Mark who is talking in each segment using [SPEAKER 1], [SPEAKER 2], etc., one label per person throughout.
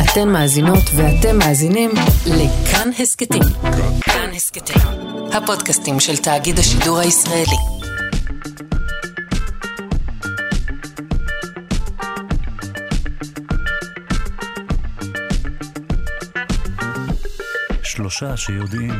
[SPEAKER 1] אתן מאזינות ואתם מאזינים לכאן הסקטים. כאן הסקטים, הפודקאסטים של תאגיד השידור הישראלי.
[SPEAKER 2] שלושה שיודעים.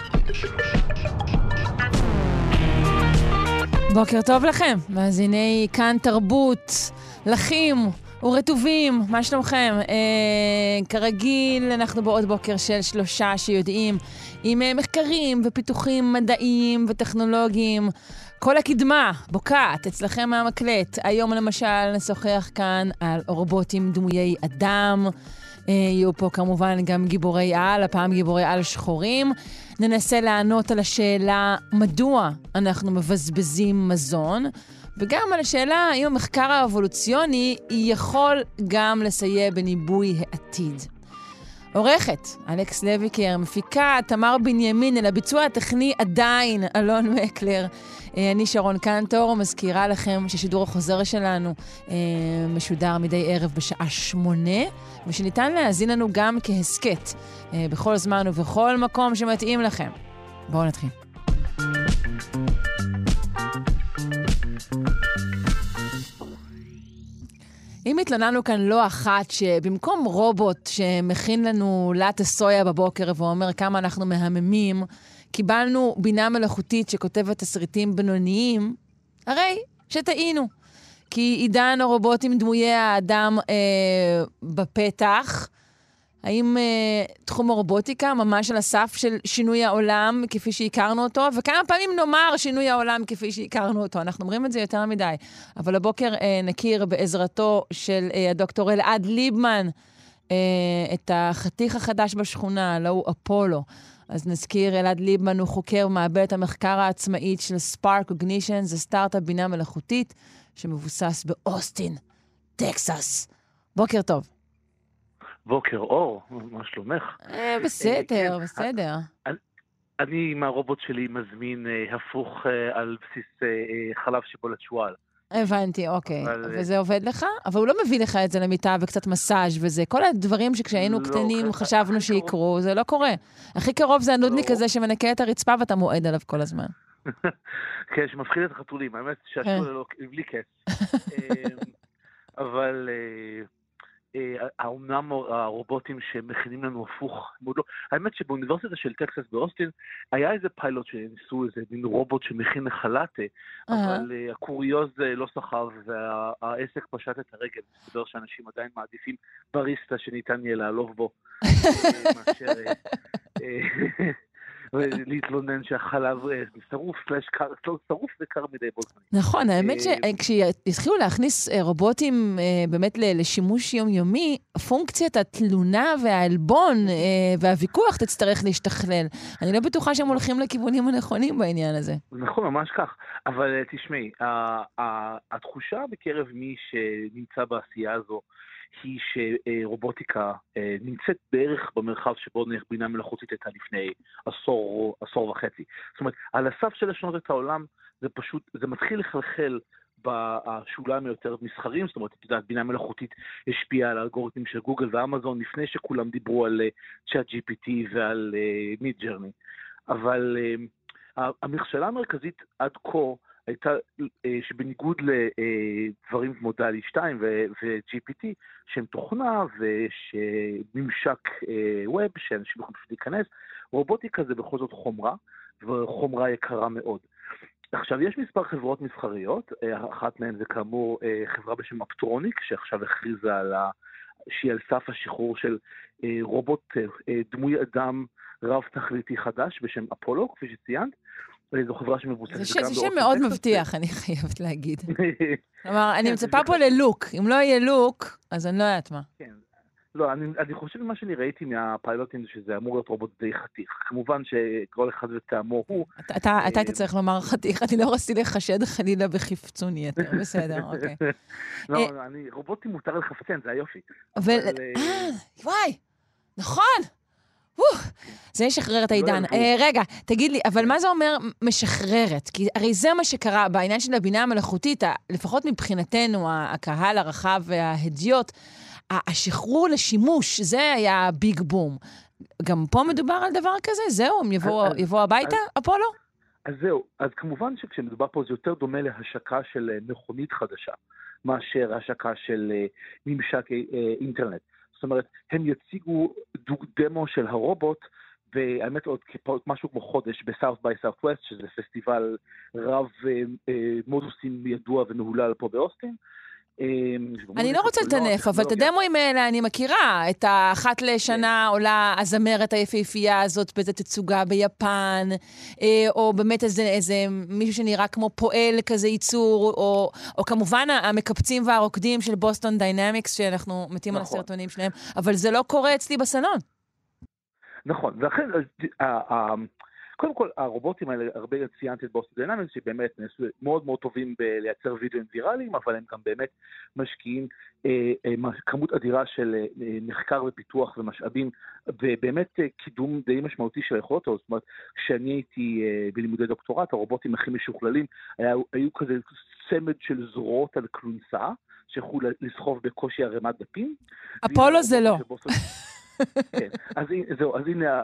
[SPEAKER 3] בוקר טוב לכם, מאזיני כאן תרבות, לחים ורטובים, מה שלומכם? כרגיל, אנחנו בעוד בוקר של שלושה שיודעים, עם מחקרים ופיתוחים מדעיים וטכנולוגיים. כל הקדמה בוקעת אצלכם מהמקלט. היום למשל נשוחח כאן על רובוטים דמויי אדם. יהיו פה כמובן גם גיבורי על, הפעם גיבורי על שחורים. ננסה לענות על השאלה מדוע אנחנו מבזבזים מזון, וגם על השאלה האם המחקר האבולוציוני יכול גם לסייע בניבוי העתיד. עורכת, אלכס לויקר, מפיקה, תמר בנימין, אל הביצוע הטכני עדיין, אלון מקלר. אני שרון קנטור, מזכירה לכם ששידור החוזר שלנו משודר מדי ערב בשעה 8, ושניתן להאזין לנו גם כהסקט, בכל זמן ובכל מקום שמתאים לכם. בואו נתחיל. אם התלוננו כאן לא אחת שבמקום רובוט שמכין לנו לטה סויה בבוקר ואומר כמה אנחנו מהממים, קיבלנו בינה מלאכותית שכותבת תסריטים בינוניים, הרי שטעינו. כי עידן הרובוטים דמויי האדם בפתח, האם תחום הרובוטיקה ממש על הסף של שינוי העולם כפי שהכרנו אותו, וכמה פעמים נאמר שינוי העולם כפי שהכרנו אותו, אנחנו אומרים את זה יותר מדי, אבל הבוקר נכיר בעזרתו של הדוקטור אלעד ליבמן את החתיך החדש בשכונה, לא הוא אפולו. אז נזכיר, אלעד ליבמן הוא חוקר מעבדת המחקר העצמאית של Spark Cognition, זה סטארט-אפ בינה מלאכותית שמבוסס באוסטין, טקסס. בוקר טוב.
[SPEAKER 4] בוקר אור, מה שלומך?
[SPEAKER 3] בסדר, בסדר.
[SPEAKER 4] אני עם הרובוט שלי מזמין הפוך על בסיס חלב שיבולת שועל.
[SPEAKER 3] הבנתי, אוקיי. וזה עובד לך? אבל הוא לא מביא לך את זה למיטה וקצת מסאז' וזה. כל הדברים שכשהיינו קטנים חשבנו שיקרו, זה לא קורה. הכי קרוב זה הנודניק הזה שמנקה את הרצפה ואתה מועד עליו כל הזמן.
[SPEAKER 4] כן, שמפחיד את החתולים. האמת שהשאול בלי כס. אבל האומנם הרובוטים שמכינים לנו הפוך, האמת שבאוניברסיטה של טקסס באוסטין היה איזה פיילוט שניסו איזה מין רובוט שמכין לחלטה, אבל הקוריוז לא סחב והעסק פשט את הרגל. מסתבר שאנשים עדיין מעדיפים בריסטה שניתן יהיה לעלוב בו מאשר להתלונן שהחלב שרוף וקר מדי בו זמני.
[SPEAKER 3] נכון, האמת שכשיתחילו להכניס רובוטים באמת לשימוש יומיומי, פונקציית התלונה והעלבון והוויכוח תצטרך להשתכלל. אני לא בטוחה שהם הולכים לכיוונים הנכונים בעניין הזה.
[SPEAKER 4] נכון, ממש כך. אבל תשמעי, התחושה בקרב מי שנמצא בעשייה הזו, היא שרובוטיקה נמצאת בערך במרחב שבו בינה מלאכותית הייתה לפני עשור וחצי. זאת אומרת, על הסף של לשנות את העולם, זה מתחיל לחלחל בשוליים יותר מסחרים, זאת אומרת, את יודעת, בינה מלאכותית השפיעה על האלגוריתמים של גוגל ואמזון, לפני שכולם דיברו על ChatGPT ועל מידג'רני. אבל המכשלה המרכזית עד כה, הייתה שבניגוד לדברים כמו דלי 2 ו-GPT, שהם תוכנה ושממשק ווב, שאנשים יכולים פשוט להיכנס, רובוטיקה זה בכל זאת חומרה, וחומרה יקרה מאוד. עכשיו, יש מספר חברות מסחריות, אחת מהן זה כאמור חברה בשם אפטרוניק, שעכשיו הכריזה שהיא על סף השחרור של רובוט דמוי אדם רב תכליתי חדש בשם אפולו, כפי שציינת, זו חברה שמבוססת.
[SPEAKER 3] זה שם מאוד מבטיח, אני חייבת להגיד. כלומר, אני מצפה פה ללוק. אם לא יהיה לוק, אז אני לא יודעת מה.
[SPEAKER 4] כן. לא, אני חושב מה שאני ראיתי מהפיילוטים, שזה אמור להיות רובוט די חתיך. כמובן שכל אחד וטעמו הוא.
[SPEAKER 3] אתה היית צריך לומר חתיך, אני לא רציתי לחשד חלילה בחפצון יתר. בסדר, אוקיי.
[SPEAKER 4] לא, רובוטים מותר לחפצן, זה היופי.
[SPEAKER 3] וואי, נכון. זה ישחרר את העידן. רגע, תגיד לי, אבל מה זה אומר משחררת? כי הרי זה מה שקרה בעניין של הבינה המלאכותית, לפחות מבחינתנו, הקהל הרחב וההדיוט, השחרור לשימוש, זה היה ביג בום. גם פה מדובר על דבר כזה? זהו, הם יבואו הביתה, אפולו?
[SPEAKER 4] אז זהו, אז כמובן שכשמדובר פה זה יותר דומה להשקה של מכונית חדשה, מאשר השקה של ממשק אינטרנט. זאת אומרת, הם יציגו דמו של הרובוט, והאמת עוד משהו כמו חודש בסאוף ביי סאוף ווסט, שזה פסטיבל רב מודוסים ידוע ומהולל פה באוסטין.
[SPEAKER 3] אני לא רוצה לטנף, אבל את הדמואים האלה אני מכירה. את האחת לשנה עולה הזמרת היפהפייה הזאת באיזו תצוגה ביפן, או באמת איזה מישהו שנראה כמו פועל כזה ייצור, או כמובן המקפצים והרוקדים של בוסטון דיינמיקס, שאנחנו מתים על הסרטונים שלהם, אבל זה לא קורה אצלי בסלון.
[SPEAKER 4] נכון, ולכן, קודם כל, הרובוטים האלה, הרבה ציינתי את בוסטון דיינמיקס, שבאמת נעשו מאוד מאוד טובים בלייצר וידאוים ויראליים, אבל הם גם באמת משקיעים כמות אדירה של מחקר ופיתוח ומשאבים, ובאמת קידום די משמעותי של היכולות. זאת אומרת, כשאני הייתי בלימודי דוקטורט, הרובוטים הכי משוכללים, היו כזה צמד של זרועות על כלונסה, שיכולו לסחוב בקושי ערימת דפים.
[SPEAKER 3] אפולו זה לא.
[SPEAKER 4] כן, אז הנה,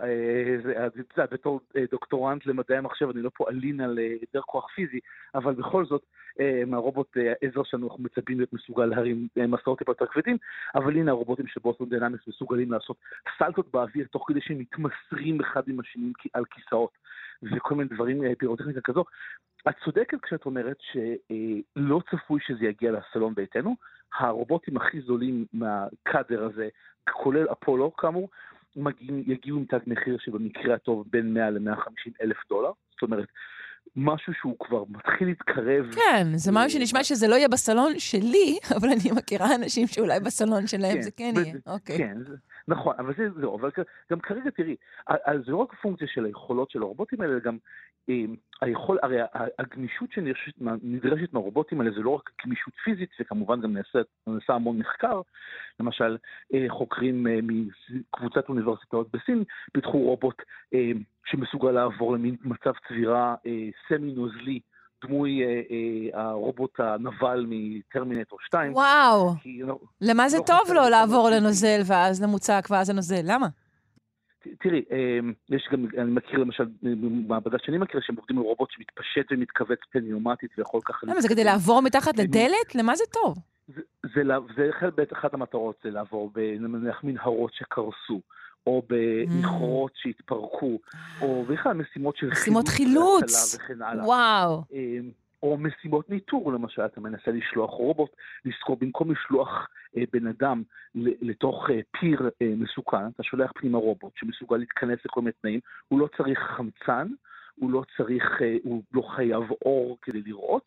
[SPEAKER 4] בתור דוקטורנט למדעי המחשב, אני לא פה אלין על יותר כוח פיזי, אבל בכל זאת, מהרובוט עזר שלנו אנחנו מצפים להיות מסוגל להרים מסעות יותר כבדים, אבל הנה הרובוטים של בוסטון דיינמיקס מסוגלים לעשות סלטות באוויר, תוך כדי שהם מתמסרים אחד עם השני על כיסאות, וכל מיני דברים פירוטכניקה כזו. את צודקת כשאת אומרת שלא צפוי שזה יגיע לסלון ביתנו, הרובוטים הכי זולים מהקאדר הזה, כולל אפולו כאמור, יגיעו עם תג מחיר שבמקרה הטוב בין 100 ל-150 אלף דולר, זאת אומרת, משהו שהוא כבר מתחיל להתקרב.
[SPEAKER 3] כן, זה משהו שנשמע שזה לא יהיה בסלון שלי, אבל אני מכירה אנשים שאולי בסלון שלהם זה כן יהיה.
[SPEAKER 4] כן, נכון, אבל זהו, אבל גם כרגע תראי, זה לא רק פונקציה של היכולות של הרובוטים האלה, גם הרי הגמישות שנדרשת מהרובוטים האלה זה לא רק גמישות פיזית, וכמובן גם נעשה המון מחקר, למשל חוקרים מקבוצת אוניברסיטאות בסין, פיתחו רובוט שמסוגל לעבור למין מצב צבירה סמי-נוזלי, דמוי הרובוט הנבל מטרמינטור 2.
[SPEAKER 3] וואו, למה זה טוב לו לעבור לנוזל ואז למוצק ואז לנוזל? למה?
[SPEAKER 4] תראי, יש גם, אני מכיר למשל, במעבדה שאני מכיר, שהם עובדים עם רובוט שמתפשט ומתכווץ פניומטית ויכול ככה...
[SPEAKER 3] למה, זה כדי לעבור מתחת לדלת? למה זה טוב?
[SPEAKER 4] זה אחת המטרות, זה לעבור בנניח מנהרות שקרסו, או במכרות שהתפרקו, או בכלל משימות של
[SPEAKER 3] חילוץ
[SPEAKER 4] וכן הלאה.
[SPEAKER 3] וואו.
[SPEAKER 4] או משימות ניטור, למשל, אתה מנסה לשלוח רובוט, לזכור במקום לשלוח בן אדם לתוך פיר מסוכן, אתה שולח פנימה רובוט שמסוגל להתכנס לכל מיני תנאים, הוא לא צריך חמצן, הוא לא חייב אור כדי לראות,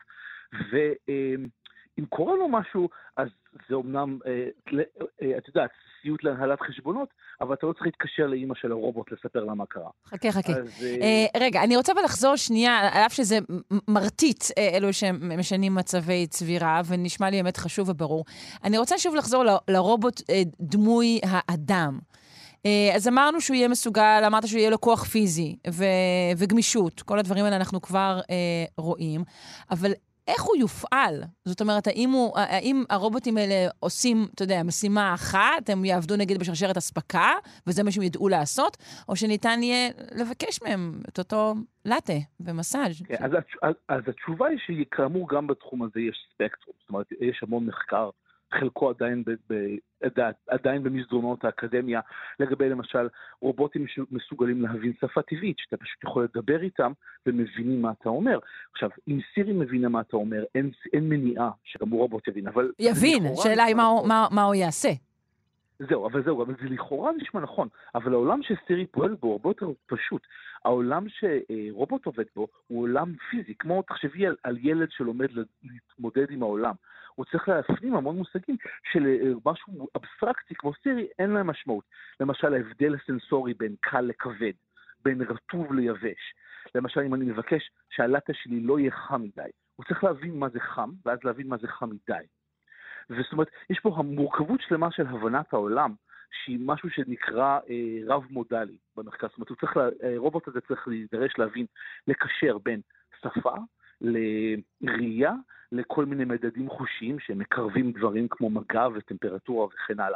[SPEAKER 4] ואם קורה לו משהו, אז זה אומנם, את יודעת, סיוט להנהלת חשבונות, אבל אתה לא צריך להתקשר לאמא של הרובוט לספר לה מה קרה.
[SPEAKER 3] חכה. רגע, אני רוצה לחזור שנייה, על אף שזה מרטיט אלו שמשנים מצבי צבירה, ונשמע לי באמת חשוב וברור. אני רוצה שוב לחזור לרובוט דמוי האדם. אז אמרנו שהוא יהיה מסוגל, אמרת שהוא יהיה לו כוח פיזי וגמישות. כל הדברים האלה אנחנו כבר רואים, אבל איך הוא יופעל? זאת אומרת, האם הרובוטים האלה עושים, אתה יודע, משימה אחת, הם יעבדו נגיד בשרשרת הספקה, וזה מה שהם ידעו לעשות, או שניתן יהיה לבקש מהם את אותו לטה ומסאז'?
[SPEAKER 4] כן, אז התשובה היא שכאמור גם בתחום הזה יש ספקטרום, זאת אומרת, יש המון מחקר, חלקו עדיין במסדרונות האקדמיה, לגבי למשל רובוטים שמסוגלים להבין שפה טבעית, שאתה פשוט יכול לדבר איתם ומבינים מה אתה אומר. עכשיו, אם סירי מבינה מה אתה אומר, אין מניעה שגם רובוט יבין, אבל...
[SPEAKER 3] יבין, שאלה היא מה הוא יעשה.
[SPEAKER 4] אבל זה לכאורה נשמע נכון, אבל העולם שסירי פועל בו הרבה יותר פשוט. העולם שרובוט עובד בו הוא עולם פיזי, כמו תחשבי על ילד שלומד להתמודד עם העולם. הוא צריך להפנים המון מושגים של משהו אבסטרקטי כמו סירי, אין להם משמעות. למשל, ההבדל הסנסורי בין קל לכבד, בין רטוב ליבש. למשל, אם אני מבקש שהלטה שלי לא יהיה חם מדי, הוא צריך להבין מה זה חם, ואז להבין מה זה חם מדי. וזאת אומרת, יש פה המורכבות שלמה של הבנת העולם, שהיא משהו שנקרא רב מודלי במחקר. זאת אומרת, רובוט הזה צריך להידרש להבין, לקשר בין שפה, לראייה, לכל מיני מדדים חושיים שמקרבים דברים כמו מגע וטמפרטורה וכן הלאה.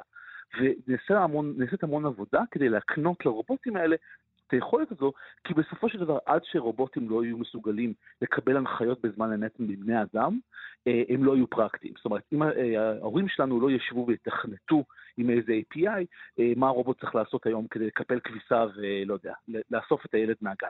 [SPEAKER 4] ונעשית המון עבודה כדי להקנות לרובוטים האלה את היכולת הזו, כי בסופו של דבר, עד שרובוטים לא יהיו מסוגלים לקבל הנחיות בזמן אמת מבני אדם, הם לא יהיו פרקטיים. זאת אומרת, אם ההורים שלנו לא ישבו ויתכנתו עם איזה API, מה הרובוט צריך לעשות היום כדי לקפל כביסה ולא יודע, לאסוף את הילד מהגן.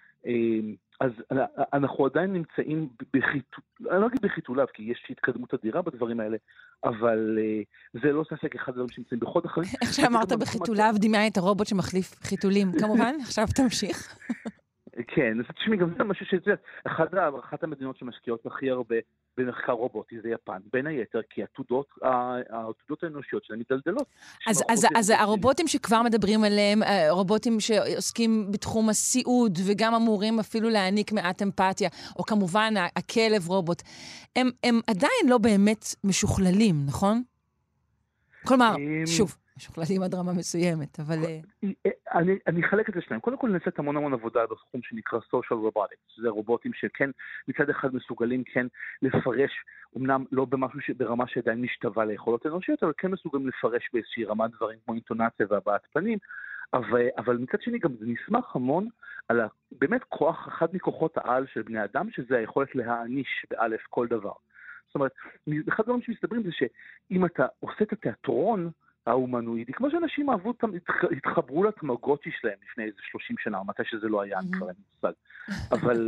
[SPEAKER 4] אז אנחנו עדיין נמצאים אני לא אגיד בחיתוליו, כי יש התקדמות אדירה בדברים האלה, אבל זה לא ספק אחד הדברים שנמצאים בחוד אחרים.
[SPEAKER 3] איך שאמרת בחיתוליו, דמיין את הרובוט שמחליף חיתולים, כמובן, עכשיו תמשיך.
[SPEAKER 4] כן, אז תשמעי, גם זה משהו שזה, אחת המדינות שמשקיעות הכי הרבה במחקר רובוטי זה יפן, בין היתר, כי העתודות האנושיות שלהם מדלדלות.
[SPEAKER 3] אז הרובוטים שכבר מדברים עליהם, רובוטים שעוסקים בתחום הסיעוד, וגם אמורים אפילו להעניק מעט אמפתיה, או כמובן הכלב רובוט, הם עדיין לא באמת משוכללים, נכון? כלומר, שוב, משוכללים עד רמה מסוימת, אבל...
[SPEAKER 4] אני אחלק את זה שלהם. קודם כל נעשית המון עבודה בתחום שנקרא social robotics, שזה רובוטים שכן מצד אחד מסוגלים כן לפרש, אמנם לא במשהו ברמה שעדיין משתווה ליכולות אנושיות, אבל כן מסוגלים לפרש באיזושהי רמת דברים כמו אינטונציה והבעת פנים, אבל מצד שני גם זה נסמך המון על באמת כוח, אחד מכוחות העל של בני אדם, שזה היכולת להעניש באלף כל דבר. זאת אומרת, אחד הדברים שמסתברים זה שאם אתה עושה את התיאטרון האומנואידי, כמו שאנשים התחברו לתמגוצ'י שלהם לפני איזה 30 שנה, או מתי שזה לא היה, כבר אין מושג. אבל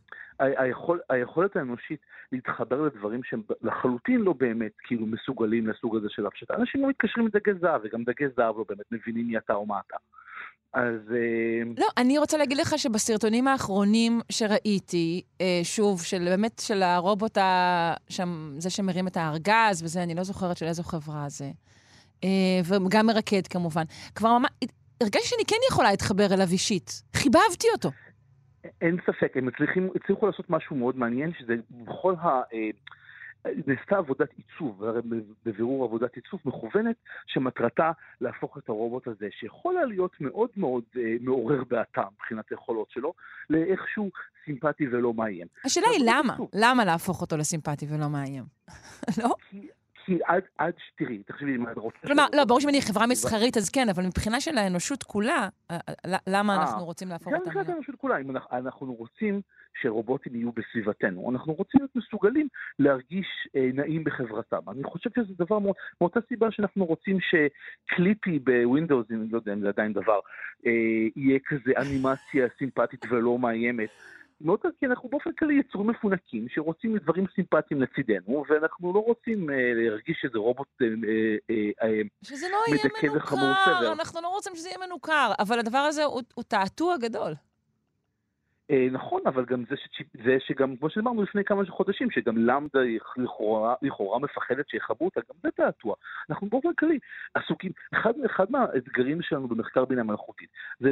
[SPEAKER 4] היכולת האנושית להתחבר לדברים שהם לחלוטין לא באמת כאילו מסוגלים לסוג הזה של הפשטה. אנשים לא מתקשרים לדגי זהב, וגם דגי זהב לא באמת מבינים מי אתה או מה אתה. אז...
[SPEAKER 3] לא, אני רוצה להגיד לך שבסרטונים האחרונים שראיתי, שוב, באמת של הרובוט, זה שמרים את הארגז, וזה, אני לא זוכרת של איזו חברה זה. וגם מרקד כמובן. כבר ממש, הרגשתי שאני כן יכולה להתחבר אליו אישית. חיבבתי אותו.
[SPEAKER 4] אין ספק, הם הצליחו לעשות משהו מאוד מעניין, שזה בכל נעשתה עבודת עיצוב, בבירור עבודת עיצוב מכוונת, שמטרתה להפוך את הרובוט הזה, שיכול להיות מאוד מאוד מעורר בעתם, מבחינת היכולות שלו, לאיכשהו סימפטי ולא מאיים.
[SPEAKER 3] השאלה היא למה? למה להפוך אותו לסימפטי ולא מאיים? לא?
[SPEAKER 4] כי עד שתראי, תחשבי מה את רוצה...
[SPEAKER 3] כלומר, לא, ברור שאני חברה מסחרית, אז כן, אבל מבחינה של האנושות כולה, למה אנחנו רוצים להפוך אותם?
[SPEAKER 4] גם מבחינת האנושות כולה, אם אנחנו רוצים שרובוטים יהיו בסביבתנו, אנחנו רוצים להיות מסוגלים להרגיש נעים בחברתם. אני חושב שזה דבר מאותה סיבה שאנחנו רוצים שקליפי בווינדוס, אני לא יודע אם זה עדיין דבר, יהיה כזה אנימציה סימפטית ולא מאיימת. מאוד כי אנחנו באופן כללי יצורים מפונקים שרוצים דברים סימפטיים לצידנו, ואנחנו לא רוצים להרגיש שזה רובוט
[SPEAKER 3] שזה לא יהיה מנוכר, אנחנו לא רוצים שזה יהיה מנוכר, אבל הדבר הזה הוא תעתוע גדול.
[SPEAKER 4] נכון, אבל גם זה שגם, כמו שאמרנו לפני כמה חודשים, שגם למדה לכאורה מפחדת שיחברו אותה, גם זה תעתוע. אנחנו באופן כללי עסוקים, אחד מהאתגרים שלנו במחקר בינה מלאכותית, זה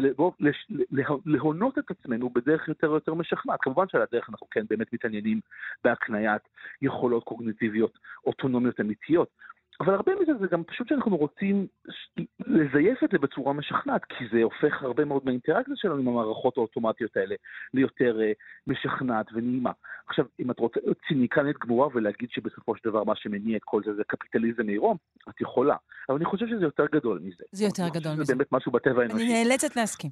[SPEAKER 4] להונות את עצמנו בדרך יותר משכנעת. כמובן שעל הדרך אנחנו כן באמת מתעניינים בהקניית יכולות קוגניטיביות אוטונומיות אמיתיות, אבל הרבה מזה זה גם פשוט שאנחנו רוצים לזייף את זה בצורה משכנעת, כי זה הופך הרבה מאוד מהאינטראקציה שלנו עם המערכות האוטומטיות האלה ליותר משכנעת ונעימה. עכשיו, אם את רוצה ציניקנית גמורה ולהגיד שבסופו של דבר מה שמניע את כל זה זה קפיטליזם עירום, את יכולה. אבל אני חושב שזה יותר גדול מזה.
[SPEAKER 3] זה יותר גדול מזה.
[SPEAKER 4] זה באמת משהו בטבע האנושי.
[SPEAKER 3] אני נאלצת להסכים.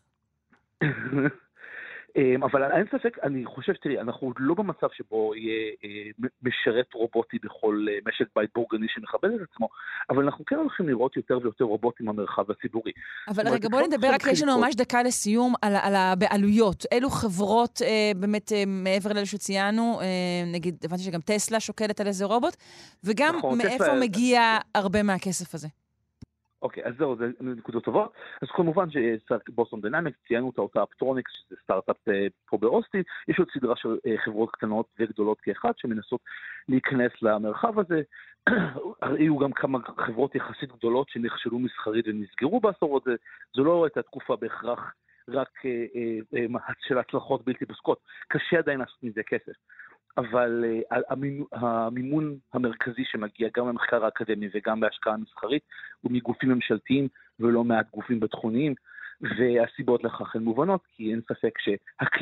[SPEAKER 4] אבל אין ספק, אני חושב, תראי, אנחנו לא במצב שבו יהיה משרת רובוטי בכל משק בית בורגני שמכבד את עצמו, אבל אנחנו כן הולכים לראות יותר ויותר רובוטים במרחב הציבורי.
[SPEAKER 3] אבל רגע, בואו נדבר, רק יש לנו ממש דקה לסיום על הבעלויות. אילו חברות באמת מעבר לאלה שציינו, נגיד, הבנתי שגם טסלה שוקלת על איזה רובוט, וגם מאיפה מגיע הרבה מהכסף הזה?
[SPEAKER 4] אוקיי, אז זהו, זה נקודות טובות. אז כמובן שבוסטון דיינמיקס, ציינו אותה אפטרוניקס, שזה סטארט-אפ פה באוסטין, יש עוד סדרה של חברות קטנות וגדולות כאחד, שמנסות להיכנס למרחב הזה. היו גם כמה חברות יחסית גדולות שנכשלו מסחרית ונסגרו בעשור הזה. זו לא הייתה תקופה בהכרח רק של הצלחות בלתי פוסקות. קשה עדיין לעשות מזה כסף. אבל המימון המרכזי שמגיע גם למחקר האקדמי וגם בהשקעה מסחרית הוא מגופים ממשלתיים ולא מעט גופים ביטחוניים, והסיבות לכך הן מובנות, כי אין ספק שהקליינט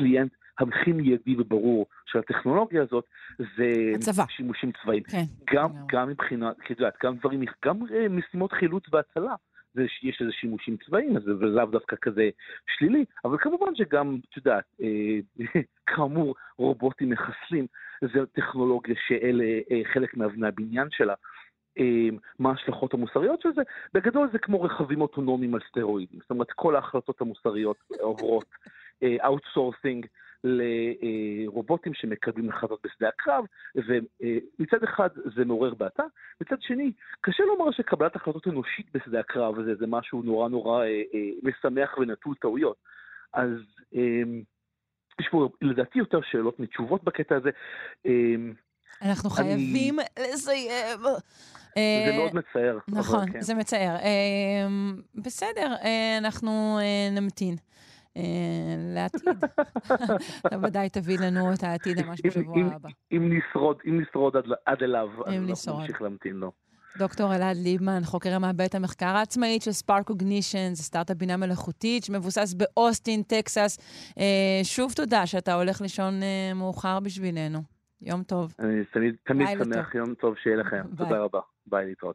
[SPEAKER 4] המחיר מיידי וברור של הטכנולוגיה הזאת, זה
[SPEAKER 3] הצבא.
[SPEAKER 4] שימושים צבאיים.
[SPEAKER 3] כן.
[SPEAKER 4] גם מבחינת, גם דברים, גם משימות חילוץ והצלה. יש איזה שימושים צבאיים, ולאו דווקא כזה שלילי, אבל כמובן שגם, את יודעת, כאמור, רובוטים מחסלים, זו טכנולוגיה שאלה חלק מאבני הבניין שלה. מה ההשלכות המוסריות של זה? בגדול זה כמו רכבים אוטונומיים על סטרואידים, זאת אומרת, כל ההחלטות המוסריות עוברות אאוטסורסינג לרובוטים שמקבלים החלטות בשדה הקרב, ומצד אחד זה מעורר בעתה, מצד שני, קשה לומר שקבלת החלטות אנושית בשדה הקרב זה משהו נורא נורא משמח ונטול טעויות. אז יש פה לדעתי יותר שאלות מתשובות בקטע הזה.
[SPEAKER 3] אנחנו חייבים לסיים.
[SPEAKER 4] זה מאוד מצער.
[SPEAKER 3] נכון, זה מצער. בסדר, אנחנו נמתין. לעתיד. אתה ודאי תביא לנו את העתיד ממש בשבוע הבא.
[SPEAKER 4] אם נשרוד עד אליו, אז אנחנו נמשיך להמתין לו.
[SPEAKER 3] דוקטור אלעד ליבמן, חוקר מעבדת המחקר העצמאית של Spark Cognition, זה סטארט-אפ בינה מלאכותית שמבוסס באוסטין, טקסס. שוב תודה שאתה הולך לישון מאוחר בשבילנו. יום טוב.
[SPEAKER 4] אני תמיד שמח, יום טוב שיהיה לכם. תודה רבה. ביי, להתראות.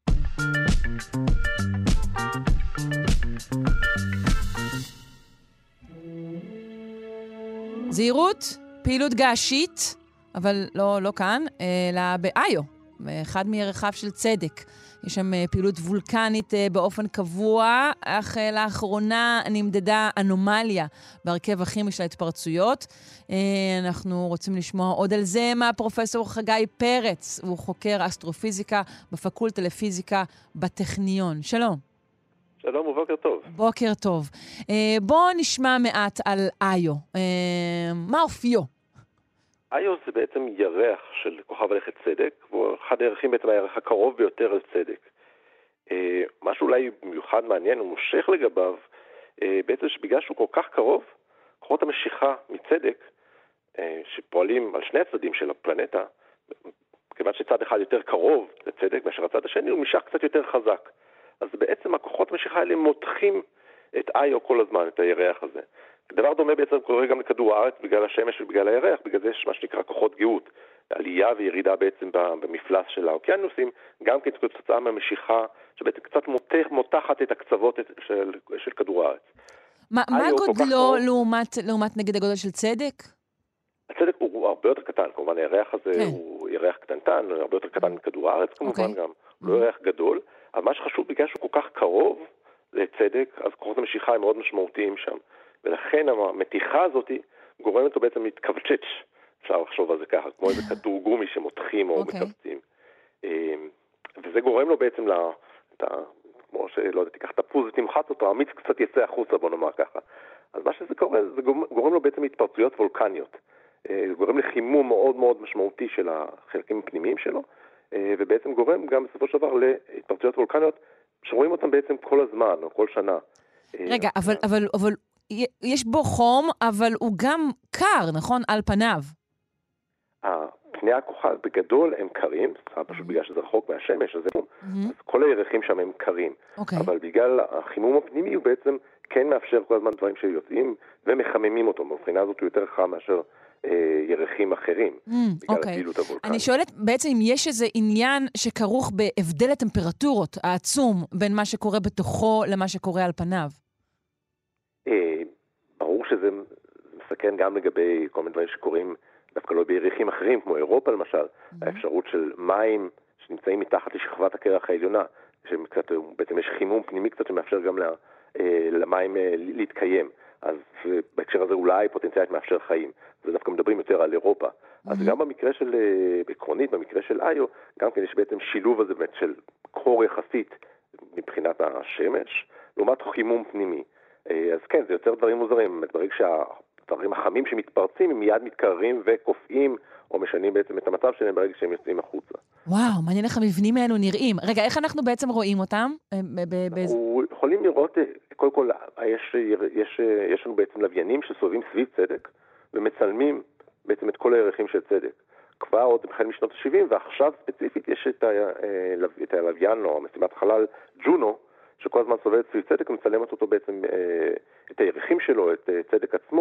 [SPEAKER 3] זהירות, פעילות געשית, אבל לא כאן, אלא באיו, אחד מירחיו של צדק. יש שם פעילות וולקנית באופן קבוע, אך לאחרונה נמדדה אנומליה בהרכב הכימי של ההתפרצויות. אנחנו רוצים לשמוע עוד על זה מהפרופסור חגי פרץ, הוא חוקר אסטרופיזיקה בפקולטה לפיזיקה בטכניון. שלום.
[SPEAKER 2] שלום ובוקר טוב.
[SPEAKER 3] בוקר טוב. בואו נשמע מעט על איו. מה אופיו?
[SPEAKER 2] איו זה בעצם ירח של כוכב לכת צדק, והוא אחד הירחים בעצם הירח הקרוב ביותר על צדק. מה שאולי במיוחד מעניין ומושך לגביו, בעצם שבגלל שהוא כל כך קרוב, כוחות המשיכה מצדק, שפועלים על שני הצדדים של הפלנטה, כיוון שצד אחד יותר קרוב לצדק מאשר הצד השני, הוא משך קצת יותר חזק. אז בעצם הכוחות המשיכה האלה מותחים את איו כל הזמן, את הירח הזה. דבר דומה בעצם קורה גם לכדור הארץ בגלל השמש ובגלל הירח, בגלל זה יש מה שנקרא כוחות גאות, עלייה וירידה בעצם במפלס של האוקיינוסים, גם כתוצאה מהמשיכה שבעצם קצת מותחת את הקצוות של כדור הארץ.
[SPEAKER 3] מה גודלו לעומת נגד הגודל של צדק?
[SPEAKER 2] הצדק הוא הרבה יותר קטן, כמובן הירח הזה הוא ירח קטנטן, הרבה יותר קטן מכדור הארץ כמובן גם, הוא לא ירח גדול, אבל מה שחשוב בגלל שהוא כל כך קרוב לצדק, אז כוחות המשיכה הם מאוד משמעותיים שם. ולכן המתיחה הזאת גורמת לו בעצם להתכווצץ, אפשר לחשוב על זה ככה, כמו איזה כדור גומי שמותחים או מקבצים. וזה גורם לו בעצם, כמו שלא יודע, תיקח תפוז ותמחץ אותו, המיץ קצת יצא החוצה, בוא נאמר ככה. אז מה שזה קורה, זה גורם לו בעצם התפרצויות וולקניות. זה גורם לחימום מאוד מאוד משמעותי של החלקים הפנימיים שלו, ובעצם גורם גם בסופו של דבר להתפרצויות וולקניות, שרואים אותם בעצם כל הזמן או כל שנה.
[SPEAKER 3] רגע, אבל יש בו חום, אבל הוא גם קר, נכון? על פניו.
[SPEAKER 2] פני הכוכב בגדול הם קרים, פשוט בגלל שזה רחוק מהשמש, אז כל הירחים שם הם קרים. אבל בגלל החימום הפנימי הוא בעצם כן מאפשר כל הזמן דברים שיוצאים ומחממים אותו. מבחינה הזאת הוא יותר חם מאשר ירחים אחרים, בגלל הפעילות הוולקנית.
[SPEAKER 3] אני שואלת בעצם אם יש איזה עניין שכרוך בהבדל הטמפרטורות העצום בין מה שקורה בתוכו למה שקורה על פניו.
[SPEAKER 2] ברור שזה מסכן גם לגבי כל מיני דברים שקורים דווקא לא בירחים אחרים, כמו אירופה למשל, האפשרות של מים שנמצאים מתחת לשכבת הקרח העליונה, בעצם יש חימום פנימי קצת שמאפשר גם למים להתקיים. אז בהקשר הזה אולי פוטנציאלית מאפשר חיים. זה דווקא מדברים יותר על אירופה. אז גם במקרה של, עקרונית, במקרה של איו, גם כן יש בעצם שילוב הזה באמת של קור יחסית מבחינת השמש, לעומת חימום פנימי. אז כן, זה יותר דברים מוזרים. ברגע שהדברים החמים שמתפרצים, הם מיד מתקררים וקופאים, או משנים בעצם את המצב שלהם ברגע שהם יוצאים החוצה.
[SPEAKER 3] וואו, מעניין איך המבנים האלו נראים. רגע, איך אנחנו בעצם רואים אותם?
[SPEAKER 2] אנחנו יכולים לראות, קודם כל, יש לנו בעצם לוויינים שסובבים סביב צדק, ומצלמים בעצם את כל הירחים של צדק. כבר עוד החל משנות ה-70, ועכשיו ספציפית יש את הלוויין, או משימת חלל ג'ונו, שכל הזמן סובב סביב צדק, ומצלמת אותו בעצם, את הירחים שלו, את צדק עצמו,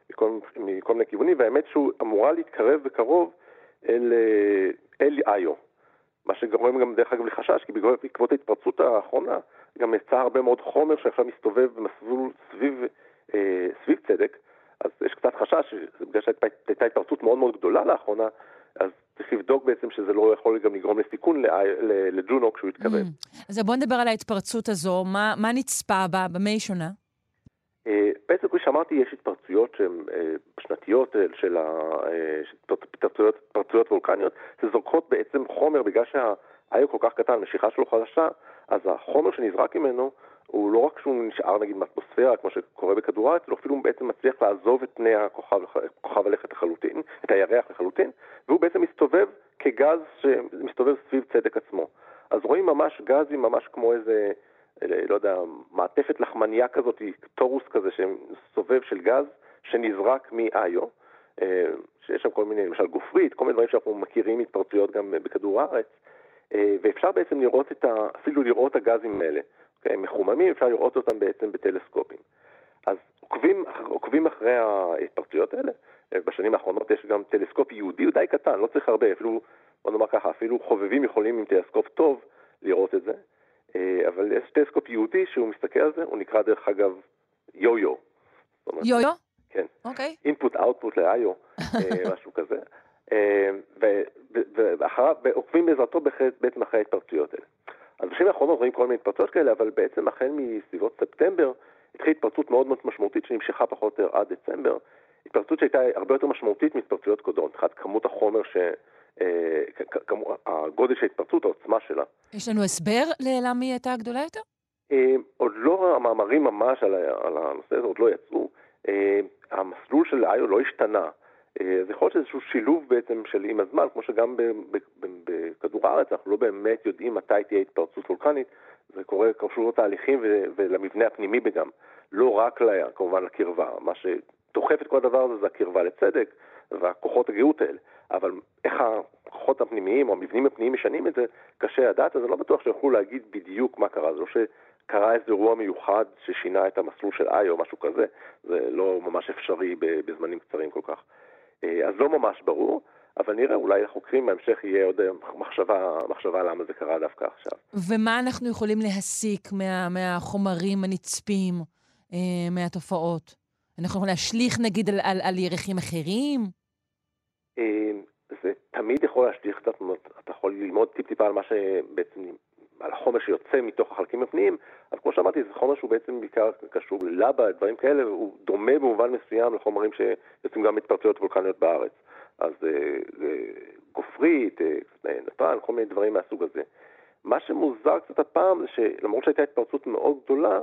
[SPEAKER 2] מכל מיני כיוונים, והאמת שהוא אמורה להתקרב בקרוב אל איו. מה שגורם גם דרך אגב לחשש, כי בעקבות ההתפרצות האחרונה, גם יצא הרבה מאוד חומר שעכשיו מסתובב במסלול סביב צדק, אז יש קצת חשש, בגלל שהייתה התפרצות מאוד מאוד גדולה לאחרונה, אז צריך לבדוק בעצם שזה לא יכול גם לגרום לסיכון לג'ונו כשהוא יתקרב.
[SPEAKER 3] אז בוא נדבר על ההתפרצות הזו, מה נצפה בה, במה היא שונה?
[SPEAKER 2] בעצם כפי שאמרתי, יש התפרצויות שהן שנתיות של התפרצויות וולקניות, שזורקות בעצם חומר, בגלל שהאיו כל כך קטן, משיכה שלו חדשה, אז החומר שנזרק ממנו, הוא לא רק שהוא נשאר נגיד באטמוספירה, כמו שקורה בכדור הארץ, אלא אפילו בעצם מצליח לעזוב את פני הכוכב הלכת לחלוטין, את הירח לחלוטין, והוא בעצם מסתובב כגז שמסתובב סביב צדק עצמו. אז רואים ממש גזים, ממש כמו איזה, לא יודע, מעטפת לחמניה כזאת, טורוס כזה שסובב של גז, שנזרק מאיו, שיש שם כל מיני, למשל גופרית, כל מיני דברים שאנחנו מכירים התפרצויות גם בכדור הארץ, ואפשר בעצם לראות אפילו לראות הגזים האלה. הם מחוממים, אפשר לראות אותם בעצם בטלסקופים. אז עוקבים אחרי ההתפרצויות האלה. בשנים האחרונות יש גם טלסקופ יהודי, הוא די קטן, לא צריך הרבה, אפילו, בוא נאמר ככה, אפילו חובבים יכולים עם טלסקופ טוב לראות את זה. אבל יש טלסקופ יהודי שהוא מסתכל על זה, הוא נקרא דרך אגב יו-יו.
[SPEAKER 3] יו-יו?
[SPEAKER 2] כן.
[SPEAKER 3] אוקיי.
[SPEAKER 2] input-output לאיו, משהו כזה. ועוקבים בעזרתו בעצם אחרי ההתפרצויות האלה. אז בשנים האחרונות רואים כל מיני התפרצויות כאלה, אבל בעצם החל מסביבות ספטמבר התחילה התפרצות מאוד מאוד משמעותית שנמשכה פחות או יותר עד דצמבר. התפרצות שהייתה הרבה יותר משמעותית מהתפרצויות קודמות. אחת, כמות החומר, הגודל של ההתפרצות, העוצמה שלה.
[SPEAKER 3] יש לנו הסבר ללמה היא הייתה גדולה יותר?
[SPEAKER 2] עוד לא, המאמרים ממש על הנושא הזה עוד לא יצאו. המסלול של איו לא השתנה. זה יכול להיות איזשהו שילוב בעצם של עם הזמן, כמו שגם בכדור הארץ, אנחנו לא באמת יודעים מתי תהיה התפרצות וולקנית, זה קורה קשור לתהליכים ולמבנה הפנימי בגם, לא רק כמובן לקרבה, מה שדוחף את כל הדבר הזה זה הקרבה לצדק והכוחות הגאות האלה, אבל איך הכוחות הפנימיים או המבנים הפנימיים משנים את זה, קשה לדעת, אז אני לא בטוח שיוכלו להגיד בדיוק מה קרה, זה לא שקרה איזה אירוע מיוחד ששינה את המסלול של איו או משהו כזה, זה לא ממש אפשרי בזמנים קצרים כל כך. אז לא ממש ברור, אבל נראה, אולי לחוקרים בהמשך יהיה עוד מחשבה למה זה קרה דווקא עכשיו.
[SPEAKER 3] ומה אנחנו יכולים להסיק מהחומרים הנצפים, מהתופעות? אנחנו יכולים להשליך נגיד על ירחים אחרים?
[SPEAKER 2] זה תמיד יכול להשליך קצת, אתה יכול ללמוד טיפ-טיפה על מה שבעצם, על החומר שיוצא מתוך החלקים הפנימיים, אז כמו שאמרתי, זה חומר שהוא בעצם בעיקר קשור ללבה, דברים כאלה, הוא דומה במובן מסוים לחומרים שיוצאים גם מתפרצויות וולקניות בארץ. אז גופרית, נתרן, כל מיני דברים מהסוג הזה. מה שמוזר קצת הפעם זה שלמרות שהייתה התפרצות מאוד גדולה,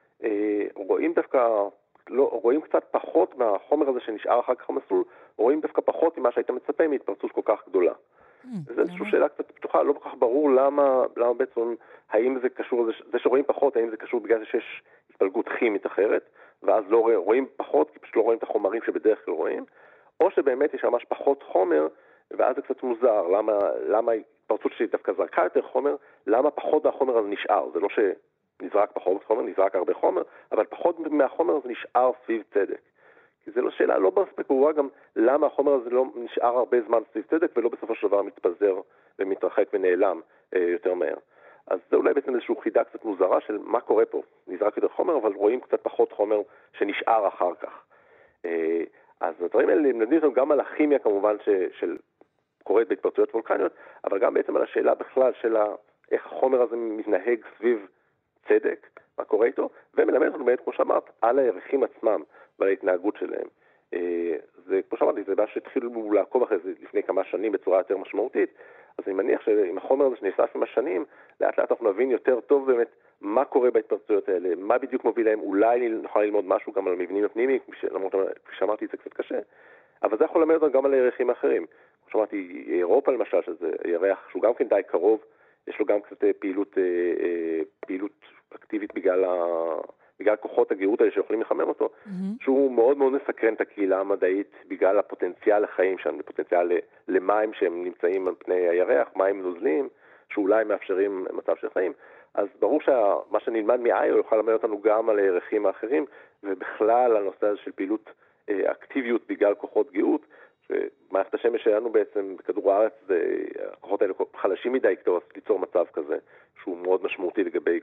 [SPEAKER 2] רואים קצת פחות מהחומר הזה שנשאר אחר כך המסלול, רואים דווקא פחות ממה שהיית מצפה מהתפרצות כל כך גדולה. זו איזושהי שאלה קצת פתוחה, לא כל כך ברור למה בעצם, האם זה קשור, זה שרואים פחות, האם זה קשור בגלל שיש התפלגות כימית אחרת, ואז לא רואים פחות, כי פשוט לא רואים את החומרים שבדרך כלל רואים, או שבאמת יש ממש פחות חומר, ואז זה קצת מוזר, למה התפרצות שדווקא זרקה יותר חומר, למה פחות מהחומר הזה נשאר, זה לא שנזרק פחות חומר, נזרק הרבה חומר, אבל פחות מהחומר הזה נשאר סביב צדק. כי זו שאלה לא מספיק ברורה גם למה החומר הזה לא נשאר הרבה זמן סביב צדק ולא בסופו של דבר מתפזר ומתרחק ונעלם יותר מהר. אז זה אולי בעצם איזושהי חידה קצת מוזרה של מה קורה פה. נזרק יותר חומר, אבל רואים קצת פחות חומר שנשאר אחר כך. אז הדברים האלה נדעים אותם גם על הכימיה כמובן של קורית בהתפרצויות וולקניות, אבל גם בעצם על השאלה בכלל של איך החומר הזה מתנהג סביב צדק, מה קורה איתו, ומלמד אותנו באמת, כמו שאמרת, על הירחים עצמם ועל ההתנהגות שלהם. זה, כמו שאמרתי, זה מה שהתחילו לעקוב אחרי זה לפני כמה שנים בצורה יותר משמעותית, אז אני מניח שעם החומר הזה שנאסף עם השנים, לאט לאט אנחנו נבין יותר טוב באמת מה קורה בהתפרצויות האלה, מה בדיוק מוביל להם, אולי נוכל ללמוד משהו גם על המבנים הפנימיים, למרות שאמרתי זה קצת קשה, אבל זה יכול ללמד אותנו גם על הירחים האחרים. כמו שאמרתי, אירופה למשל, שזה ירח שהוא גם כן די קרוב, יש לו גם קצת פעילות אקטיבית בגלל כוחות הגאות האלה שיכולים לחמם אותו, שהוא מאוד מאוד מסקרן את הקהילה המדעית בגלל הפוטנציאל לחיים שם, הפוטנציאל למים שהם נמצאים על פני הירח, מים נוזלים, שאולי מאפשרים מצב של חיים. אז ברור שמה שנלמד מאיו יוכל ללמד אותנו גם על הירחים האחרים, ובכלל על הנושא הזה של פעילות אקטיביות בגלל כוחות גאות, שמערכת השמש שלנו בעצם בכדור הארץ, הכוחות האלה חלשים מדי כדי ליצור מצב כזה, שהוא מאוד משמעותי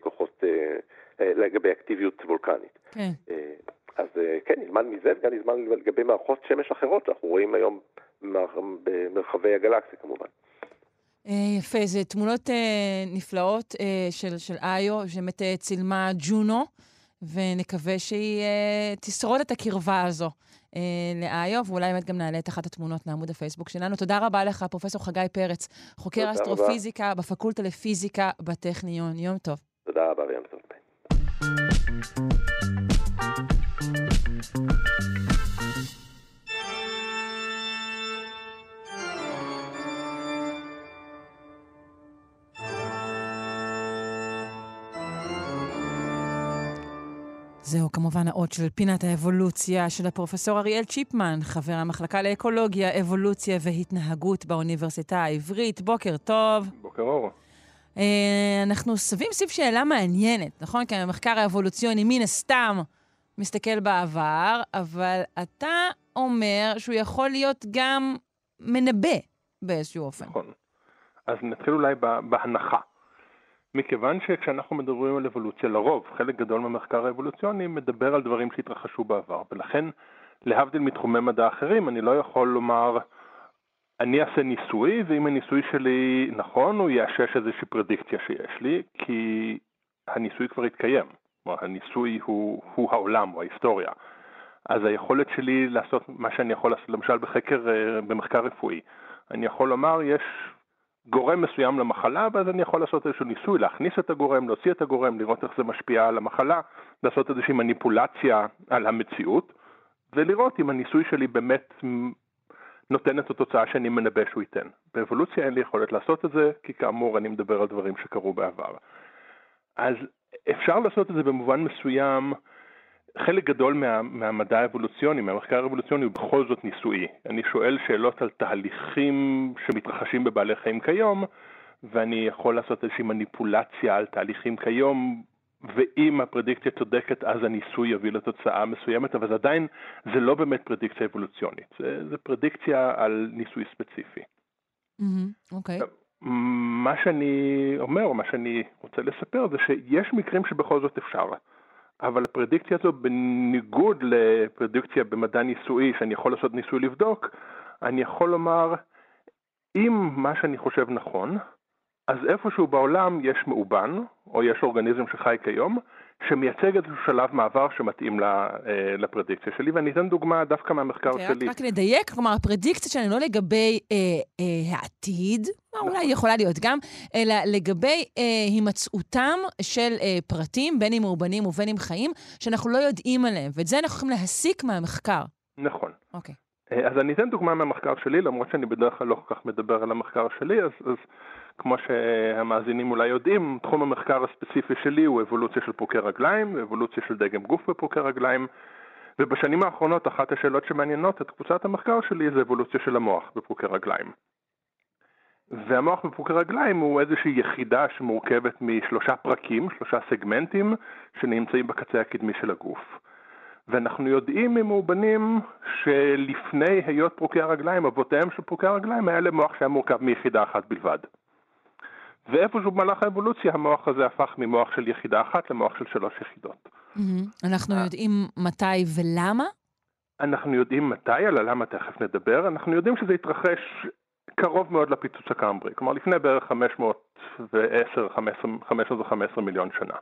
[SPEAKER 2] לגבי אקטיביות וולקנית.
[SPEAKER 3] כן.
[SPEAKER 2] אז כן, נלמד מזה, וגם נלמד לגבי מערכות שמש אחרות שאנחנו רואים היום במרחבי הגלקסיה כמובן.
[SPEAKER 3] יפה, זה תמונות נפלאות של איו, שבאמת צילמה ג'ונו, ונקווה שהיא תשרוד את הקרבה הזו לאיו, ואולי באמת גם נעלה את אחת התמונות לעמוד הפייסבוק שלנו. תודה רבה לך, פרופסור חגי פרץ, חוקר אסטרופיזיקה בפקולטה לפיזיקה בטכניון. יום טוב.
[SPEAKER 2] תודה רבה ויום טוב.
[SPEAKER 3] זהו כמובן האות של פינת האבולוציה של הפרופסור אריאל צ'יפמן, חבר המחלקה לאקולוגיה, אבולוציה והתנהגות באוניברסיטה העברית. בוקר טוב.
[SPEAKER 5] בוקר אור.
[SPEAKER 3] אנחנו סביב שאלה מעניינת, נכון? כי המחקר האבולוציוני מן הסתם מסתכל בעבר, אבל אתה אומר שהוא יכול להיות גם מנבא באיזשהו אופן.
[SPEAKER 5] נכון. אז נתחיל אולי בהנחה. מכיוון שכשאנחנו מדברים על אבולוציה, לרוב, חלק גדול מהמחקר האבולוציוני מדבר על דברים שהתרחשו בעבר, ולכן להבדיל מתחומי מדע אחרים, אני לא יכול לומר, אני אעשה ניסוי, ואם הניסוי שלי נכון, הוא יאשש איזושהי פרדיקציה שיש לי, כי הניסוי כבר התקיים. הניסוי הוא העולם, הוא ההיסטוריה. אז היכולת שלי לעשות מה שאני יכול לעשות, למשל במחקר רפואי, אני יכול לומר, יש גורם מסוים למחלה, ואז אני יכול לעשות איזשהו ניסוי, להכניס את הגורם, להוציא את הגורם, לראות איך זה משפיע על המחלה, לעשות איזושהי מניפולציה על המציאות, ולראות אם הניסוי שלי באמת נותן את התוצאה שאני מנבא שהוא ייתן. באבולוציה אין לי יכולת לעשות את זה, כי כאמור אני מדבר על דברים שקרו בעבר. אז אפשר לעשות את זה במובן מסוים, חלק גדול מהמדע האבולוציוני, מהמחקר האבולוציוני הוא בכל זאת ניסויי. אני שואל שאלות על תהליכים שמתרחשים בבעלי חיים כיום, ואני יכול לעשות איזושהי מניפולציה על תהליכים כיום, ואם הפרדיקציה צודקת, אז הניסוי יביא לתוצאה מסוימת, אבל עדיין זה לא באמת פרדיקציה אבולוציונית. זה פרדיקציה על ניסוי ספציפי.
[SPEAKER 3] אוקיי.
[SPEAKER 5] מה שאני אומר, או מה שאני רוצה לספר, זה שיש מקרים שבכל זאת אפשר. אבל הפרדיקציה הזו, בניגוד לפרדיקציה במדע ניסויי, שאני יכול לעשות ניסוי לבדוק, אני יכול לומר, אם מה שאני חושב נכון, אז איפשהו בעולם יש מאובן, או יש אורגניזם שחי כיום, שמייצג איזשהו שלב מעבר שמתאים לפרדיקציה שלי, ואני אתן דוגמה דווקא מהמחקר שלי.
[SPEAKER 3] רק נדייק, כלומר, הפרדיקציה שלנו לא לגבי העתיד, אולי יכולה להיות גם, אלא לגבי הימצאותם של פרטים, בין אם מאובנים ובין אם חיים, שאנחנו לא יודעים עליהם, ואת זה אנחנו יכולים להסיק מהמחקר.
[SPEAKER 5] נכון.
[SPEAKER 3] אוקיי.
[SPEAKER 5] אז אני אתן דוגמה מהמחקר שלי, למרות שאני בדרך כלל לא כל כך מדבר על המחקר שלי, אז כמו שהמאזינים אולי יודעים, תחום המחקר הספציפי שלי הוא אבולוציה של פרוקי רגליים, אבולוציה של דגם גוף בפרוקי רגליים, ובשנים האחרונות אחת השאלות שמעניינות את קבוצת המחקר שלי זה אבולוציה של המוח בפרוקי רגליים. והמוח בפרוקי רגליים הוא איזושהי יחידה שמורכבת משלושה פרקים, שלושה סגמנטים שנמצאים בקצה הקדמי של הגוף. ואנחנו יודעים ממאובנים שלפני היות פרוקי הרגליים, אבותיהם של פרוקי הרגליים היה למוח שהיה מורכב מיחידה אחת בלבד. ואיפשהו במהלך האבולוציה המוח הזה הפך ממוח של יחידה אחת למוח של 3 יחידות.
[SPEAKER 3] אנחנו יודעים מתי ולמה?
[SPEAKER 5] אנחנו יודעים מתי, על הלמה תכף נדבר. אנחנו יודעים שזה התרחש קרוב מאוד לפיצוץ הקמברי, כלומר לפני בערך 515 מיליון שנה.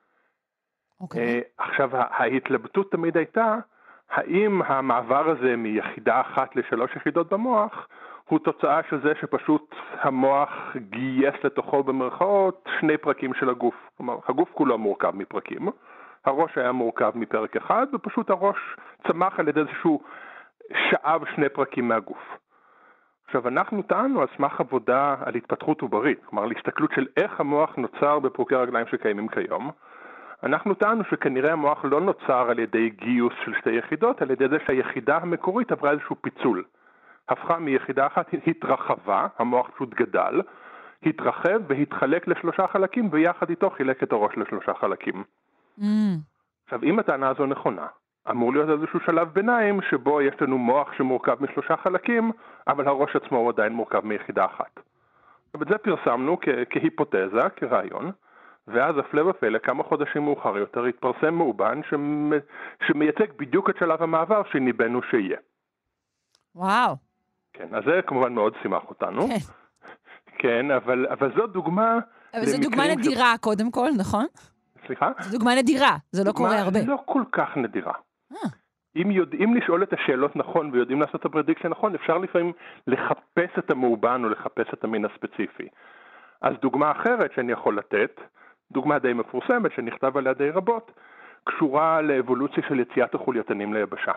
[SPEAKER 5] עכשיו, ההתלבטות תמיד הייתה, האם המעבר הזה מיחידה אחת ל3 יחידות במוח, הוא תוצאה של זה שפשוט המוח גייס לתוכו במרכאות 2 פרקים של הגוף. כלומר, הגוף כולו מורכב מפרקים, הראש היה מורכב מפרק אחד, ופשוט הראש צמח על ידי איזשהו שאב 2 פרקים מהגוף. עכשיו, אנחנו טענו על סמך עבודה על התפתחות עוברית, כלומר, להסתכלות של איך המוח נוצר בפרוקי רגליים שקיימים כיום. אנחנו טענו שכנראה המוח לא נוצר על ידי גיוס של 2 יחידות, על ידי זה שהיחידה המקורית עברה איזשהו פיצול. הפכה מיחידה אחת, התרחבה, המוח פשוט גדל, התרחב והתחלק ל3 חלקים, ויחד איתו חילק את הראש ל3 חלקים. עכשיו, אם הטענה הזו נכונה, אמור להיות איזשהו שלב ביניים שבו יש לנו מוח שמורכב מ3 חלקים, אבל הראש עצמו הוא עדיין מורכב מיחידה אחת. ואת זה פרסמנו כהיפותזה, כרעיון, ואז הפלא ופלא, כמה חודשים מאוחר יותר, התפרסם מאובן שמייצג בדיוק את שלב המעבר שניבאנו שיהיה.
[SPEAKER 3] וואו.
[SPEAKER 5] כן, אז זה כמובן מאוד שימח אותנו.
[SPEAKER 3] כן.
[SPEAKER 5] כן, אבל זו דוגמה...
[SPEAKER 3] אבל זו דוגמה נדירה קודם כל, נכון?
[SPEAKER 5] סליחה?
[SPEAKER 3] זו דוגמה נדירה, זה לא קורה הרבה.
[SPEAKER 5] לא כל כך נדירה. אם יודעים לשאול את השאלות נכון ויודעים לעשות את הפרדיקציה נכון, אפשר לפעמים לחפש את המאובן או לחפש את המין הספציפי. אז דוגמה אחרת שאני יכול לתת, דוגמה די מפורסמת שנכתב עליה די רבות, קשורה לאבולוציה של יציאת החולייתנים ליבשה.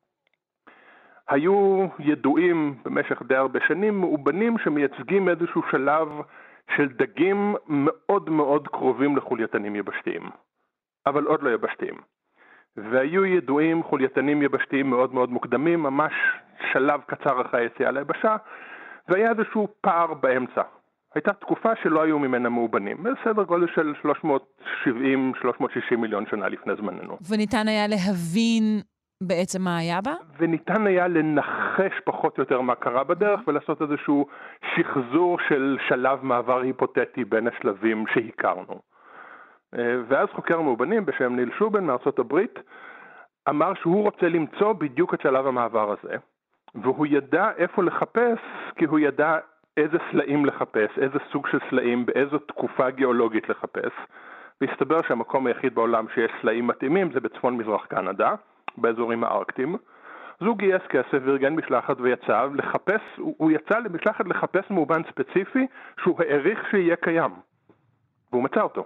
[SPEAKER 5] היו ידועים במשך די הרבה שנים מאובנים שמייצגים איזשהו שלב של דגים מאוד מאוד קרובים לחולייתנים יבשתיים, אבל עוד לא יבשתיים. והיו ידועים חולייתנים יבשתיים מאוד מאוד מוקדמים, ממש שלב קצר אחרי היציאה ליבשה, והיה איזשהו פער באמצע. הייתה תקופה שלא היו ממנה מאובנים, בסדר גודל של 370-360 מיליון שנה לפני זמננו.
[SPEAKER 3] וניתן היה להבין בעצם מה היה בה? וניתן
[SPEAKER 5] היה לנחש פחות או יותר מה קרה בדרך, ולעשות איזשהו שחזור של שלב מעבר היפותטי בין השלבים שהכרנו. ואז חוקר מאובנים בשם ניל שובן מארצות הברית, אמר שהוא רוצה למצוא בדיוק את שלב המעבר הזה, והוא ידע איפה לחפש, כי הוא ידע איזה סלעים לחפש, איזה סוג של סלעים, באיזו תקופה גיאולוגית לחפש, והסתבר שהמקום היחיד בעולם שיש סלעים מתאימים זה בצפון מזרח קנדה, באזורים הארקטיים. אז הוא גייס כסף וארגן משלחת ויצא לחפש, הוא יצא למשלחת לחפש מאובן ספציפי שהוא העריך שיהיה קיים, והוא מצא אותו.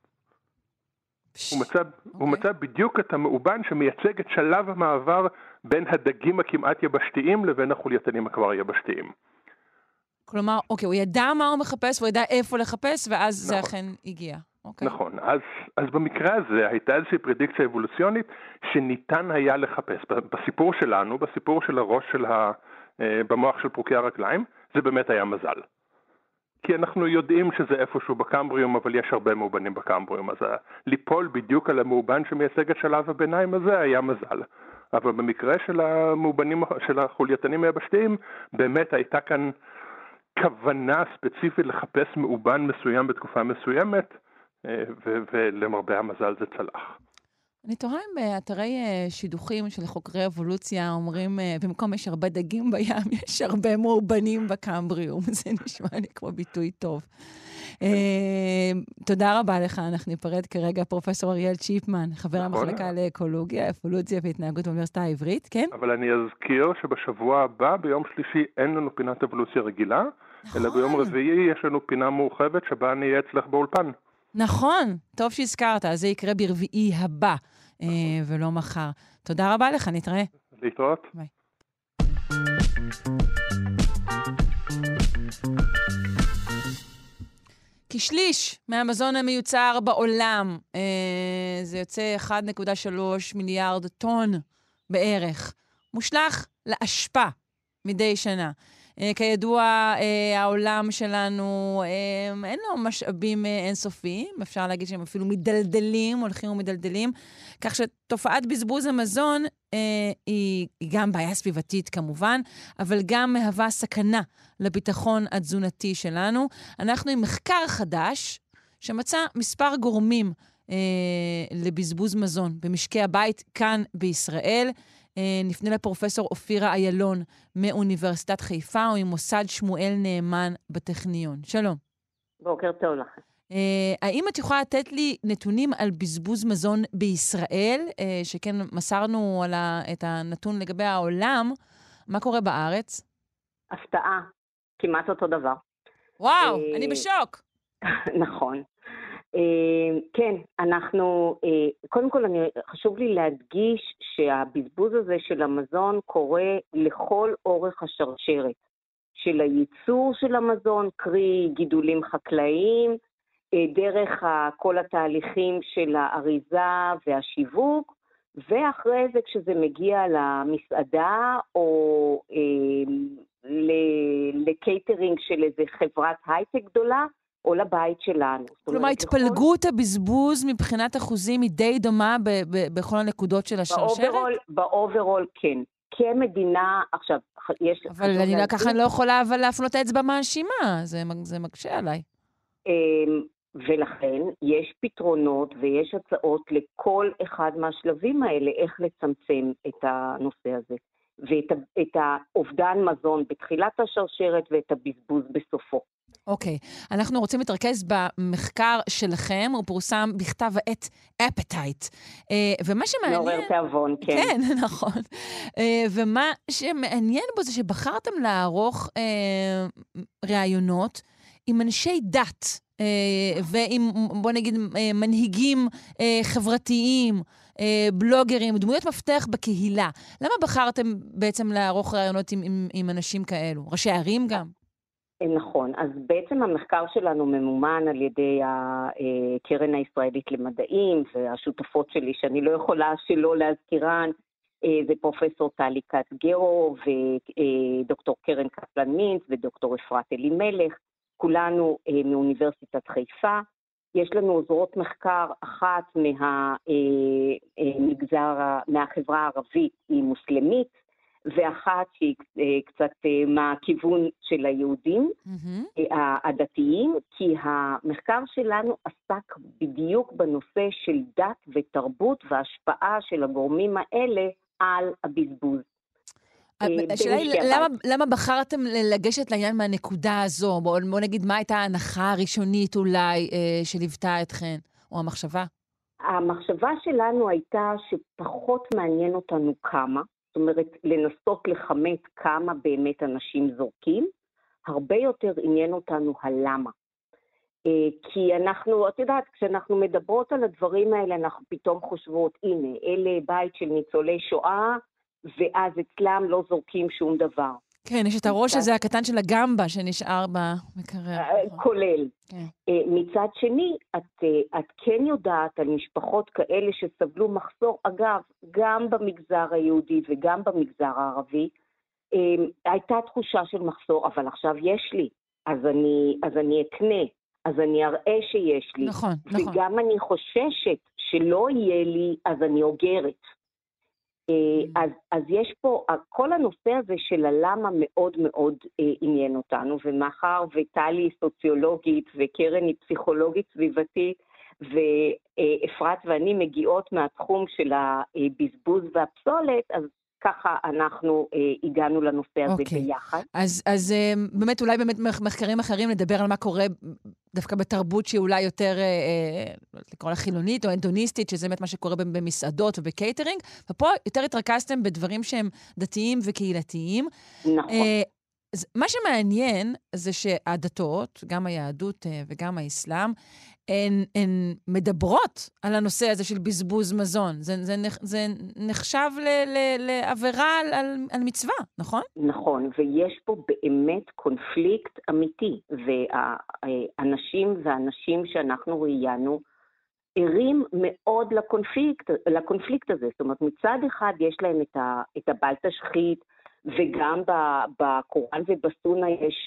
[SPEAKER 5] הוא מצא בדיוק את המאובן שמייצג את שלב המעבר בין הדגים הכמעט יבשתיים לבין החולייתנים כבר יבשתיים.
[SPEAKER 3] כלומר, אוקיי, הוא ידע מה הוא מחפש, הוא ידע איפה לחפש, ואז זה אכן הגיע.
[SPEAKER 5] נכון, אז במקרה הזה הייתה איזושהי פרדיקציה אבולוציונית שניתן היה לחפש. בסיפור שלנו, בסיפור של הראש במוח של פרוקי הרגליים, זה באמת היה מזל. כי אנחנו יודעים שזה איפשהו בקמבריום, אבל יש הרבה מאובנים בקמבריום, אז ליפול בדיוק על המאובן שמייצג את שלב הביניים הזה היה מזל. אבל במקרה של המאובנים, של החולייתנים היבשתיים, באמת הייתה כאן כוונה ספציפית לחפש מאובן מסוים בתקופה מסוימת, ולמרבה המזל זה צלח.
[SPEAKER 3] אני תוהה אם באתרי שידוכים של חוקרי אבולוציה אומרים, במקום יש הרבה דגים בים, יש הרבה מאובנים בקמבריום. זה נשמע לי כמו ביטוי טוב. תודה רבה לך, אנחנו ניפרד כרגע פרופסור אריאל צ'יפמן, חבר המחלקה לאקולוגיה, אבולוציה והתנהגות באוניברסיטה העברית, כן?
[SPEAKER 5] אבל אני אזכיר שבשבוע הבא, ביום שלישי, אין לנו פינת אבולוציה רגילה, אלא ביום רביעי יש לנו פינה מורחבת שבה אני אהיה אצלך באולפן.
[SPEAKER 3] נכון, טוב שהזכרת, אז זה יקרה ברביעי הבא, ולא מחר. תודה רבה לך, נתראה.
[SPEAKER 5] להתראות.
[SPEAKER 3] ביי. כשליש מהמזון המיוצר בעולם, זה יוצא 1.3 מיליארד טון בערך, מושלך לאשפה מדי שנה. כידוע, העולם שלנו אין לו משאבים אינסופיים, אפשר להגיד שהם אפילו מדלדלים, הולכים ומדלדלים, כך שתופעת בזבוז המזון היא גם בעיה סביבתית כמובן, אבל גם מהווה סכנה לביטחון התזונתי שלנו. אנחנו עם מחקר חדש שמצא מספר גורמים לבזבוז מזון במשקי הבית כאן בישראל. נפנה לפרופסור אופירה איילון מאוניברסיטת חיפה, או ממוסד שמואל נאמן בטכניון. שלום.
[SPEAKER 6] בוקר טוב לכם.
[SPEAKER 3] האם את יכולה לתת לי נתונים על בזבוז מזון בישראל, שכן מסרנו את הנתון לגבי העולם, מה קורה בארץ?
[SPEAKER 6] הפתעה, כמעט אותו דבר.
[SPEAKER 3] וואו, אני בשוק.
[SPEAKER 6] נכון. כן, אנחנו, קודם כל חשוב לי להדגיש שהבזבוז הזה של המזון קורה לכל אורך השרשרת של הייצור של המזון, קרי גידולים חקלאיים, דרך כל התהליכים של האריזה והשיווק, ואחרי זה כשזה מגיע למסעדה או לקייטרינג של איזה חברת הייטק גדולה, או לבית שלנו.
[SPEAKER 3] כלומר, התפלגות הבזבוז מבחינת אחוזים היא די דומה בכל הנקודות של השרשרת?
[SPEAKER 6] באוברול כן. כמדינה, עכשיו, יש...
[SPEAKER 3] אבל אני ככה לא יכולה להפנות אצבע מאשימה, זה מקשה עליי.
[SPEAKER 6] ולכן יש פתרונות ויש הצעות לכל אחד מהשלבים האלה, איך לצמצם את הנושא הזה, ואת האובדן מזון בתחילת השרשרת ואת הבזבוז בסופו.
[SPEAKER 3] אוקיי, אנחנו רוצים להתרכז במחקר שלכם, הוא פורסם בכתב העת Appetite, ומה שמעניין...
[SPEAKER 6] מעורר תיאבון, כן.
[SPEAKER 3] כן, נכון. ומה שמעניין בו זה שבחרתם לערוך ראיונות עם אנשי דת, ועם, בוא נגיד, מנהיגים חברתיים, בלוגרים, דמויות מפתח בקהילה. למה בחרתם בעצם לערוך ראיונות עם אנשים כאלו? ראשי ערים גם?
[SPEAKER 6] נכון, אז בעצם המחקר שלנו ממומן על ידי הקרן הישראלית למדעים, והשותפות שלי שאני לא יכולה שלא להזכירן, זה פרופסור טלי קץ-גרו ודוקטור קרן קפלן מינץ ודוקטור אפרת אלימלך, כולנו מאוניברסיטת חיפה. יש לנו עוזרות מחקר, אחת מהחברה הערבית היא מוסלמית, ואחת שהיא קצת מהכיוון של היהודים, הדתיים, כי המחקר שלנו עסק בדיוק בנושא של דת ותרבות וההשפעה של הגורמים האלה על הבזבוז.
[SPEAKER 3] השאלה היא, למה בחרתם לגשת לעניין מהנקודה הזו? בוא נגיד, מה הייתה ההנחה הראשונית אולי שליוותה אתכן, או המחשבה?
[SPEAKER 6] המחשבה שלנו הייתה שפחות מעניין אותנו כמה, זאת אומרת, לנסות לחמת כמה באמת אנשים זורקים, הרבה יותר עניין אותנו הלמה. כי אנחנו, את יודעת, כשאנחנו מדברות על הדברים האלה, אנחנו פתאום חושבות, הנה, אלה בית של ניצולי שואה, ואז אצלם לא זורקים שום דבר.
[SPEAKER 3] כן, יש את הראש הזה הקטן של הגמבה שנשאר במקרר.
[SPEAKER 6] כולל. מצד שני, את כן יודעת על משפחות כאלה שסבלו מחסור, אגב, גם במגזר היהודי וגם במגזר הערבי, הייתה תחושה של מחסור, אבל עכשיו יש לי, אז אני אקנה, אז אני אראה שיש לי.
[SPEAKER 3] נכון, נכון.
[SPEAKER 6] וגם אני חוששת שלא יהיה לי, אז אני אוגרת. אז יש פה, כל הנושא הזה של הלמה מאוד מאוד עניין אותנו, ומאחר וטלי סוציולוגית וקרן היא פסיכולוגית סביבתית, ואפרת ואני מגיעות מהתחום של הבזבוז והפסולת, אז ככה אנחנו הגענו לנושא הזה ביחד.
[SPEAKER 3] אז באמת, אולי באמת מחקרים אחרים לדבר על מה קורה דווקא בתרבות שהיא אולי יותר, לקרוא לה חילונית או אנדוניסטית, שזה באמת מה שקורה במסעדות ובקייטרינג, ופה יותר התרכזתם בדברים שהם דתיים וקהילתיים.
[SPEAKER 6] נכון.
[SPEAKER 3] מה שמעניין זה שהדתות, גם היהדות וגם האסלאם, הן מדברות על הנושא הזה של בזבוז מזון. זה נחשב לעבירה על מצווה, נכון?
[SPEAKER 6] נכון, ויש פה באמת קונפליקט אמיתי, והאנשים והאנשים שאנחנו ראיינו, ערים מאוד לקונפליקט הזה. זאת אומרת, מצד אחד יש להם את הבל תשחית, וגם בקוראן ובסונה יש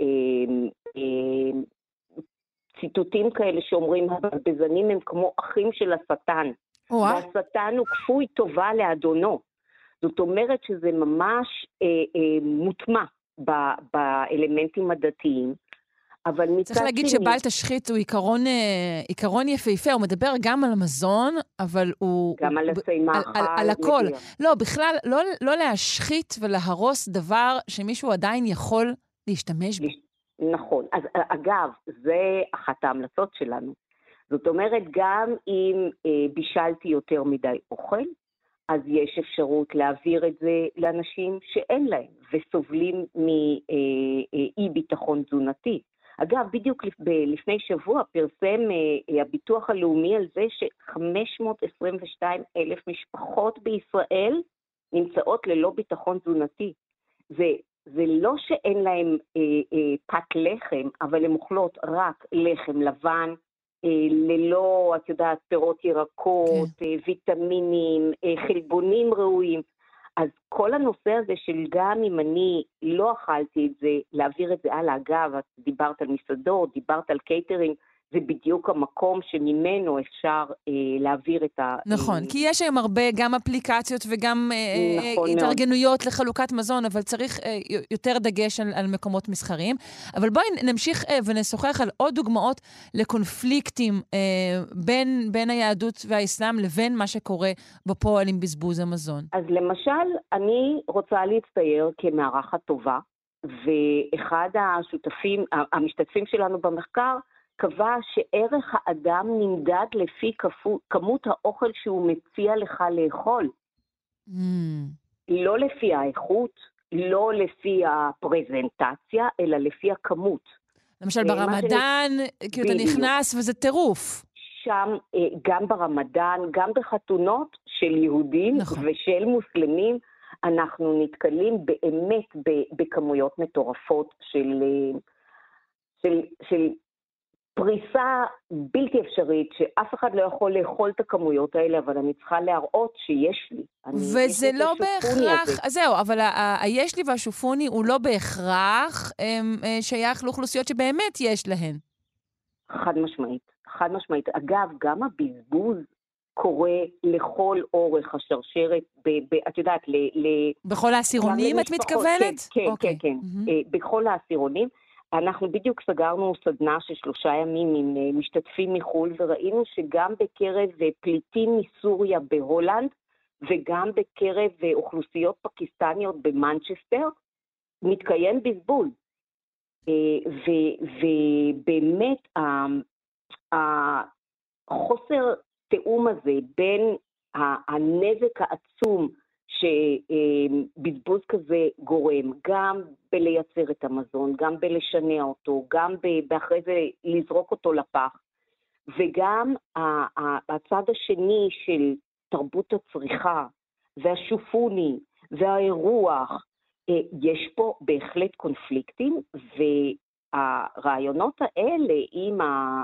[SPEAKER 6] ציטוטים כאלה שאומרים, הבזבזנים הם כמו אחים של השטן. והשטן הוא כפוי טובה לאדונו. זאת אומרת שזה ממש מוטמע באלמנטים הדתיים.
[SPEAKER 3] צריך להגיד שבל תשחית הוא עיקרון יפהפה, הוא מדבר גם על המזון, אבל הוא...
[SPEAKER 6] גם על עצי מאכל.
[SPEAKER 3] על הכל. לא, בכלל, לא להשחית ולהרוס דבר שמישהו עדיין יכול להשתמש בו.
[SPEAKER 6] נכון. אז אגב, זה אחת ההמלצות שלנו. זאת אומרת, גם אם בישלתי יותר מדי אוכל, אז יש אפשרות להעביר את זה לאנשים שאין להם, וסובלים מאי ביטחון תזונתי. אגב, בדיוק לפני שבוע פרסם הביטוח הלאומי על זה ש522,000 משפחות בישראל נמצאות ללא ביטחון תזונתי. זה לא שאין להם פת לחם, אבל הן אוכלות רק לחם לבן, ללא, את יודעת, פירות ירקות, ויטמינים, חלבונים ראויים. אז כל הנושא הזה של גם אם אני לא אכלתי את זה, להעביר את זה הלאה. אגב, את דיברת על מסעדות, דיברת על קייטרינג, זה בדיוק המקום שממנו אפשר להעביר את ה...
[SPEAKER 3] נכון, כי יש היום הרבה גם אפליקציות וגם
[SPEAKER 6] נכון
[SPEAKER 3] התארגנויות לחלוקת מזון, אבל צריך יותר דגש על מקומות מסחריים. אבל בואי נמשיך ונשוחח על עוד דוגמאות לקונפליקטים בין היהדות והאסלאם לבין מה שקורה בפועל עם בזבוז המזון.
[SPEAKER 6] אז למשל, אני רוצה להצטייר כמארחת טובה, ואחד המשתתפים שלנו במחקר, קבע שערך האדם נמדד לפי כמות האוכל שהוא מציע לך לאכול. לא לפי האיכות, לא לפי הפרזנטציה, אלא לפי הכמות.
[SPEAKER 3] למשל ברמדאן, כאילו אתה נכנס וזה טירוף.
[SPEAKER 6] שם, גם ברמדאן, גם בחתונות של יהודים ושל מוסלמים, אנחנו נתקלים באמת בכמויות מטורפות של פריסה בלתי אפשרית, שאף אחד לא יכול לאכול את הכמויות האלה, אבל אני צריכה להראות שיש לי.
[SPEAKER 3] וזה לא בהכרח, אז זהו, אבל היש לי והשופוני הוא לא בהכרח שייך לאוכלוסיות שבאמת יש להן.
[SPEAKER 6] חד משמעית, חד משמעית. אגב, גם הבזבוז קורה לכל אורך השרשרת, את יודעת,
[SPEAKER 3] בכל העשירונים את מתכוונת?
[SPEAKER 6] כן. בכל העשירונים. אנחנו בדיוק סגרנו סדנה של 3 ימים עם משתתפים מחול, וראינו שגם בקרב פליטים מסוריה בהולנד, וגם בקרב אוכלוסיות פקיסטניות במנצ'סטר, מתקיים בזבוז. ובאמת החוסר תאום הזה בין הנזק העצום שבזבוז כזה גורם, גם בלייצר את המזון, גם בלשנע אותו, גם באחרי זה לזרוק אותו לפח, וגם הצד השני של תרבות הצריכה, והשופוני, והאירוח, יש פה בהחלט קונפליקטים, והרעיונות האלה עם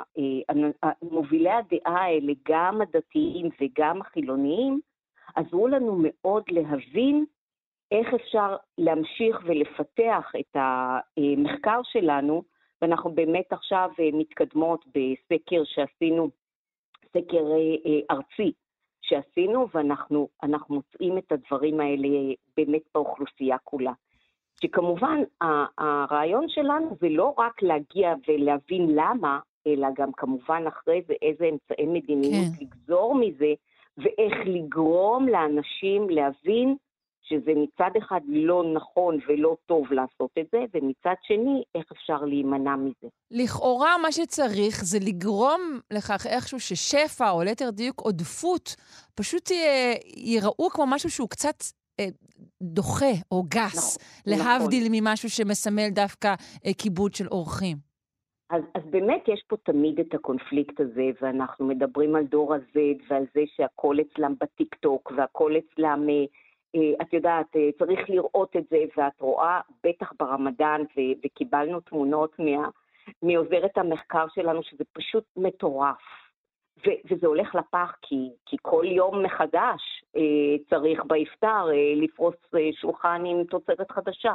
[SPEAKER 6] מובילי הדעה האלה, גם הדתיים וגם החילוניים, עזרו לנו מאוד להבין איך אפשר להמשיך ולפתח את המחקר שלנו, ואנחנו באמת עכשיו מתקדמות בסקר שעשינו, סקר ארצי שעשינו, ואנחנו מוצאים את הדברים האלה באמת באוכלוסייה כולה. שכמובן הרעיון שלנו זה לא רק להגיע ולהבין למה, אלא גם כמובן אחרי זה איזה אמצעי מדיניות לגזור מזה, ואיך לגרום לאנשים להבין שזה מצד אחד לא נכון ולא טוב לעשות את זה, ומצד שני, איך אפשר להימנע מזה.
[SPEAKER 3] לכאורה מה שצריך זה לגרום לכך איכשהו ששפע או ליתר דיוק עודפות, פשוט ייראו כמו משהו שהוא קצת דוחה או גס, להבדיל ממשהו שמסמל דווקא כיבוד של אורחים.
[SPEAKER 6] אז באמת יש פה תמיד את הקונפליקט הזה, ואנחנו מדברים על דור ה-Z ועל זה שהכל אצלם בטיק-טוק, והכל אצלם, את יודעת, צריך לראות את זה, ואת רואה בטח ברמדאן, וקיבלנו תמונות מעוזרת המחקר שלנו, שזה פשוט מטורף. וזה הולך לפח, כי כל יום מחדש צריך באפטר לפרוס שולחן עם תוצרת חדשה.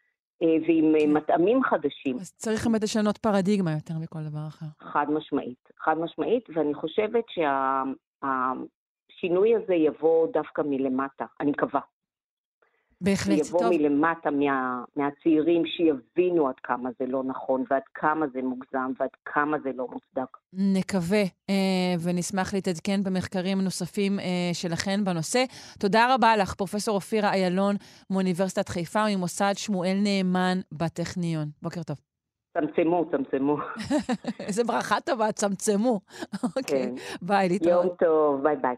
[SPEAKER 6] ועם מטעמים חדשים.
[SPEAKER 3] אז צריך באמת לשנות פרדיגמה יותר מכל דבר אחר.
[SPEAKER 6] חד משמעית, ואני חושבת שהשינוי הזה יבוא דווקא מלמטה, אני מקווה.
[SPEAKER 3] בהחלט, טוב.
[SPEAKER 6] יבוא מלמטה מהצעירים שיבינו עד כמה זה לא נכון, ועד כמה זה מוגזם, ועד כמה זה לא מוצדק.
[SPEAKER 3] נקווה, ונשמח להתעדכן במחקרים נוספים שלכן בנושא. תודה רבה לך, פרופסור אופירה איילון, מאוניברסיטת חיפה, וממוסד שמואל נאמן בטכניון. בוקר טוב.
[SPEAKER 6] צמצמו.
[SPEAKER 3] איזה ברכה טובה, צמצמו. אוקיי, ביי, להתראות.
[SPEAKER 6] יום טוב, ביי ביי.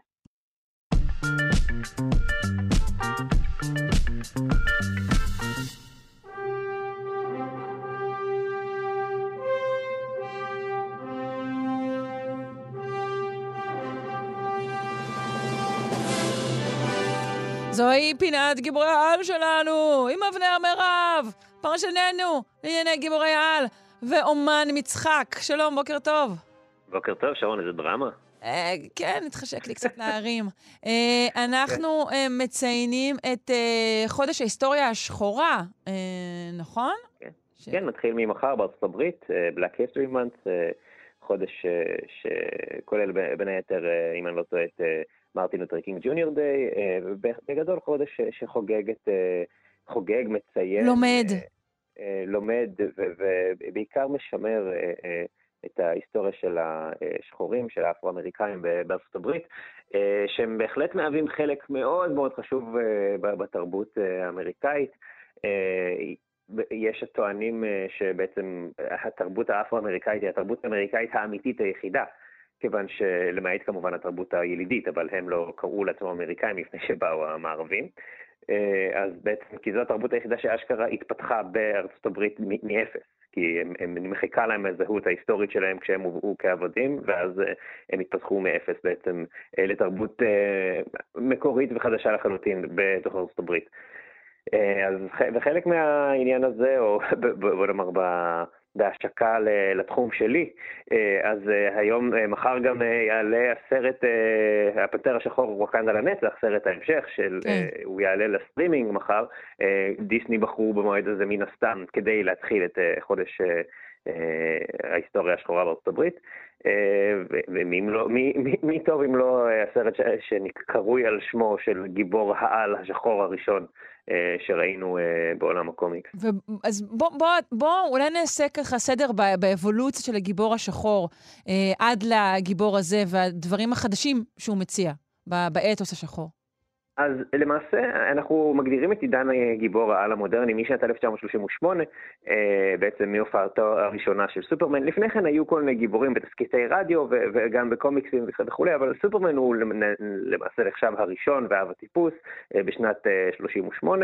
[SPEAKER 3] זוהי פינת גיבורי העל שלנו, עם אבנר מירב, פרשננו לענייני גיבורי העל, ואומן מצחק. שלום, בוקר טוב.
[SPEAKER 7] בוקר טוב, שרון, איזה דרמה.
[SPEAKER 3] כן, התחשק לי קצת להרים. אנחנו מציינים את חודש ההיסטוריה השחורה, נכון?
[SPEAKER 7] כן, מתחיל ממחר בארצות הברית, Black History Month, חודש שכולל בין היתר, אם אני לא טועה, את מרטין לותר קינג ג'וניור דיי, ובגדול חודש שחוגג, מציין, לומד ובעיקר משמר את ההיסטוריה של השחורים, של האפרו-אמריקאים בארצות הברית, שהם בהחלט מהווים חלק מאוד מאוד חשוב בתרבות האמריקאית. יש הטוענים שבעצם התרבות האפרו-אמריקאית היא התרבות האמריקאית האמיתית היחידה, כיוון שלמעט כמובן התרבות הילידית, אבל הם לא קראו לעצמם אמריקאים לפני שבאו המערבים. אז בעצם, כי זו התרבות היחידה שאשכרה התפתחה בארצות הברית מאפס, כי הם מחיקה להם הזהות ההיסטורית שלהם כשהם הובאו כעבדים, ואז הם התפתחו מאפס בעצם לתרבות מקורית וחדשה לחלוטין בתוך ארצות הברית. וחלק מהעניין הזה, או בוא נאמר בהשקה לתחום שלי, אז היום, מחר גם יעלה הסרט הפנתר השחור ווקנדה לנצח, סרט ההמשך, הוא יעלה לסטרימינג מחר. דיסני בחרו במועד הזה מן הסתם כדי להתחיל את חודש ההיסטוריה השחורה בארצות הברית, ומי טוב אם לא הסרט שקרוי על שמו של גיבור העל השחור הראשון שראינו בעולם הקומיקס.
[SPEAKER 3] אז בוא אולי נעשה ככה סדר באבולוציה של הגיבור השחור עד לגיבור הזה והדברים החדשים שהוא מציע באתוס השחור.
[SPEAKER 7] אז למעשה אנחנו מגדירים את עידן גיבור העל המודרני משנת 1938, בעצם מהופעתו הראשונה של סופרמן. לפני כן היו כל מיני גיבורים בתסקיטי רדיו וגם בקומיקסים וכו', אבל סופרמן הוא למעשה נחשב הראשון ואב הטיפוס בשנת 38,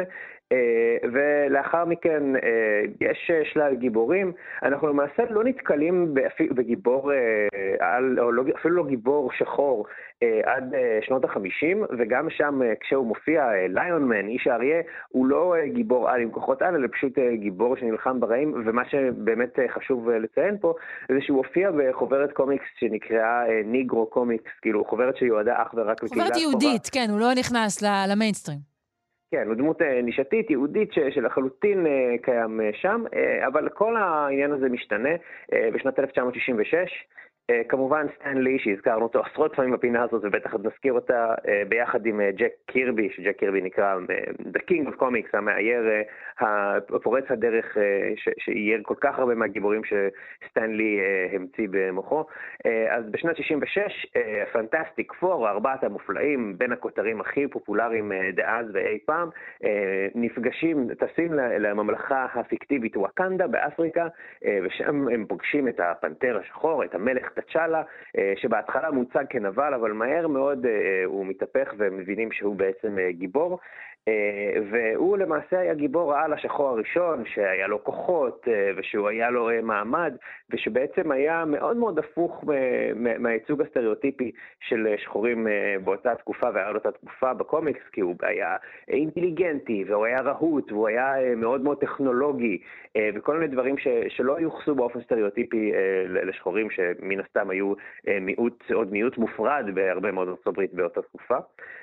[SPEAKER 7] ולאחר מכן יש שלל גיבורים. אנחנו למעשה לא נתקלים בגיבור על, או אפילו לא גיבור שחור עד שנות ה-50, וגם שם כשהוא מופיע, ליונמן, איש האריה, הוא לא גיבור על עם כוחות על, אלא פשוט גיבור שנלחם ברעים, ומה שבאמת חשוב לציין פה, זה שהוא הופיע בחוברת קומיקס שנקראה ניגרו קומיקס, כאילו חוברת שיועדה אך ורק לקהילה.
[SPEAKER 3] חוברת יהודית, כן, הוא לא נכנס למיינסטרים.
[SPEAKER 7] כן, הוא דמות נישתית, יהודית, שלחלוטין קיים שם, אבל כל העניין הזה משתנה בשנת 1966, כמובן סטן לי, שהזכרנו אותו עשרות פעמים בפינה הזאת, ובטח עוד נזכיר אותה ביחד עם ג'ק קירבי, שג'ק קירבי נקרא The King of Comics, המאייר, הפורץ הדרך שאייר כל כך הרבה מהגיבורים שסטן לי המציא במוחו. אז בשנת 66, פנטסטיק פור, ארבעת המופלאים, בין הכותרים הכי פופולריים דאז ואי פעם, נפגשים, טסים לממלכה הפיקטיבית ווקנדה באפריקה, ושם הם פוגשים את הפנתר השחור, את המלך תצ'אלה, שבהתחלה מוצג כנבל, אבל מהר מאוד הוא מתהפך ומבינים שהוא בעצם גיבור, והוא למעשה היה גיבור העל השחור הראשון, שהיה לו כוחות ושהוא היה לו מעמד, ושבעצם היה מאוד מאוד הפוך מהייצוג הסטריאוטיפי של שחורים באותה תקופה ועד אותה תקופה בקומיקס, כי הוא היה אינטליגנטי והוא היה רהוט והוא היה מאוד מאוד טכנולוגי, וכל מיני דברים שלא יוחסו באופן סטריאוטיפי לשחורים שמן הסתם היו מיעוט מופרד בהרבה מאוד ארצות הברית באותה תקופה.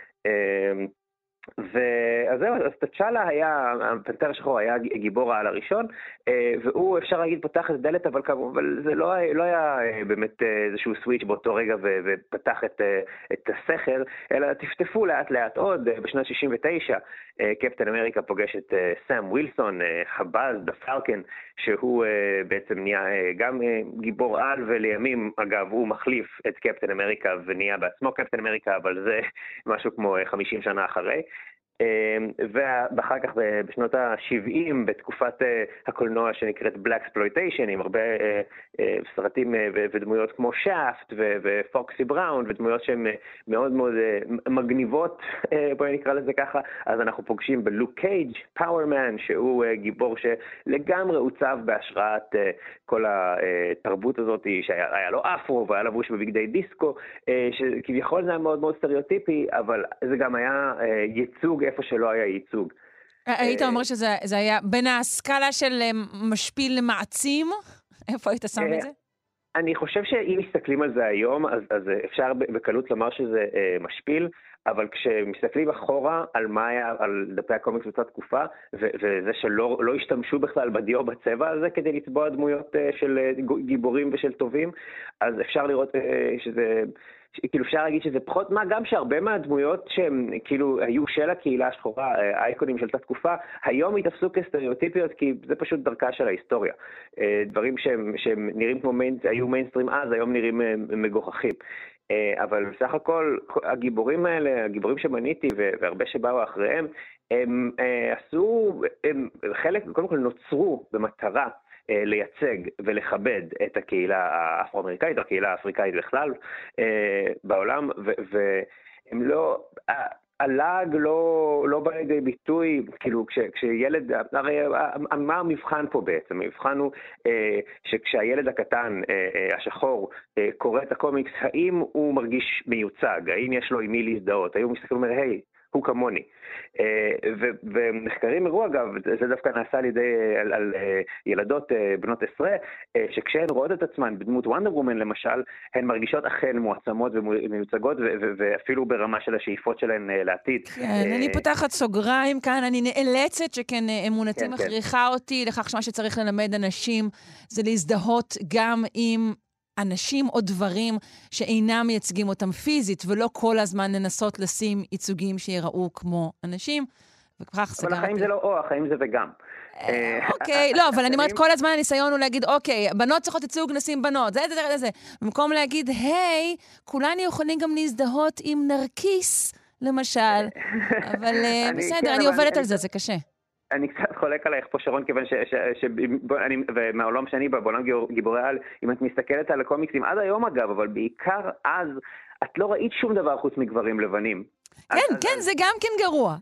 [SPEAKER 7] אז זהו, אז תצ'אלה היה, הפנתר השחור היה גיבור העל הראשון, והוא אפשר להגיד פתח את דלת, אבל זה לא היה באמת איזשהו סוויץ' באותו רגע ופתח את הסכר, אלא תפתפו לאט לאט עוד. בשנת 69 קפטן אמריקה פוגש את סם ווילסון, הבאז, דפלקן, שהוא בעצם נהיה גם גיבור על, ולימים אגב הוא מחליף את קפטן אמריקה ונהיה בעצמו קפטן אמריקה, אבל זה משהו כמו 50 שנה אחרי. ואחר כך בשנות ה-70 בתקופת הקולנוע שנקראת Black Exploitation, עם הרבה סרטים ודמויות כמו שאפט ופוקסי בראון ודמויות שהן מאוד מאוד מגניבות, בואי נקרא לזה ככה. אז אנחנו פוגשים בלוק קייג', פאוורמן, שהוא גיבור שלגמרי עוצב בהשראת כל התרבות הזאת, שהיה לו אפרו והיה לבוש בבגדי דיסקו, שכביכול זה היה מאוד מאוד סטריאוטיפי, אבל זה גם היה ייצוג איפה שלא היה ייצוג.
[SPEAKER 3] היית אומר שזה היה בין הסקאלה של משפיל למעצים? איפה היית שם את זה?
[SPEAKER 7] אני חושב שאם מסתכלים על זה היום, אז אפשר בקלות לומר שזה משפיל, אבל כשמסתכלים אחורה על מה היה, על דפי הקומיקס באותה תקופה, וזה שלא השתמשו בכלל בדיו בצבע הזה כדי לצבוע דמויות של גיבורים ושל טובים, אז אפשר לראות שזה... כאילו אפשר להגיד שזה פחות, מה גם שהרבה מהדמויות שהם כאילו היו של הקהילה השחורה, אייקונים של אותה תקופה, היום התאפסו כסטריאוטיפיות, כי זה פשוט דרכה של ההיסטוריה. דברים שהם נראים כמו היו מיינסטרים אז, היום נראים מגוחכים. אבל בסך הכל, הגיבורים האלה, הגיבורים שמניתי והרבה שבאו אחריהם, הם עשו, חלק, קודם כל נוצרו במטרה, לייצג ולכבד את הקהילה האפרו-אמריקאית, או הקהילה האפריקאית בכלל בעולם, והם לא, הלאג לא בא לידי ביטוי, כאילו כשילד, הרי מה המבחן פה בעצם? המבחן הוא שכשהילד הקטן, השחור, קורא את הקומיקס, האם הוא מרגיש מיוצג? האם יש לו עם מי להזדהות? האם הוא מסתכל ואומר, היי, הוא כמוני. ומחקרים הראו, אגב, זה דווקא נעשה על ידי על ילדות בנות 10, שכשהן רואות את עצמן בדמות וונדר וומן למשל, הן מרגישות אכן מועצמות ומיוצגות, ואפילו ברמה של השאיפות שלהן לעתיד.
[SPEAKER 3] כן, אני פותחת סוגריים כאן, אני נאלצת שכן אמונתי מכריחה אותי לכך שמה שצריך ללמד אנשים זה להזדהות גם עם אנשים או דברים שאינם מייצגים אותם פיזית, ולא כל הזמן לנסות לשים ייצוגים שיראו כמו אנשים. וכך סגרתי.
[SPEAKER 7] אבל החיים זה לא או, החיים זה וגם.
[SPEAKER 3] אוקיי, לא, אבל אני אומרת, כל הזמן הניסיון הוא להגיד, אוקיי, בנות צריכות ייצוג, נשים בנות, זה. במקום להגיד, היי, כולנו יכולים גם להזדהות עם נרקיס, למשל. אבל בסדר, אני עובדת על זה, זה קשה.
[SPEAKER 7] אני קצת חולק עלייך פה, שרון, כיוון ומהעולם שאני בעולם גיבורי על, אם את מסתכלת על הקומיקסים, עד היום אגב, אבל בעיקר אז, את לא ראית שום דבר חוץ מגברים לבנים.
[SPEAKER 3] כן, זה גם כן גרוע.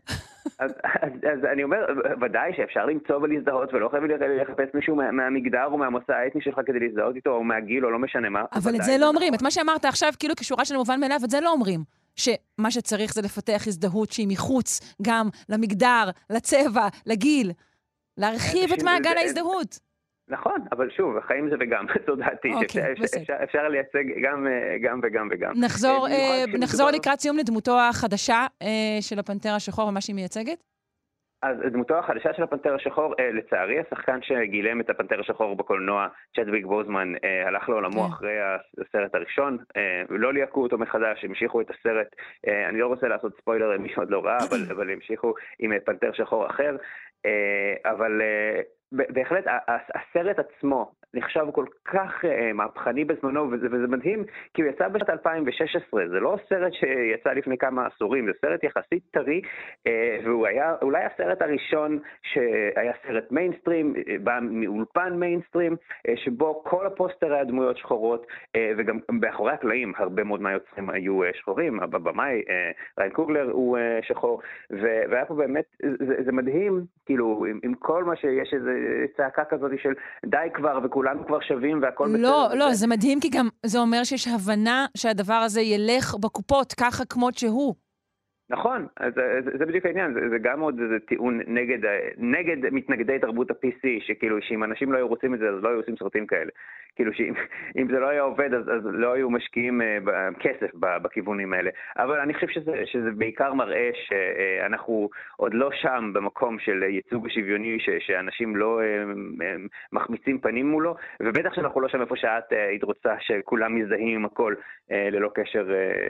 [SPEAKER 7] אז אני אומר, ודאי שאפשר למצוא ולהזדהות, ולא חייב לחפש מישהו מהמגדר או מהמוצא האתני שלך כדי להזדהות איתו, או מהגיל, או לא משנה מה.
[SPEAKER 3] אבל את זה לא אומרים. את מה שאמרת עכשיו, כאילו כשורה של מובן מאליו, את זה לא אומרים. שמה שצריך זה לפתח הזדהות שהיא מחוץ גם למגדר, לצבע, לגיל. להרחיב את מעגל ההזדהות.
[SPEAKER 7] נכון, אבל שוב, החיים זה וגם, תודעתי, אפשר לייצג גם וגם.
[SPEAKER 3] נחזור לקראת סיום לדמותו החדשה של הפנתר השחור ומה שהיא מייצגת?
[SPEAKER 7] אז דמותו החדשה של הפנתר השחור, לצערי, השחקן שגילם את הפנתר השחור בקולנוע, צ'דוויק בוזמן, הלך לעולמו אחרי הסרט הראשון, לא ליהקו אותו מחדש, המשיכו את הסרט, אני לא רוצה לעשות ספוילר למי שעוד לא ראה, אבל המשיכו עם פנתר שחור אחר, אבל בהחלט הסרט עצמו נחשב כל כך מהפכני בזמנו, וזה מדהים, כי הוא יצא בשנת 2016, זה לא סרט שיצא לפני כמה עשורים, זה סרט יחסית טרי, והוא היה אולי הסרט הראשון שהיה סרט מיינסטרים, בא מאולפן מיינסטרים, שבו כל הפוסטר היה דמויות שחורות, וגם באחורי הקלעים הרבה מאוד מהיוצרים היו שחורים, הבמאי ריין קוגלר הוא שחור, והיה פה באמת, זה מדהים, כאילו, עם כל מה שיש איזו צעקה כזאת של די כבר וכולנו כבר שווים והכל בסדר.
[SPEAKER 3] לא, זה מדהים כי גם זה אומר שיש הבנה שהדבר הזה ילך בקופות ככה כמות שהוא.
[SPEAKER 7] נכון, זה בדיוק העניין, זה גם עוד איזה טיעון נגד מתנגדי תרבות ה-PC, שכאילו שאם אנשים לא היו רוצים את זה, אז לא היו עושים סרטים כאלה. כאילו שאם זה לא היה עובד, אז לא היו משקיעים כסף בכיוונים האלה. אבל אני חושב שזה בעיקר מראה שאנחנו עוד לא שם במקום של ייצוג שוויוני, שאנשים לא מחמיצים פנים מולו, ובטח שאנחנו לא שם איפה שאת היית רוצה שכולם מזדהים עם הכל, ללא קשר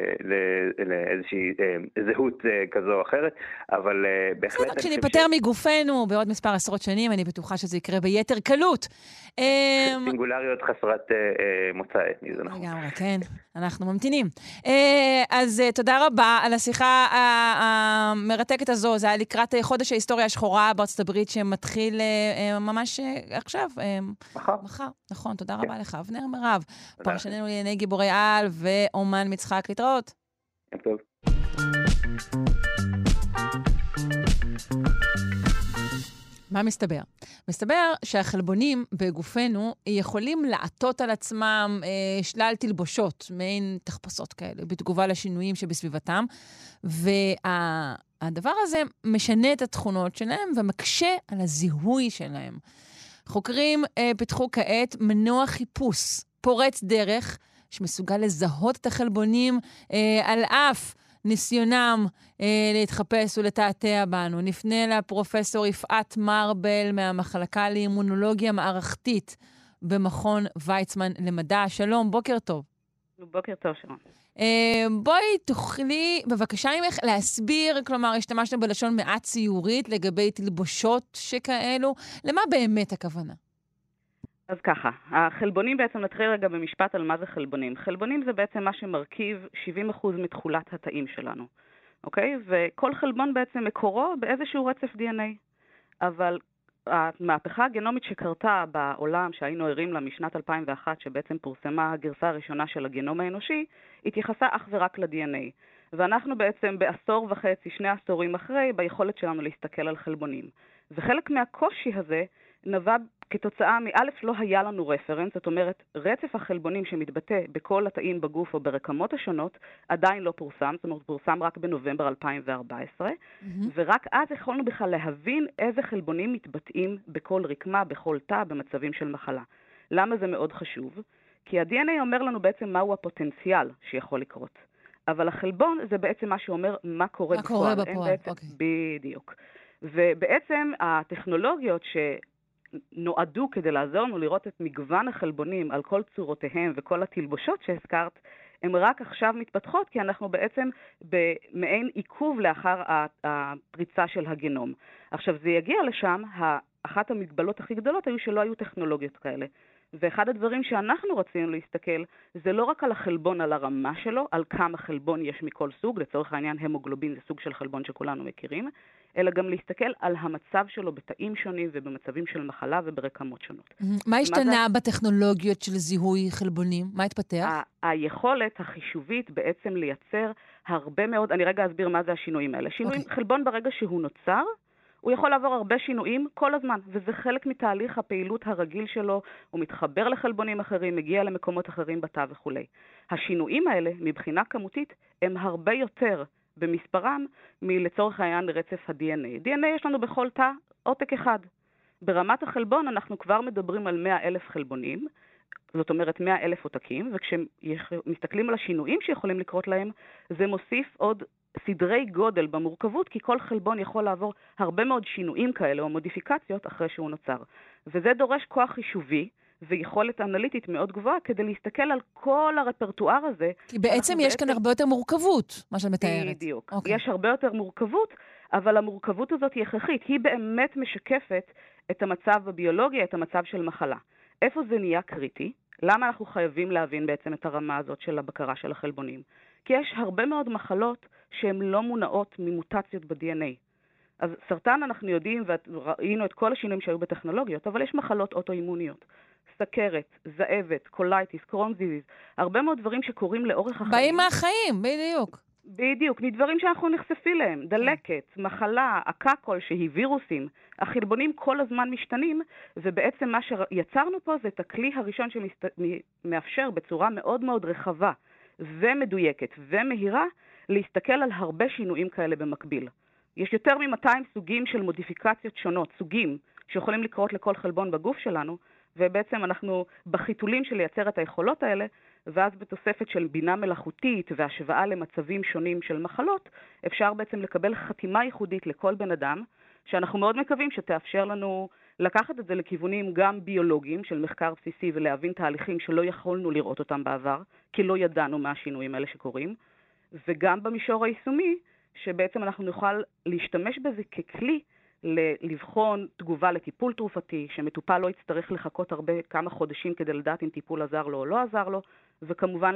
[SPEAKER 7] לאיזושהי זהות כזו או אחרת, אבל בהחלט...
[SPEAKER 3] כשניפטר מגופנו בעוד מספר עשרות שנים, אני בטוחה שזה יקרה ביתר קלות.
[SPEAKER 7] סינגולריות חסרת מוצא אתני, זה נכון.
[SPEAKER 3] לגמרי, כן. אנחנו ממתינים. אז תודה רבה על השיחה המרתקת הזו. זה היה לקראת חודש ההיסטוריה השחורה בארצות הברית, שמתחיל ממש עכשיו. מחר. נכון, תודה רבה לך. אבנר מירב, פרשננו לענייני גיבורי על ואומן מצחק. להתראות.
[SPEAKER 7] טוב.
[SPEAKER 3] מה מסתבר? מסתבר שהחלבונים בגופנו יכולים לעטות על עצמם שלל תלבושות, מעין תחפושות כאלה, בתגובה לשינויים שבסביבתם, והדבר הזה משנה את התכונות שלהם ומקשה על הזיהוי שלהם. חוקרים פיתחו כעת מנוע חיפוש פורץ דרך, שמסוגל לזהות את החלבונים על אף ניסיונם להתחפש ולתעתע בנו. נפנה לפרופסור יפעת מרבל מהמחלקה לאימונולוגיה מערכתית במכון ויצמן למדע. שלום, בוקר טוב.
[SPEAKER 8] בוקר טוב, שלום.
[SPEAKER 3] בואי תוכלי בבקשה ממך להסביר, כלומר, השתמשנו בלשון מעט ציורית לגבי תלבושות שכאלו, למה באמת הכוונה?
[SPEAKER 8] אז ככה, החלבונים בעצם, נתחיל רגע במשפט על מה זה חלבונים. חלבונים זה בעצם מה שמרכיב 70% מתכולת התאים שלנו, אוקיי? וכל חלבון בעצם מקורו באיזשהו רצף DNA. אבל המהפכה הגנומית שקרתה בעולם, שהיינו ערים לה משנת 2001, שבעצם פורסמה הגרסה הראשונה של הגנום האנושי, התייחסה אך ורק ל-DNA. ואנחנו בעצם בעשור וחצי, 2 עשורים אחרי, ביכולת שלנו להסתכל על חלבונים. וחלק מהקושי הזה נבע כתוצאה מאלף לא היה לנו רפרנס, זאת אומרת, רצף החלבונים שמתבטא בכל התאים בגוף או ברקמות השונות, עדיין לא פורסם, זאת אומרת, פורסם רק בנובמבר 2014, ורק אז יכולנו בכלל להבין איזה חלבונים מתבטאים בכל רקמה, בכל תא, במצבים של מחלה. למה זה מאוד חשוב? כי ה-DNA אומר לנו בעצם מהו הפוטנציאל שיכול לקרות. אבל החלבון זה בעצם מה שאומר מה קורה בפועל.
[SPEAKER 3] מה קורה בפועל,
[SPEAKER 8] אוקיי. בדיוק. ובעצם הטכנולוגיות נועדו כדי לעזור לנו לראות את מגוון החלבונים על כל צורותיהם וכל התלבושות שהזכרת, הן רק עכשיו מתפתחות, כי אנחנו בעצם במעין עיכוב לאחר הפריצה של הגנום. עכשיו, זה יגיע לשם, אחת המגבלות הכי גדולות היו שלא היו טכנולוגיות כאלה. ואחד הדברים שאנחנו רצינו להסתכל, זה לא רק על החלבון, על הרמה שלו, על כמה חלבון יש מכל סוג, לצורך העניין המוגלובין זה סוג של חלבון שכולנו מכירים, אלא גם להסתכל על המצב שלו בתאים שונים ובמצבים של מחלה וברקמות שונות.
[SPEAKER 3] מה השתנה בטכנולוגיות של זיהוי חלבונים? מה התפתח?
[SPEAKER 8] היכולת החישובית בעצם לייצר הרבה מאוד, אני רגע אסביר מה זה השינויים האלה. חלבון ברגע שהוא נוצר, הוא יכול לעבור הרבה שינויים כל הזמן, וזה חלק מתהליך הפעילות הרגיל שלו, הוא מתחבר לחלבונים אחרים, מגיע למקומות אחרים בתא וכו'. השינויים האלה, מבחינה כמותית, הם הרבה יותר במספרם מלצורך העניין רצף ה-DNA. DNA יש לנו בכל תא עותק אחד. ברמת החלבון אנחנו כבר מדברים על 100,000 חלבונים, זאת אומרת 100,000 עותקים, וכשמסתכלים על השינויים שיכולים לקרות להם, זה מוסיף עוד סדרי גודל במורכבות, כי כל חלבון יכול לעבור הרבה מאוד שינויים כאלה או מודיפיקציות אחרי שהוא נוצר. וזה דורש כוח חישובי ויכולת אנליטית מאוד גבוהה כדי להסתכל על כל הרפרטואר הזה.
[SPEAKER 3] כי בעצם יש כאן הרבה יותר מורכבות, מה שאת מתארת.
[SPEAKER 8] בדיוק. יש הרבה יותר מורכבות, אבל המורכבות הזאת היא הכרחית. היא באמת משקפת את המצב הביולוגי, את המצב של מחלה. איפה זה נהיה קריטי? למה אנחנו חייבים להבין בעצם את הרמה הזאת של הבקרה של החלבונים? כי יש הרבה מאוד מחלות שהן לא מונעות ממוטציות ב-DNA. אז סרטן אנחנו יודעים, וראינו את כל השינויים שהיו בטכנולוגיות, אבל יש מחלות אוטואימוניות. סכרת, זאבת, קולייטיס, קרון דיזיז, הרבה מאוד דברים שקורים לאורך החיים.
[SPEAKER 3] באים מהחיים, בדיוק.
[SPEAKER 8] בדיוק, מדברים שאנחנו נחשפים להם, דלקת, מחלה, הקקול שהיא וירוסים, החלבונים כל הזמן משתנים, ובעצם מה שיצרנו פה זה את הכלי הראשון שמאפשר בצורה מאוד מאוד רחבה ומדויקת ומהירה להסתכל על הרבה שינויים כאלה במקביל. יש יותר מ-200 סוגים של מודיפיקציות שונות, סוגים שיכולים לקרות לכל חלבון בגוף שלנו, ובעצם אנחנו בחיתולים של לייצר את היכולות האלה, ואז בתוספת של בינה מלאכותית והשוואה למצבים שונים של מחלות, אפשר בעצם לקבל חתימה ייחודית לכל בן אדם, שאנחנו מאוד מקווים שתאפשר לנו לקחת את זה לכיוונים גם ביולוגיים של מחקר בסיסי ולהבין תהליכים שלא יכולנו לראות אותם בעבר, כי לא ידענו מה השינויים האלה שקורים, וגם במישור היישומי, שבעצם אנחנו נוכל להשתמש בזה ככלי לבחון תגובה לטיפול תרופתי, שמטופל לא יצטרך לחכות כמה חודשים כדי לדעת אם טיפול עזר לו או לא עזר לו, וכמובן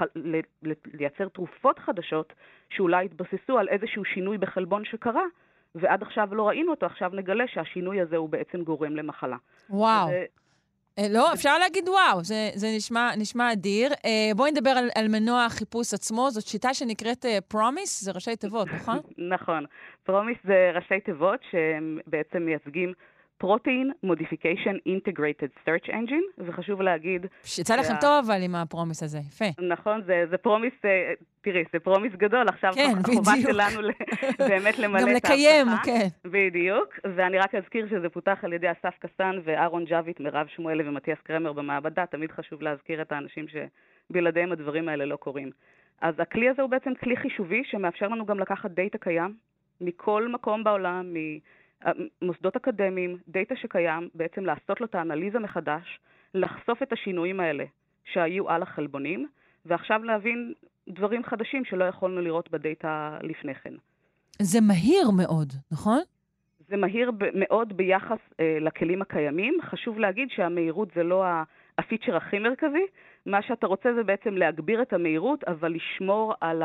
[SPEAKER 8] לייצר תרופות חדשות שאולי יתבססו על איזשהו שינוי בחלבון שקרה, ועד עכשיו לא ראינו אותו, עכשיו נגלה שהשינוי הזה הוא בעצם גורם למחלה.
[SPEAKER 3] וואו. לא, אפשר להגיד וואו, זה נשמע אדיר. בואי נדבר על מנוע החיפוש עצמו, זאת שיטה שנקראת פרומיס, זה ראשי תיבות, נכון?
[SPEAKER 8] נכון. פרומיס זה ראשי תיבות שהם בעצם מייצגים Protein Modification Integrated Search Engine, וחשוב להגיד...
[SPEAKER 3] שיצא לכם טוב אבל עם הפרומיס הזה, יפה.
[SPEAKER 8] נכון, זה פרומיס, תראי, זה פרומיס גדול, עכשיו החובה שלנו באמת למלא את ההבטחה.
[SPEAKER 3] גם לקיים, כן.
[SPEAKER 8] בדיוק, ואני רק אזכיר שזה פותח על ידי אסף קסן ואהרון ג'אבית, מירב שמואלי ומתיאס קרמר במעבדה, תמיד חשוב להזכיר את האנשים שבלעדיהם הדברים האלה לא קורים. אז הכלי הזה הוא בעצם כלי חישובי שמאפשר לנו גם לקחת דאטה קיים מכל מקום בעולם, מוסדות אקדמיים, דאטה שקיים, בעצם לעשות לו את האנליזה מחדש, לחשוף את השינויים האלה שהיו על החלבונים, ועכשיו להבין דברים חדשים שלא יכולנו לראות בדאטה לפני כן.
[SPEAKER 3] זה מהיר מאוד, נכון?
[SPEAKER 8] זה מהיר מאוד ביחס לכלים הקיימים. חשוב להגיד שהמהירות זה לא הפיצ'ר הכי מרכזי. מה שאתה רוצה זה בעצם להגביר את המהירות, אבל לשמור על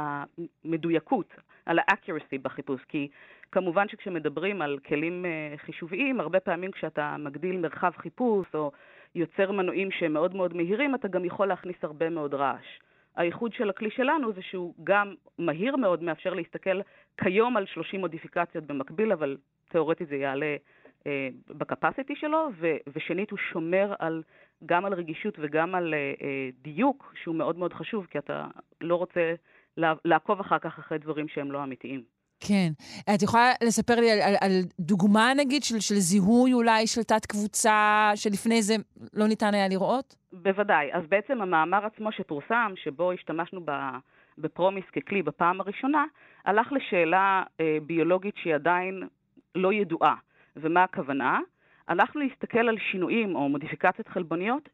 [SPEAKER 8] המדויקות, על ה-accuracy בחיפוש, כי כמובן שכשמדברים על כלים חישוביים, הרבה פעמים כשאתה מגדיל מרחב חיפוש או יוצר מנועים שהם מאוד מאוד מהירים, אתה גם יכול להכניס הרבה מאוד רעש. הייחוד של הכלי שלנו זה שהוא גם מהיר מאוד, מאפשר להסתכל כיום על 30 מודיפיקציות במקביל, אבל תיאורטית זה יעלה בקפסיטי שלו, ושנית הוא שומר גם על רגישות וגם על דיוק, שהוא מאוד מאוד חשוב, כי אתה לא רוצה לעקוב אחר כך אחרי דברים שהם לא אמיתיים.
[SPEAKER 3] כן. את יכולה לספר לי על דוגמה, נגיד, של זיהוי אולי של תת קבוצה שלפני זה לא ניתן היה לראות?
[SPEAKER 8] בוודאי. אז בעצם המאמר עצמו שפורסם, שבו השתמשנו בפרומיס ככלי בפעם הראשונה, הלך לשאלה ביולוגית שהיא עדיין לא ידועה. ומה הכוונה? הלכנו להסתכל על שינויים או מודיפיקציות חלבוניות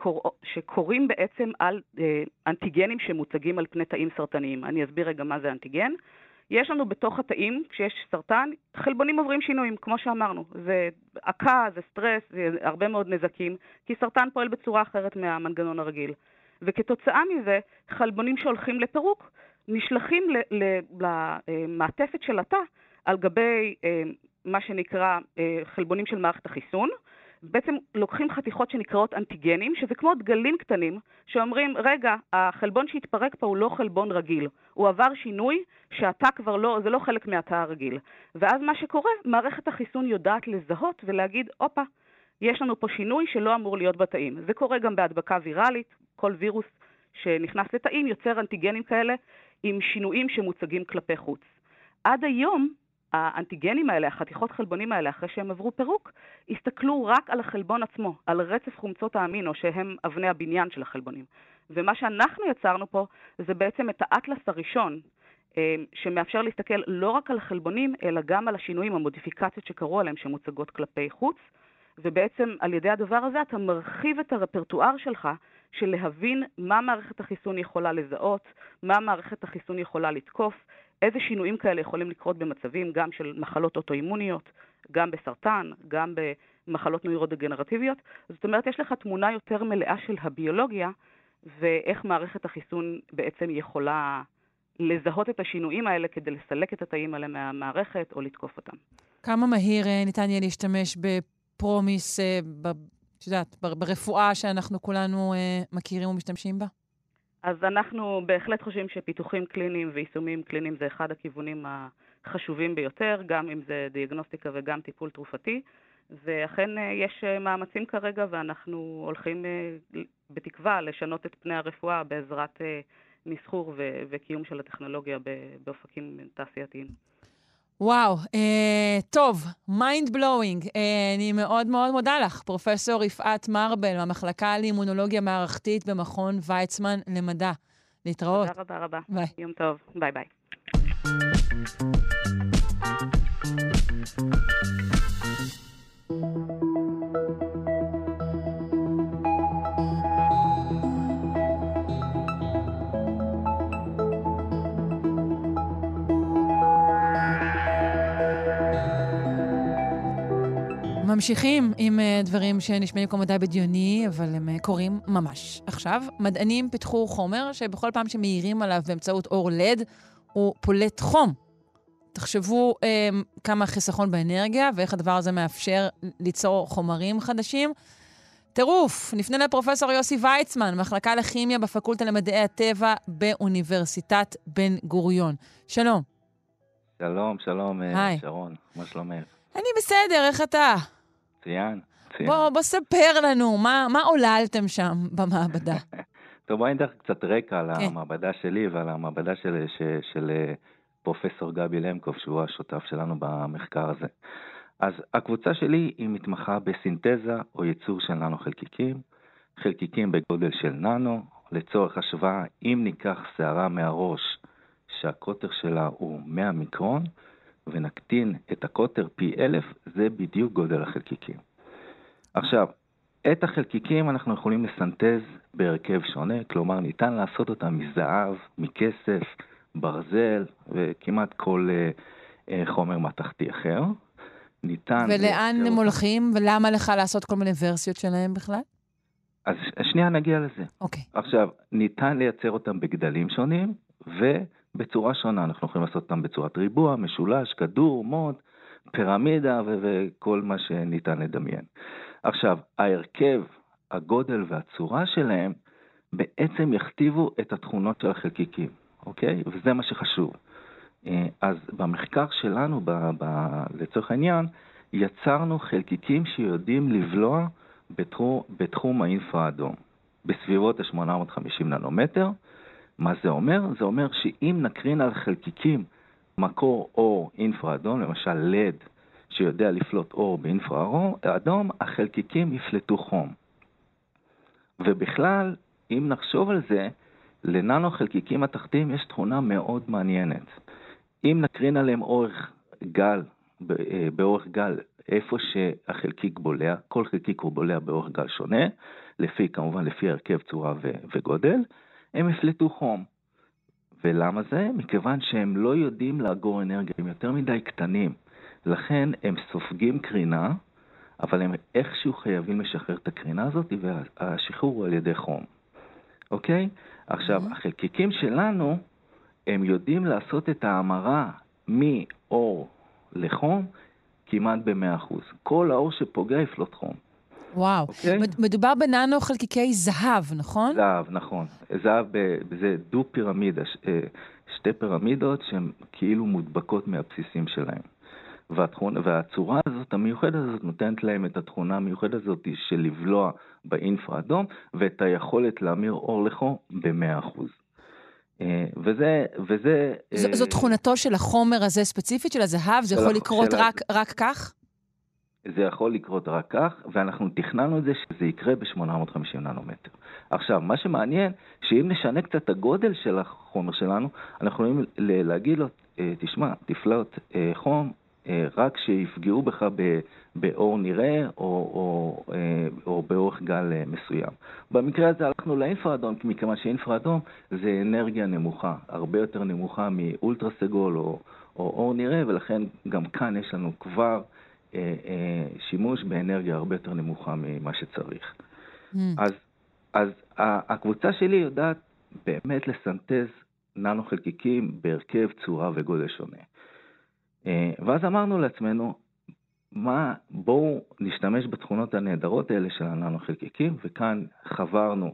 [SPEAKER 8] שקורים בעצם על אנטיגנים שמוצגים על פני תאים סרטניים. אני אסביר רגע מה זה אנטיגן. יש לנו בתוך התאים, כשיש סרטן, חלבונים עוברים שינויים, כמו שאמרנו. זה עקה, זה סטרס, זה הרבה מאוד נזקים, כי סרטן פועל בצורה אחרת מהמנגנון הרגיל. וכתוצאה מזה, חלבונים שהולכים לפירוק, נשלחים למעטפת של התא, על גבי מה שנקרא חלבונים של מערכת החיסון, בעצם לוקחים חתיכות שנקראות אנטיגנים, שזה כמו דגלים קטנים, שאומרים, רגע, החלבון שהתפרק פה הוא לא חלבון רגיל, הוא עבר שינוי שהתא כבר לא, זה לא חלק מהתא הרגיל. ואז מה שקורה, מערכת החיסון יודעת לזהות ולהגיד, אופה, יש לנו פה שינוי שלא אמור להיות בתאים. זה קורה גם בהדבקה ויראלית, כל וירוס שנכנס לתאים יוצר אנטיגנים כאלה עם שינויים שמוצגים כלפי חוץ. עד היום, האנטיגנים האלה, החתיכות חלבונים האלה, אחרי שהם עברו פירוק, הסתכלו רק על החלבון עצמו, על רצף חומצות האמינו, שהם אבני הבניין של החלבונים. ומה שאנחנו יצרנו פה, זה בעצם את האטלס הראשון, שמאפשר להסתכל לא רק על החלבונים, אלא גם על השינויים, המודיפיקציות שקרו עליהם, שמוצגות כלפי חוץ, ובעצם על ידי הדבר הזה אתה מרחיב את הרפרטואר שלך, של להבין מה מערכת החיסון יכולה לזהות, מה מערכת החיסון יכולה לתקוף, איזה שינויים כאלה יכולים לקרות במצבים גם של מחלות אוטואימוניות, גם בסרטן, גם במחלות נוירודגנרטיביות. זאת אומרת, יש לך תמונה יותר מלאה של הביולוגיה, ואיך מערכת החיסון בעצם יכולה לזהות את השינויים האלה כדי לסלק את התאים האלה מהמערכת או לתקוף אותם.
[SPEAKER 3] כמה מהיר ניתן יהיה להשתמש בפרומיס, ברפואה שאנחנו כולנו מכירים ומשתמשים בה?
[SPEAKER 8] אז אנחנו בהחלט חושבים שפיתוחים קליניים ויישומים קליניים זה אחד הכיוונים החשובים ביותר, גם אם זה דיאגנוסטיקה וגם טיפול תרופתי, ואכן יש מאמצים כרגע ואנחנו הולכים בתקווה לשנות את פני הרפואה בעזרת מסחור וקיום של הטכנולוגיה באופקים תעשייתיים.
[SPEAKER 3] וואו, טוב, mind blowing. אני מאוד מאוד מודה לך, פרופסור יפעת מרבל, מהמחלקה לאימונולוגיה מערכתית במכון ויצמן למדע. להתראות.
[SPEAKER 8] תודה רבה.
[SPEAKER 3] ביי.
[SPEAKER 8] יום טוב. ביי ביי.
[SPEAKER 3] ממשיכים עם דברים שנשמעים כמו מדע בדיוני, אבל הם קורים ממש. עכשיו, מדענים פיתחו חומר שבכל פעם שמאירים עליו באמצעות אור לד, הוא פולט חום. תחשבו כמה חיסכון באנרגיה, ואיך הדבר הזה מאפשר ליצור חומרים חדשים. טירוף, נפנה לפרופסור יוסי ויצמן, מחלקה לכימיה בפקולטה למדעי הטבע באוניברסיטת בן גוריון. שלום.
[SPEAKER 9] שלום, שרון, מה שלומך?
[SPEAKER 3] אני בסדר, איך אתה?
[SPEAKER 9] מצוין.
[SPEAKER 3] בוא ספר לנו, מה עוללתם שם במעבדה?
[SPEAKER 9] טוב, בואי נדבר קצת רקע על המעבדה שלי ועל המעבדה של פרופסור גבי למקוב, שהוא השותף שלנו במחקר הזה. אז הקבוצה שלי היא מתמחה בסינתזה או ייצור של ננו חלקיקים, חלקיקים בגודל של ננו, לצורך השוואה, אם ניקח שערה מהראש שהקוטר שלה הוא 100 מיקרון, ונקטין את הקוטר פי 1000, זה בדיוק גודל החלקיקים. עכשיו, את החלקיקים אנחנו יכולים לסנטז בהרכב שונה, כלומר ניתן לעשות אותם מזהב, מכסף, ברזל וכמעט כל חומר מתכתי אחר.
[SPEAKER 3] ולאן הם הולכים ולמה לך לעשות כל מיני ורסיות שלהם בכלל?
[SPEAKER 9] אז שנייה נגיע לזה.
[SPEAKER 3] אוקיי.
[SPEAKER 9] עכשיו, ניתן לייצר אותם בגדלים שונים ובצורה שונה. אנחנו יכולים לעשות אותם בצורת ריבוע, משולש, כדור, מוד, פירמידה וכל מה שניתן לדמיין. עכשיו, ההרכב, הגודל והצורה שלהם בעצם יכתיבו את התכונות של החלקיקים, אוקיי? וזה מה שחשוב. אז במחקר שלנו, לצורך העניין, יצרנו חלקיקים שיודעים לבלוע בתחום האינפרה-אדום, בסביבות ה-850 ננומטר. מה זה אומר? זה אומר שאם נקרין על חלקיקים מקור אור אינפרה-אדום, למשל לד, שיודע לפלוט אור באינפרה-אדום, החלקיקים יפלטו חום. ובכלל, אם נחשוב על זה, לננו חלקיקים התחתיים יש תכונה מאוד מעניינת. אם נקרין עליהם באורך גל, איפה שהחלקיק בולע, כל חלקיק הוא בולע באורך גל שונה, כמובן לפי הרכב, צורה וגודל, הם יפלטו חום. ולמה זה? מכיוון שהם לא יודעים לאגור אנרגיה, הם יותר מדי קטנים. לכן הם סופגים קרינה, אבל הם איכשהו חייבים לשחרר את הקרינה הזאת, והשחרור הוא על ידי חום. אוקיי? עכשיו, החלקיקים שלנו, הם יודעים לעשות את ההמרה מאור לחום כמעט ב-100%. כל האור שפוגע יפלוט חום.
[SPEAKER 3] וואו. Okay? מדובר בננו חלקיקי זהב, נכון?
[SPEAKER 9] זהב, נכון. זהב זה דו פירמידה, שתי פירמידות שהן כאילו מודבקות מהבסיסים שלהם. והצורה הזאת, המיוחדת הזאת, נותנת להם את התכונה המיוחדת הזאת של לבלוע באינפרה-אדום, ואת היכולת להמיר אור לחום ב-100%.
[SPEAKER 3] זו תכונתו של החומר הזה ספציפית, של הזהב? זה יכול לקרות רק כך?
[SPEAKER 9] זה יכול לקרות רק כך, ואנחנו תכננו את זה שזה יקרה ב-850 ננומטר. עכשיו, מה שמעניין, שאם נשנה קצת את הגודל של החומר שלנו, אנחנו יכולים להגיד לו, תשמע, תפלוט חום, רק שיפגעו בך באור נראה או באורך גל מסוים. במקרה הזה הלכנו לאינפרה-אדום, מכיוון שאינפרה-אדום זה אנרגיה נמוכה, הרבה יותר נמוכה מאולטרה סגול או אור נראה, ולכן גם כאן יש לנו כבר שימוש באנרגיה הרבה יותר נמוכה ממה שצריך. אז הקבוצה שלי יודעת באמת לסנטז ננו חלקיקים בהרכב, צורה וגודל שונה. ואז אמרנו לעצמנו, בואו נשתמש בתכונות הנהדרות האלה של הננו חלקיקים, וכאן חברנו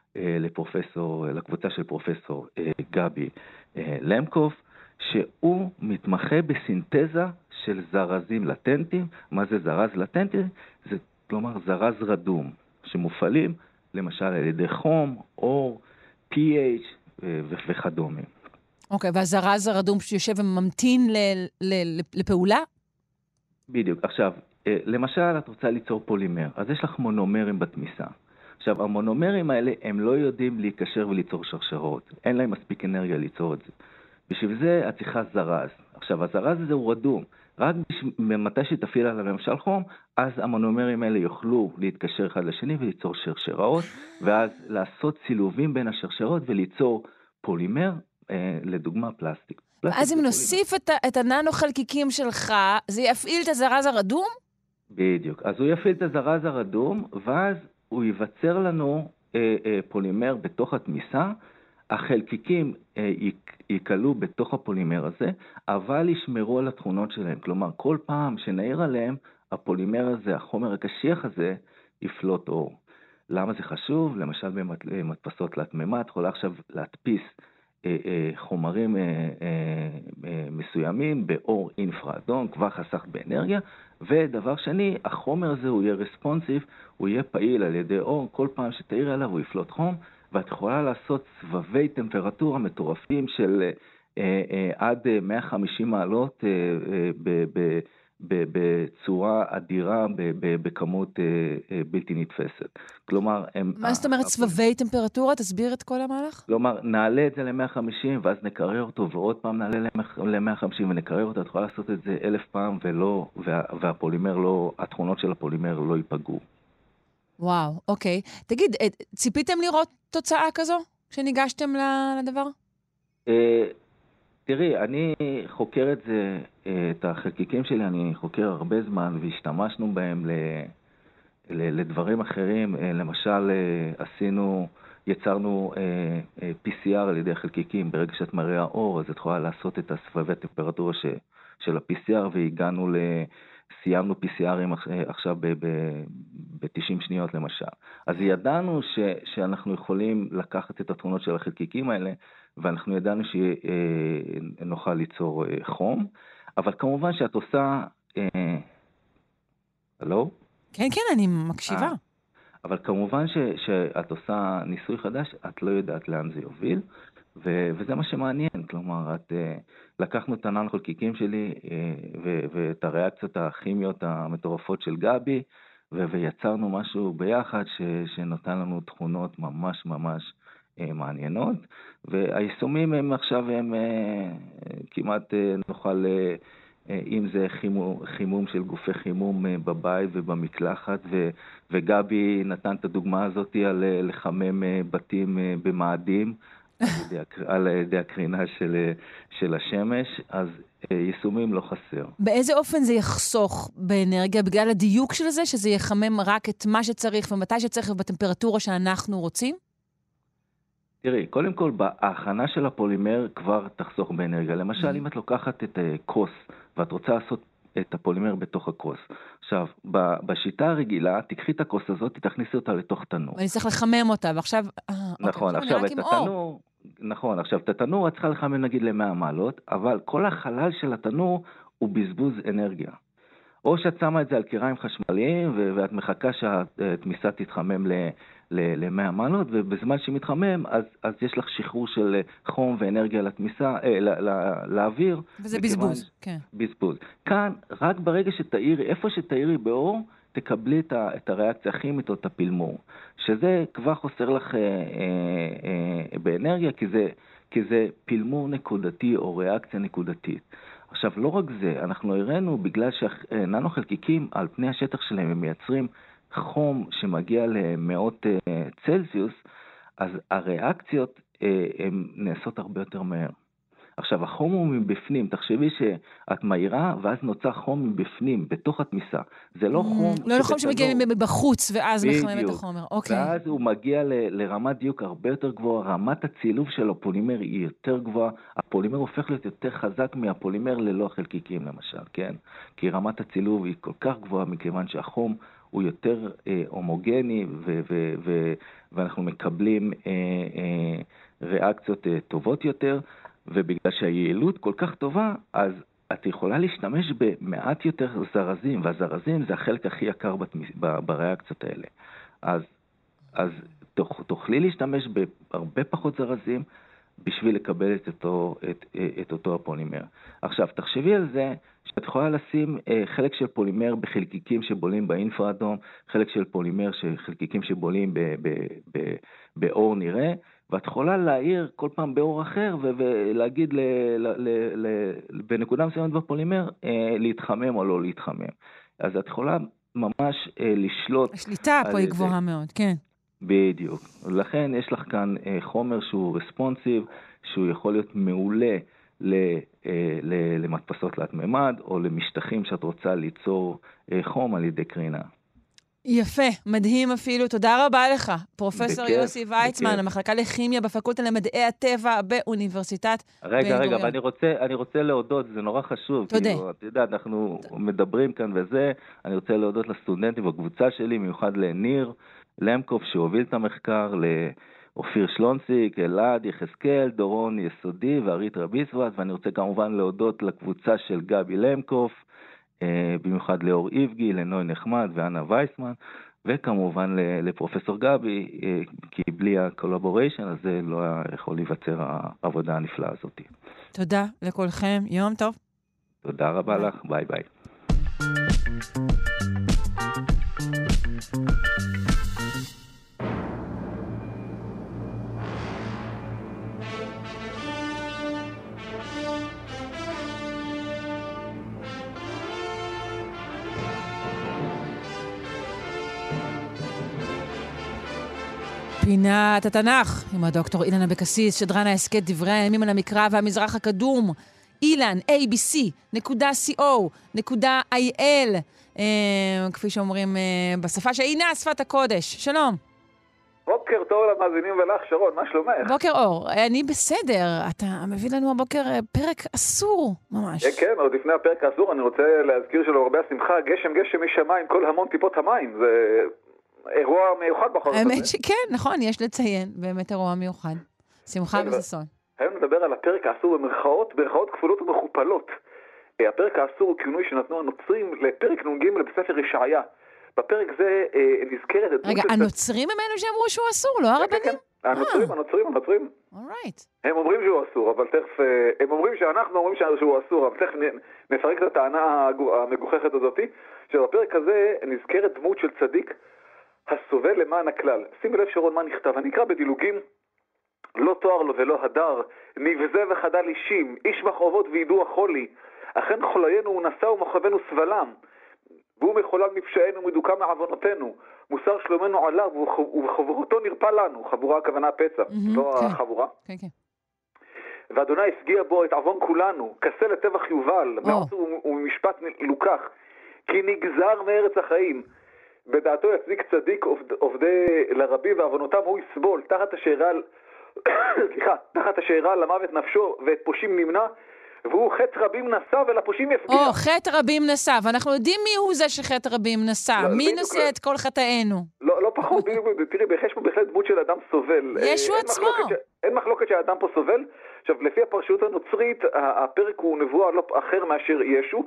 [SPEAKER 9] לקבוצה של פרופסור גבי למקוב, שהוא מתמחה בסינתזה של זרזים לטנטיים. מה זה זרז לטנטי? זה כלומר זרז רדום, שמופעלים למשל על ידי חום, אור, pH וכדומה.
[SPEAKER 3] אוקיי, והזרז הרדום שיושב וממתין לפעולה?
[SPEAKER 9] בדיוק. עכשיו, למשל את רוצה ליצור פולימר, אז יש לך מונומרים בתמיסה. עכשיו, המונומרים האלה הם לא יודעים להיקשר וליצור שרשרות. אין להם מספיק אנרגיה ליצור את זה. בשביל זה את צריכה זרז. עכשיו, הזרז הזה הוא רדום. רק מתי שתפעיל עליו למשל חום, אז המונומרים האלה יוכלו להתקשר אחד לשני וליצור שרשרות, ואז לעשות צילובים בין השרשרות וליצור פולימר, לדוגמה פלסטיק.
[SPEAKER 3] אז אם נוסיף את הננו חלקיקים שלך, זה יפעיל את הזרז הרדום?
[SPEAKER 9] בדיוק. אז הוא יפעיל את הזרז הרדום, ואז הוא ייווצר לנו פולימר בתוך התמיסה. החלקיקים יקלו בתוך הפולימר הזה, אבל ישמרו על התכונות שלהם. כלומר, כל פעם שנעיר עליהם, הפולימר הזה, החומר הקשיח הזה, יפלוט אור. למה זה חשוב? למשל במדפסות תלת-ממד, יכולה עכשיו להדפיס חומרים מסוימים באור אינפראדום, כבר חסך באנרגיה, ודבר שני, החומר הזה הוא יהיה רספונסיב, הוא יהיה פעיל על ידי אור, כל פעם שתאיר עליו הוא יפלוט חום, ואת יכולה לעשות סבבי טמפרטורה מטורפים של עד 150 מעלות בצורה אדירה, בכמות בלתי נתפסת. כלומר,
[SPEAKER 3] מה זאת אומרת סבבי טמפרטורה? תסביר את כל המהלך?
[SPEAKER 9] כלומר, נעלה את זה ל-150 ואז נקרר אותו, ועוד פעם נעלה ל-150 ונקרר אותו. את יכולה לעשות את זה 1000 פעם, והפולימר לא, התכונות של הפולימר לא ייפגעו.
[SPEAKER 3] וואו, אוקיי. תגיד, ציפיתם לראות תוצאה כזו כשניגשתם לדבר?
[SPEAKER 9] תראי, אני חוקר את זה, את החלקיקים שלי, אני חוקר הרבה זמן, והשתמשנו בהם לדברים אחרים. למשל, יצרנו PCR על ידי החלקיקים. ברגע שאת מראה אור, אז את יכולה לעשות את הסבבי הטמפרטורה של ה-PCR, והגענו סיימנו PCRים עכשיו ב-90 שניות למשל. אז ידענו שאנחנו יכולים לקחת את התכונות של החלקיקים האלה, ואנחנו ידענו שנוכל ליצור חום, אבל כמובן שאת עושה... הלו?
[SPEAKER 3] כן, כן, אני מקשיבה.
[SPEAKER 9] אבל כמובן שאת עושה ניסוי חדש, את לא יודעת לאן זה יוביל, וזה מה שמעניין. כלומר, לקחנו את הננו חלקיקים שלי ואת הריאקציות הכימיות המטורפות של גבי, ויצרנו משהו ביחד שנותן לנו תכונות ממש ממש מעניינות, והיישומים הם עכשיו כמעט נוכל, אם זה חימום של גופי חימום בבית ובמקלחת, וגבי נתן את הדוגמה הזאת על לחמם בתים במאדים, על ידי הקרינה של השמש, אז יישומים לא חסר.
[SPEAKER 3] באיזה אופן זה יחסוך באנרגיה? בגלל הדיוק של זה, שזה יחמם רק את מה שצריך ומתי שצריך ובטמפרטורה שאנחנו רוצים?
[SPEAKER 9] תראי, קודם כל, בהכנה של הפולימר כבר תחסוך באנרגיה. למשל, אם את לוקחת את כוס ואת רוצה לעשות את הפולימר בתוך הכוס. עכשיו, בשיטה הרגילה, תקחי את הכוס הזאת, תכניסי אותה לתוך תנור.
[SPEAKER 3] ואני צריך לחמם אותה, ועכשיו...
[SPEAKER 9] נכון, עכשיו את התנור... נכון, עכשיו את התנור את צריכה לחמם נגיד ל100 מעלות, אבל כל החלל של התנור הוא בזבוז אנרגיה. או שאת שמה את זה על קיריים חשמליים, ואת מחכה שהתמיסה תתחמם ל100 מעלות, ובזמן שהיא מתחמם, אז יש לך שחרור של חום ואנרגיה לתמיסה, לאוויר.
[SPEAKER 3] וזה בזבוז, כן.
[SPEAKER 9] בזבוז. כאן, רק ברגע שתאירי, איפה שתאירי באור, תקבלי את הריאקציה הכימית או את הפלמור. שזה כבר חוסר לך באנרגיה, כי זה פלמור נקודתי או ריאקציה נקודתית. עכשיו, לא רק זה, אנחנו הראינו בגלל שננו חלקיקים על פני השטח שלהם הם מייצרים חום שמגיע למאות צלזיוס, אז הריאקציות הן נעשות הרבה יותר מהר. עכשיו, החום הוא מבפנים, תחשבי שאת מהירה ואז נוצר חום מבפנים, בתוך התמיסה. זה לא חום...
[SPEAKER 3] לא חום שמגיע מבחוץ ואז מחמם את החומר, אוקיי.
[SPEAKER 9] ואז הוא מגיע לרמת דיוק הרבה יותר גבוהה, רמת הצילוב של הפולימר היא יותר גבוהה, הפולימר הופך להיות יותר חזק מהפולימר ללא החלקיקים למשל, כן? כי רמת הצילוב היא כל כך גבוהה מכיוון שהחום הוא יותר הומוגני ואנחנו מקבלים ריאקציות טובות יותר, ובגלל שהיעילות כל כך טובה, אז את יכולה להשתמש במעט יותר זרזים, והזרזים זה החלק הכי יקר בריאקציות האלה. אז תוכלי להשתמש בהרבה פחות זרזים, בשביל לקבל את אותו הפולימר. עכשיו, תחשבי על זה שאת יכולה לשים חלק של פולימר בחלקיקים שבולים באינפראדום, חלק של פולימר חלקיקים שבולים באור נראה, ואת יכולה להאיר כל פעם באור אחר ולהגיד בנקודה מסוימת בפולימר להתחמם או לא להתחמם. אז את יכולה ממש לשלוט.
[SPEAKER 3] השליטה פה היא גבוהה מאוד, כן.
[SPEAKER 9] בדיוק. לכן יש לך כאן חומר שהוא רספונסיב, שהוא יכול להיות מעולה למדפסות תלת ממד, או למשטחים שאת רוצה ליצור חום על ידי קרינה.
[SPEAKER 3] יפה, מדהים אפילו. תודה רבה לך, פרופסור יוסי ויצמן, המחלקה לכימיה בפקולטה למדעי הטבע באוניברסיטת בן-גוריון.
[SPEAKER 9] רגע, אני רוצה להודות, זה נורא חשוב.
[SPEAKER 3] תודה.
[SPEAKER 9] אתה יודע, אנחנו מדברים כאן וזה, אני רוצה להודות לסטודנטים בקבוצה שלי, מיוחד לניר למקוף שהוביל את המחקר, אופיר שלונציק, אלעד, יחזקאל, דורון יסודי וארית רביסוות, ואני רוצה כמובן להודות לקבוצה של גבי למקוף, במיוחד לאור איבגי, לנוי נחמד ואנה וייסמן, וכמובן לפרופסור גבי, כי בלי הקולבוריישן הזה לא יכול להיווצר העבודה הנפלאה הזאת.
[SPEAKER 3] תודה לכולכם, יום טוב.
[SPEAKER 9] תודה רבה לך, ביי ביי.
[SPEAKER 3] פינת התנ"ך עם הדוקטור אילן אבקסיס, שדרן ההסכת דברי הימים על המקרא והמזרח הקדום. אילן, abc.co.il, כפי שאומרים בשפה שאינה שפת הקודש. שלום.
[SPEAKER 10] בוקר טוב למאזינים ולך, שרון, מה שלומך?
[SPEAKER 3] בוקר אור, אני בסדר. אתה מביא לנו הבוקר פרק אסור ממש.
[SPEAKER 10] כן, עוד לפני הפרק האסור אני רוצה להזכיר שלו הרבה השמחה, גשם גשם משמיים, כל המון טיפות המים. זה אירוע מיוחד בכל זאת.
[SPEAKER 3] האמת שכן, נכון, יש לציין, באמת אירוע מיוחד. שמחה וששון.
[SPEAKER 10] היום נדבר על הפרק האסור במרכאות כפולות ומכופלות. הפרק האסור הוא כינוי שנתנו הנוצרים לפרק נ"ג בספר ישעיה. בפרק זה נזכרת...
[SPEAKER 3] רגע, הנוצרים הם אלו שאמרו שהוא אסור, לא הרבנים?
[SPEAKER 10] כן, הנוצרים.
[SPEAKER 3] Alright.
[SPEAKER 10] הם אומרים שהוא אסור, אבל תכף... הם אומרים שאנחנו אומרים שהוא אסור, אבל תכף נפרק את הטענה המגוחכת הזאת. שבפרק הזה נזכרת דמות של צדיק הסובל למען הכלל. שימו לב שרון מה נכתב, אני אקרא בדילוגים, לא תואר לו ולא הדר, נבזה וחדל אישים, איש מחרבות וידוע חולי, אכן חוליינו הוא נשא ומחרבנו סבלם, והוא מחולל מפשענו מדוקה מעוונותינו, מוסר שלומנו עליו ובחבורתו נרפא לנו, חבורה הכוונה הפצע, לא החבורה.
[SPEAKER 3] כן, כן.
[SPEAKER 10] ואדוני הסגיע בו את עוון כולנו, כסה לטבח יובל, מעצור ומשפט לוקח, כי נגזר מארץ החיים, בדעתו יצדיק צדיק עובדי לרבי ועוונותם הוא יסבול תחת השאירה למוות נפשו ואת פושים נמנע והוא חטא רבים נשא ולפושים יפגיע.
[SPEAKER 3] חטא רבים נשא, ואנחנו יודעים מי הוא זה שחטא רבים נשא, מי נושא את כל חטאינו?
[SPEAKER 10] לא פחות, תראי, יש פה בהחלט דמות של אדם סובל.
[SPEAKER 3] ישו עצמו.
[SPEAKER 10] אין מחלוקת שהאדם פה סובל. עכשיו, לפי הפרשנות הנוצרית, הפרק הוא נבואה לא אחר מאשר ישו,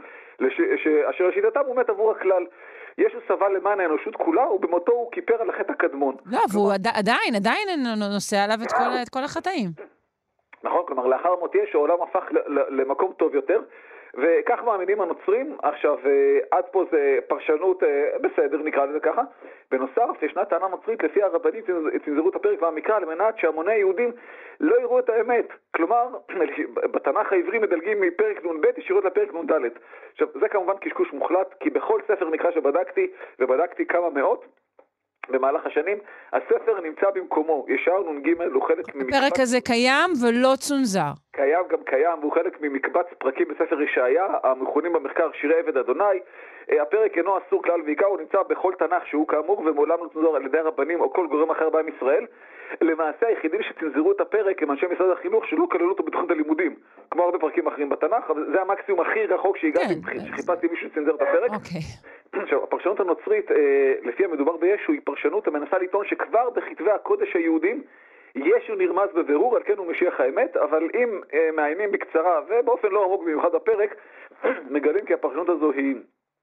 [SPEAKER 10] אשר לשיטתם הוא מת עבור הכלל. ישו סבל למען האנושות כולה, ובמותו הוא כיפר על החטא הקדמון.
[SPEAKER 3] לא, והוא עדיין נושא עליו את כל החטאים.
[SPEAKER 10] נכון, כלומר, לאחר מות ישו, העולם הפך למקום טוב יותר, וכך מאמינים הנוצרים. עכשיו, עד פה זה פרשנות, בסדר, נקרא לזה ככה. בנוסף, ישנה טענה נוצרית לפי הרבנים צנזרו את הפרק והמקרא, על מנת שהמוני היהודים לא יראו את האמת. כלומר, בתנ"ך העברי מדלגים מפרק נ"ב ישירות לפרק נ"ד. עכשיו, זה כמובן קשקוש מוחלט, כי בכל ספר מקרא שבדקתי כמה מאות, במהלך השנים, הספר נמצא במקומו. ישעיהו נ"ג הוא חלק ממקבץ...
[SPEAKER 3] הפרק הזה קיים ולא צונזר.
[SPEAKER 10] קיים, והוא חלק ממקבץ פרקים בספר ישעיה, המכונים במחקר שירי עבד אדוני. הפרק אינו אסור כלל ועיקר, הוא נמצא בכל תנ"ך שהוא כאמור, ומעולם לא צונזר על ידי הרבנים או כל גורם אחר בעם ישראל. למעשה היחידים שצנזרו את הפרק הם אנשי משרד החינוך שלא כללו אותו בתוכנית הלימודים, כמו הרבה פרקים אחרים בתנ"ך, אבל זה המקסימום הכי רחוק שהגעתי, שחיפשתי מישהו שצנזר את הפרק. עכשיו, הפרשנות הנוצרית, לפי המדובר בישו, היא פרשנות המנסה לטעון שכבר בכתבי הקודש היהודים ישו נרמז בבירור, על כן הוא משיח האמת, אבל אם מעיינים בקצרה ובאופן לא עמוק במיוחד בפרק, מגלים כי הפרשנות הזו היא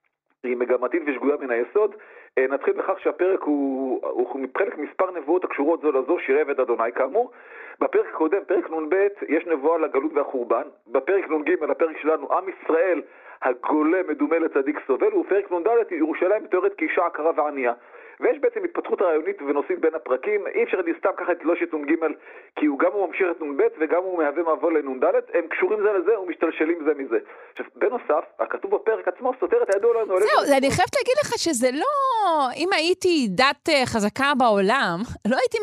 [SPEAKER 10] מגמתית ושגויה מן היסוד. נתחיל בכך שהפרק הוא חלק מספר נבואות הקשורות זו לזו, שירי עבד אדוני כאמור. בפרק הקודם, פרק נ"ב, יש נבואה לגלות והחורבן. בפרק נ"ג, הפרק שלנו, עם ישראל הגולה מדומה לצדיק סובל, ופרק נ"ד, ירושלים מתוארת כאישה עקרה וענייה. ויש בעצם התפתחות רעיונית ונושאים בין הפרקים. אי אפשר סתם ככה לתלוש את נ"ג, כי הוא גם הוא ממשיך את נ"ב וגם הוא מהווה מבוא לנ"ד, הם קשורים זה לזה ומשתלשלים זה מזה. עכשיו, בנוסף, הכתוב בפרק עצמו סותר את הידוע לנו...
[SPEAKER 3] זהו, אני חייבת להגיד לך שזה לא... אם הייתי דת חזקה בעולם, לא הייתי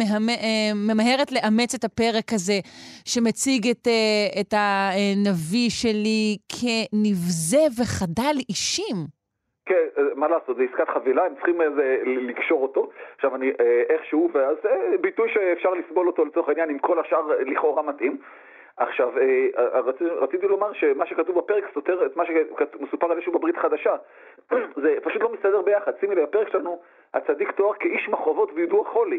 [SPEAKER 3] ממהרת לאמץ את הפרק הזה שמציג את הנביא שלי כנבזה וחדל אישים.
[SPEAKER 10] כן, מה לעשות, זה עסקת חבילה, הם צריכים לקשור אותו. עכשיו, איכשהו, ואז זה ביטוי שאפשר לסבול אותו לצורך העניין, עם כל השאר לכאורה מתאים. עכשיו, רציתי לומר שמה שכתוב בפרק סותר את מה שמסופר על ישו בברית חדשה. זה פשוט לא מסתדר ביחד. שימי לי, הפרק שלנו, הצדיק תואר כאיש מחרבות וידוע חולי.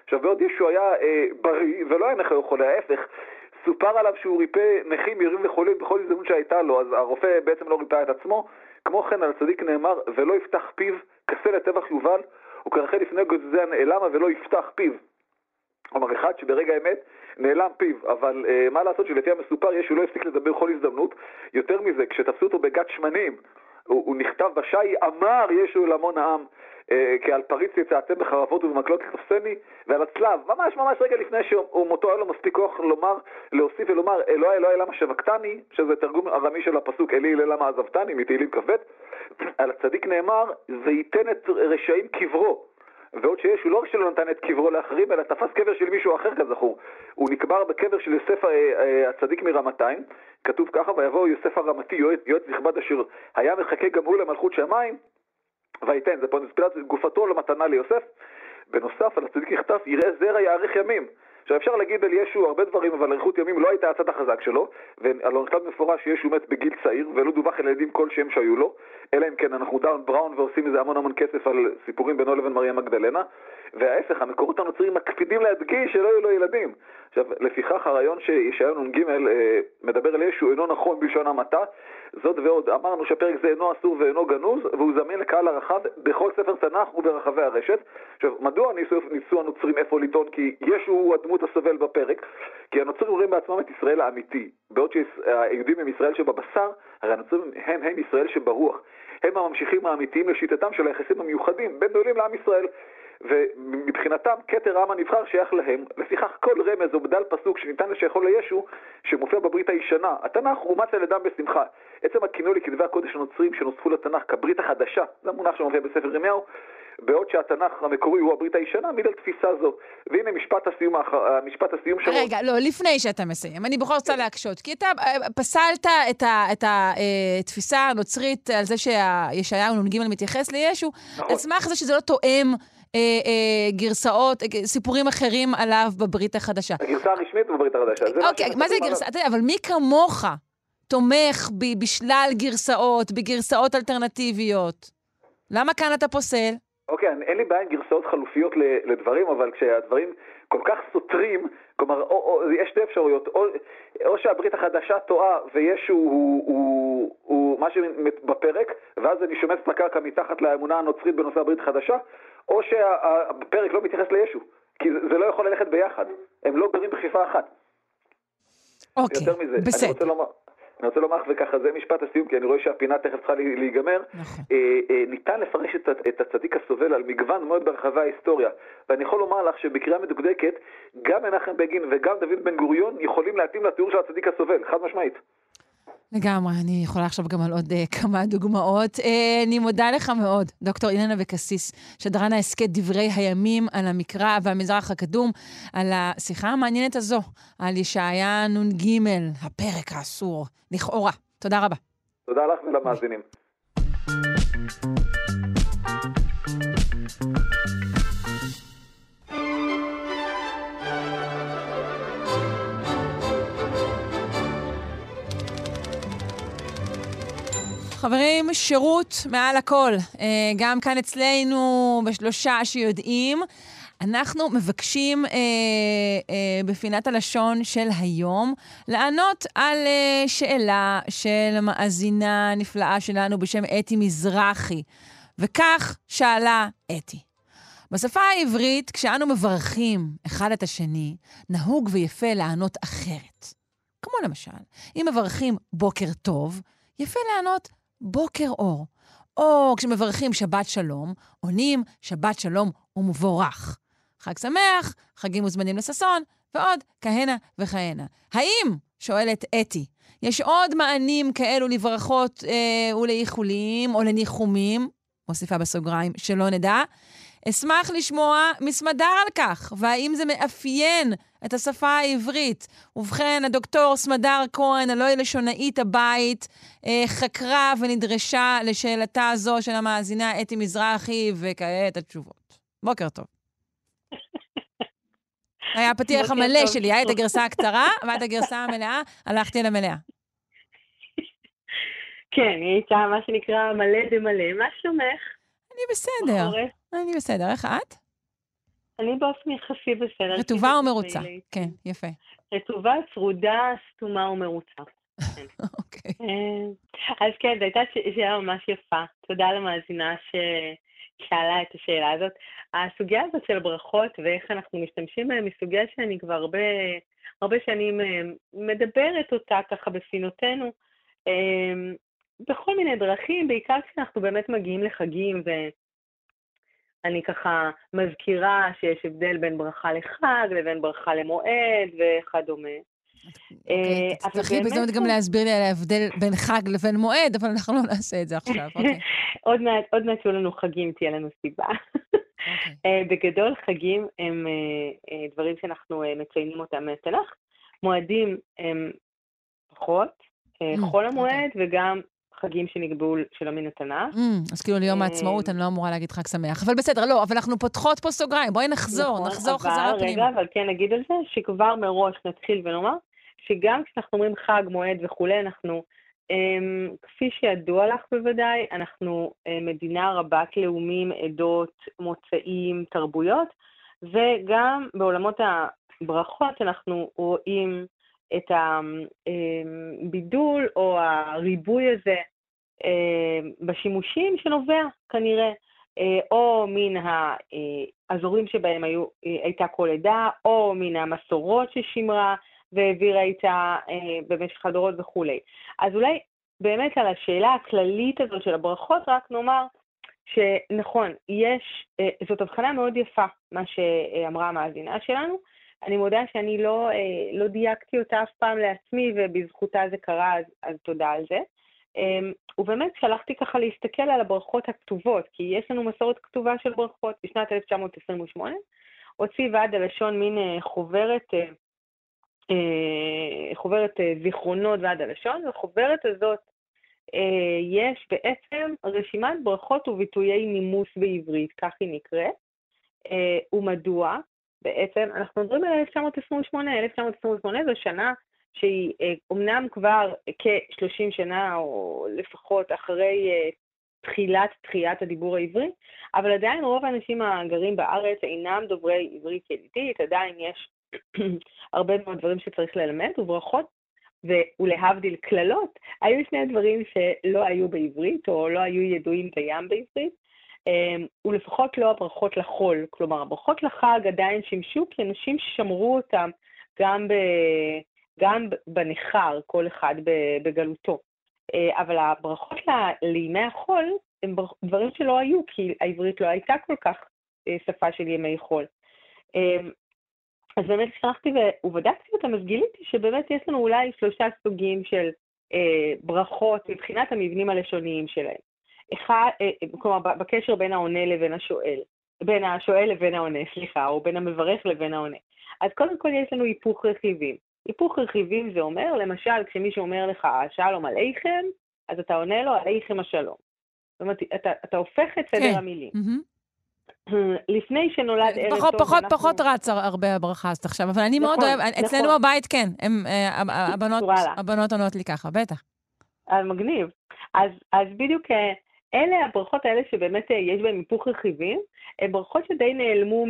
[SPEAKER 10] עכשיו, בעוד ישו היה בריא ולא היה נכה או חולה, ההפך, סופר עליו שהוא ריפא נכים, ירים וחולים בכל הזדמנות שהייתה לו, אז הרופא בעצם לא ריפא את עצמו. כמו כן על הצדיק נאמר, ולא יפתח פיו, כסה לטבח יובל, וכרחל לפני גוזזי הנעלמה ולא יפתח פיו. כלומר, אחד שברגע האמת נעלם פיו, אבל מה לעשות שלפי המסופר ישו לא הפסיק לדבר בכל הזדמנות. יותר מזה, כשתפסו אותו בגת שמנים, הוא נכתב בשי, אמר ישו אל המון העם, כי על פריץ יצאתם בחרבות ובמקלות תתפסני, ועל הצלב, ממש רגע לפני שהוא מותו היה לו מספיק כוח להוסיף ולומר, אלוהי אלוהי למה שבקתני, שזה תרגום ארמי של הפסוק, אלי אלי למה עזבתני, מתהילים כ"ב. על הצדיק נאמר, וייתן את רשעים קברו. ועוד שישו לא רק שלא נתן את קברו לאחרים, אלא תפס קבר של מישהו אחר כזכור. הוא נקבר בקבר של יוסף הצדיק מרמתיים, כתוב ככה, ויבוא יוסף הרמתי, יועץ נכבד אשר היה מחכה גם הוא למלכות שמיים, ויתן, זה פה נספרת גופתו למתנה ליוסף. בנוסף על הצדיק נכתב, יראה זרע יאריך ימים. עכשיו אפשר להגיד על ישו הרבה דברים, אבל אריכות ימים לא הייתה הצד החזק שלו, ולא נכתב מפורש שישו מת בגיל צעיר, ולא דווח על ילדים כלשהם שהיו לו, אלא אם כן אנחנו דאון בראון ועושים איזה המון כסף על סיפורים בינו לבין מריה מגדלנה, וההפך, המקורות הנוצריים מקפידים להדגיש שלא יהיו לו ילדים. עכשיו, לפיכך הרעיון שישעיהו נ"ג מדבר על ישו אינו נכון בלשון המעטה, זאת ועוד, אמרנו שהפרק זה אינו אסור ואינו גנוז, והוא זמין לקהל הרחב בכל ספר תנ"ך וברחבי הרשת. עכשיו, מדוע ניסו הנוצרים איפה לטעון כי ישו הוא הדמות הסובל בפרק? כי הנוצרים רואים בעצמם את ישראל האמיתי, בעוד שהיהודים הם ישראל שבבשר, הרי הנוצרים הם ישראל שברוח. הם הממשיכים האמיתיים לשיטתם של היחסים המיוחדים בין עולים לעם ישראל. ומבחינתם כתר העם הנבחר שייך להם. לפיכך כל רמז או בדל פסוק שניתן לשייכו לישו שמופיע בברית הישנה, התנ"ך אומץ על ידם בשמחה. עצם הכינוי לכתבי הקודש הנוצרים שנוספו לתנ"ך כברית החדשה, זה המונח שמופיע בספר ירמיהו, בעוד שהתנ"ך המקורי הוא הברית הישנה, מיד על תפיסה זו. והנה משפט הסיום שלו.
[SPEAKER 3] רגע, לא, לפני שאתה מסיים, אני בכל רוצה להקשות, כי אתה פסלת את התפיסה הנוצרית על זה שישעיהו נ"ג מתייחס לישו, על סמך זה שזה לא תואם גרסאות, סיפורים אחרים עליו בברית החדשה.
[SPEAKER 10] הגרסה הרשמית בברית החדשה.
[SPEAKER 3] אוקיי, מה זה גרסה? אבל מי כמוך תומך בשלל גרסאות, בגרסאות אלטרנטיביות? למה כאן אתה פוסל?
[SPEAKER 10] אוקיי, אין לי בעיה עם גרסאות חלופיות לדברים, אבל כשהדברים כל כך סותרים, כלומר, יש שתי אפשרויות, או שהברית החדשה טועה וישו הוא משהו בפרק, ואז אני שומץ את הקרקע מתחת לאמונה הנוצרית בנושא הברית החדשה, או שהפרק לא מתייחס לישו, כי זה לא יכול ללכת ביחד. הם לא גרים בכפיפה אחת.
[SPEAKER 3] אוקיי, בסדר.
[SPEAKER 10] אני רוצה לומר וככה, זה משפט הסיום, כי אני רואה שהפינה תכף צריכה להיגמר. ניתן לפרש את הצדיק הסובל על מגוון מאוד ברחבי ההיסטוריה. ואני יכול לומר לך שבקריאה מדוקדקת, גם מנחם בגין וגם דוד בן גוריון יכולים להתאים לתיאור של הצדיק הסובל, חד משמעית.
[SPEAKER 3] לגמרי, אני יכולה לחשוב גם על עוד כמה דוגמאות. אני מודה לך מאוד, דוקטור אילנה אבקסיס, שדרן ההסכת דברי הימים על המקרא והמזרח הקדום, על השיחה המעניינת הזו, על ישעיה נ"ג, הפרק האסור, לכאורה. תודה רבה.
[SPEAKER 10] תודה לך ולמאזינים.
[SPEAKER 3] חברים, שירות מעל הכל. גם כאן אצלנו בשלושה שיודעים, אנחנו מבקשים בפינת הלשון של היום לענות על שאלה של מאזינה נפלאה שלנו בשם אתי מזרחי. וכך שאלה אתי. בשפה העברית, כשאנו מברכים אחד את השני, נהוג ויפה לענות אחרת. כמו למשל, אם מברכים בוקר טוב, יפה לענות בוקר אור. או כשמברכים שבת שלום, עונים שבת שלום ומבורך. חג שמח, חגים מוזמנים לששון, ועוד כהנה וכהנה. האם, שואלת אתי, יש עוד מענים כאלו לברכות ולאיחולים או לניחומים, מוסיפה בסוגריים שלא נדע, אשמח לשמוע מסמדר על כך, והאם זה מאפיין את השפה העברית. ובכן, הדוקטור סמדר כהן, הלוא היא לשונאית הבית, חקרה ונדרשה לשאלתה זו של המאזינה אתי מזרחי, וכעת התשובות. בוקר טוב. היה הפתיח המלא שלי, היה את הגרסה הקצרה, ואת הגרסה המלאה, הלכתי למלאה.
[SPEAKER 11] כן, היא הייתה מה שנקרא מלא דמלא. מה שלומך?
[SPEAKER 3] אני בסדר. אני בסדר, איך את?
[SPEAKER 11] אני באופן יחסי בסדר.
[SPEAKER 3] רטובה או מרוצה? כן, יפה.
[SPEAKER 11] רטובה, צרודה, סתומה ומרוצה.
[SPEAKER 3] אוקיי.
[SPEAKER 11] אז כן, זו הייתה שאלה ממש יפה. תודה למאזינה ששאלה את השאלה הזאת. הסוגיה הזאת של ברכות ואיך אנחנו משתמשים בהם היא סוגיה שאני כבר הרבה שנים מדברת אותה ככה בפינותינו, בכל מיני דרכים, בעיקר כשאנחנו באמת מגיעים לחגים, ואני ככה מזכירה שיש הבדל בין ברכה לחג לבין ברכה למועד וכדומה.
[SPEAKER 3] אוקיי, תצטרכי בזאת גם להסביר לי על ההבדל בין חג לבין מועד, אבל אנחנו לא נעשה את זה עכשיו, אוקיי.
[SPEAKER 11] עוד מעט שיהיו לנו חגים, תהיה לנו סיבה. בגדול, חגים הם דברים שאנחנו מציינים אותם מהתנ"ך. מועדים הם פחות, חול המועד וגם חגים שנקבעו שלא מן התנ"ך.
[SPEAKER 3] אז כאילו ליום העצמאות אני לא אמורה להגיד חג שמח, אבל בסדר, לא, אבל אנחנו פותחות פה סוגריים, בואי נחזור חזרה פנימה.
[SPEAKER 11] רגע, אבל כן נגיד על זה שכבר מראש נתחיל ונאמר, שגם כשאנחנו אומרים חג, מועד וכולי, אנחנו, כפי שידוע לך בוודאי, אנחנו מדינה רבת לאומים, עדות, מוצאים, תרבויות, וגם בעולמות הברכות אנחנו רואים את הבידול או הריבוי הזה בשימושים שנובע כנראה, או מן האזורים שבהם הייתה כל עדה, או מן המסורות ששימרה והעבירה איתה במשך הדורות וכו'. אז אולי באמת על השאלה הכללית הזאת של הברכות, רק נאמר שנכון, זאת הבחנה מאוד יפה, מה שאמרה המאזינה שלנו. אני מודה שאני לא דייקתי אותה אף פעם לעצמי, ובזכותה זה קרה, אז תודה על זה. ובאמת שלחתי ככה להסתכל על הברכות הכתובות, כי יש לנו מסורת כתובה של ברכות. בשנת 1928 הוציא ועד הלשון מין חוברת זיכרונות ועד הלשון, וחוברת הזאת יש בעצם רשימת ברכות וביטויי נימוס בעברית, כך היא נקראת. ומדוע? בעצם אנחנו מדברים על 1928, 1928 זו שנה שהיא אומנם כבר כ-30 שנה או לפחות אחרי תחיית הדיבור העברי, אבל עדיין רוב האנשים הגרים בארץ אינם דוברי עברית ילידית, עדיין יש הרבה מאוד דברים שצריך ללמד, וברכות ולהבדיל כללות, היו שני דברים שלא היו בעברית או לא היו ידועים דים בעברית, ולפחות לא הברכות לחול, כלומר הברכות לחג עדיין שימשו כי אנשים שמרו אותם גם בנחר, כל אחד בגלותו. אבל הברכות לימי החול הם דברים שלא היו, כי העברית לא הייתה כל כך שפה של ימי חול. אז באמת שלחתי ובדקתי אותם, אז גיליתי שבאמת יש לנו אולי 3 סוגים של ברכות מבחינת המבנים הלשוניים שלהם. כלומר, בקשר בין העונה לבין השואל, בין השואל לבין העונה, או בין המברך לבין העונה. אז קודם כל יש לנו היפוך רכיבים. היפוך רכיבים זה אומר, למשל, כשמישהו אומר לך, שלום עליכם, אז אתה עונה לו, עליכם השלום. זאת אומרת, אתה הופך את סדר המילים. לפני שנולד ערב טוב...
[SPEAKER 3] פחות רץ הרבה הברכה הזאת עכשיו, אבל אני מאוד אוהב, אצלנו בבית כן, הבנות עונות לי ככה, בטח.
[SPEAKER 11] מגניב. אז בדיוק אלה הברכות האלה שבאמת יש בהן היפוך רכיבים, הן ברכות שדי נעלמו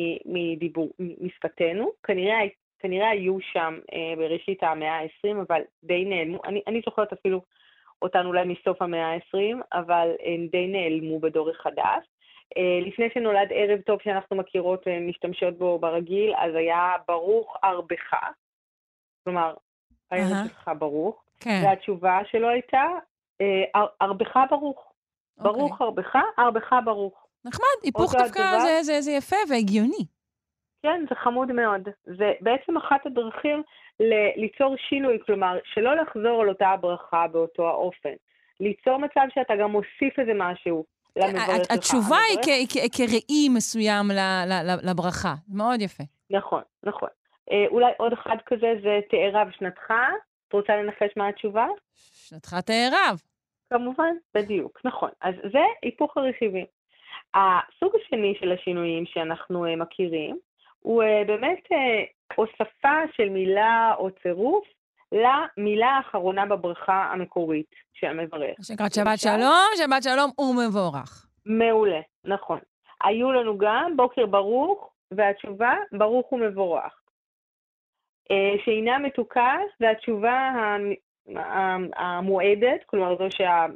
[SPEAKER 11] משפתנו, כנראה היו שם בראשית המאה ה-20, אבל די נעלמו, אני זוכרת אפילו אותן אולי מסוף המאה ה-20, אבל הן די נעלמו בדור החדש. לפני שנולד ערב טוב שאנחנו מכירות משתמשות בו ברגיל, אז היה ברוך ערבך, כלומר, הערב שלך ברוך, והתשובה שלו הייתה, ערבך ברוך. ברוך ערבך, ערבך ברוך.
[SPEAKER 3] נחמד, היפוך דווקא זה יפה והגיוני.
[SPEAKER 11] כן, זה חמוד מאוד. זה בעצם אחת הדרכים ליצור שינוי, כלומר, שלא לחזור על אותה הברכה באותו האופן. ליצור מצב שאתה גם מוסיף איזה משהו למברך שלך.
[SPEAKER 3] התשובה היא כראי מסוים לברכה. מאוד יפה.
[SPEAKER 11] נכון. אולי עוד אחד כזה זה תארב שנתך. את רוצה לנחש מה התשובה?
[SPEAKER 3] שנתך תארב.
[SPEAKER 11] כמובן, בדיוק, נכון. אז זה היפוך הרכיבים. הסוג השני של השינויים שאנחנו מכירים, הוא באמת הוספה של מילה או צירוף למילה האחרונה בברכה המקורית של המברך.
[SPEAKER 3] שנקראת שבת שלום ומבורך.
[SPEAKER 11] מעולה, נכון. היו לנו גם בוקר ברוך והתשובה, ברוך ומבורך. שאינה מתוקה, והתשובה המועדת, כלומר זו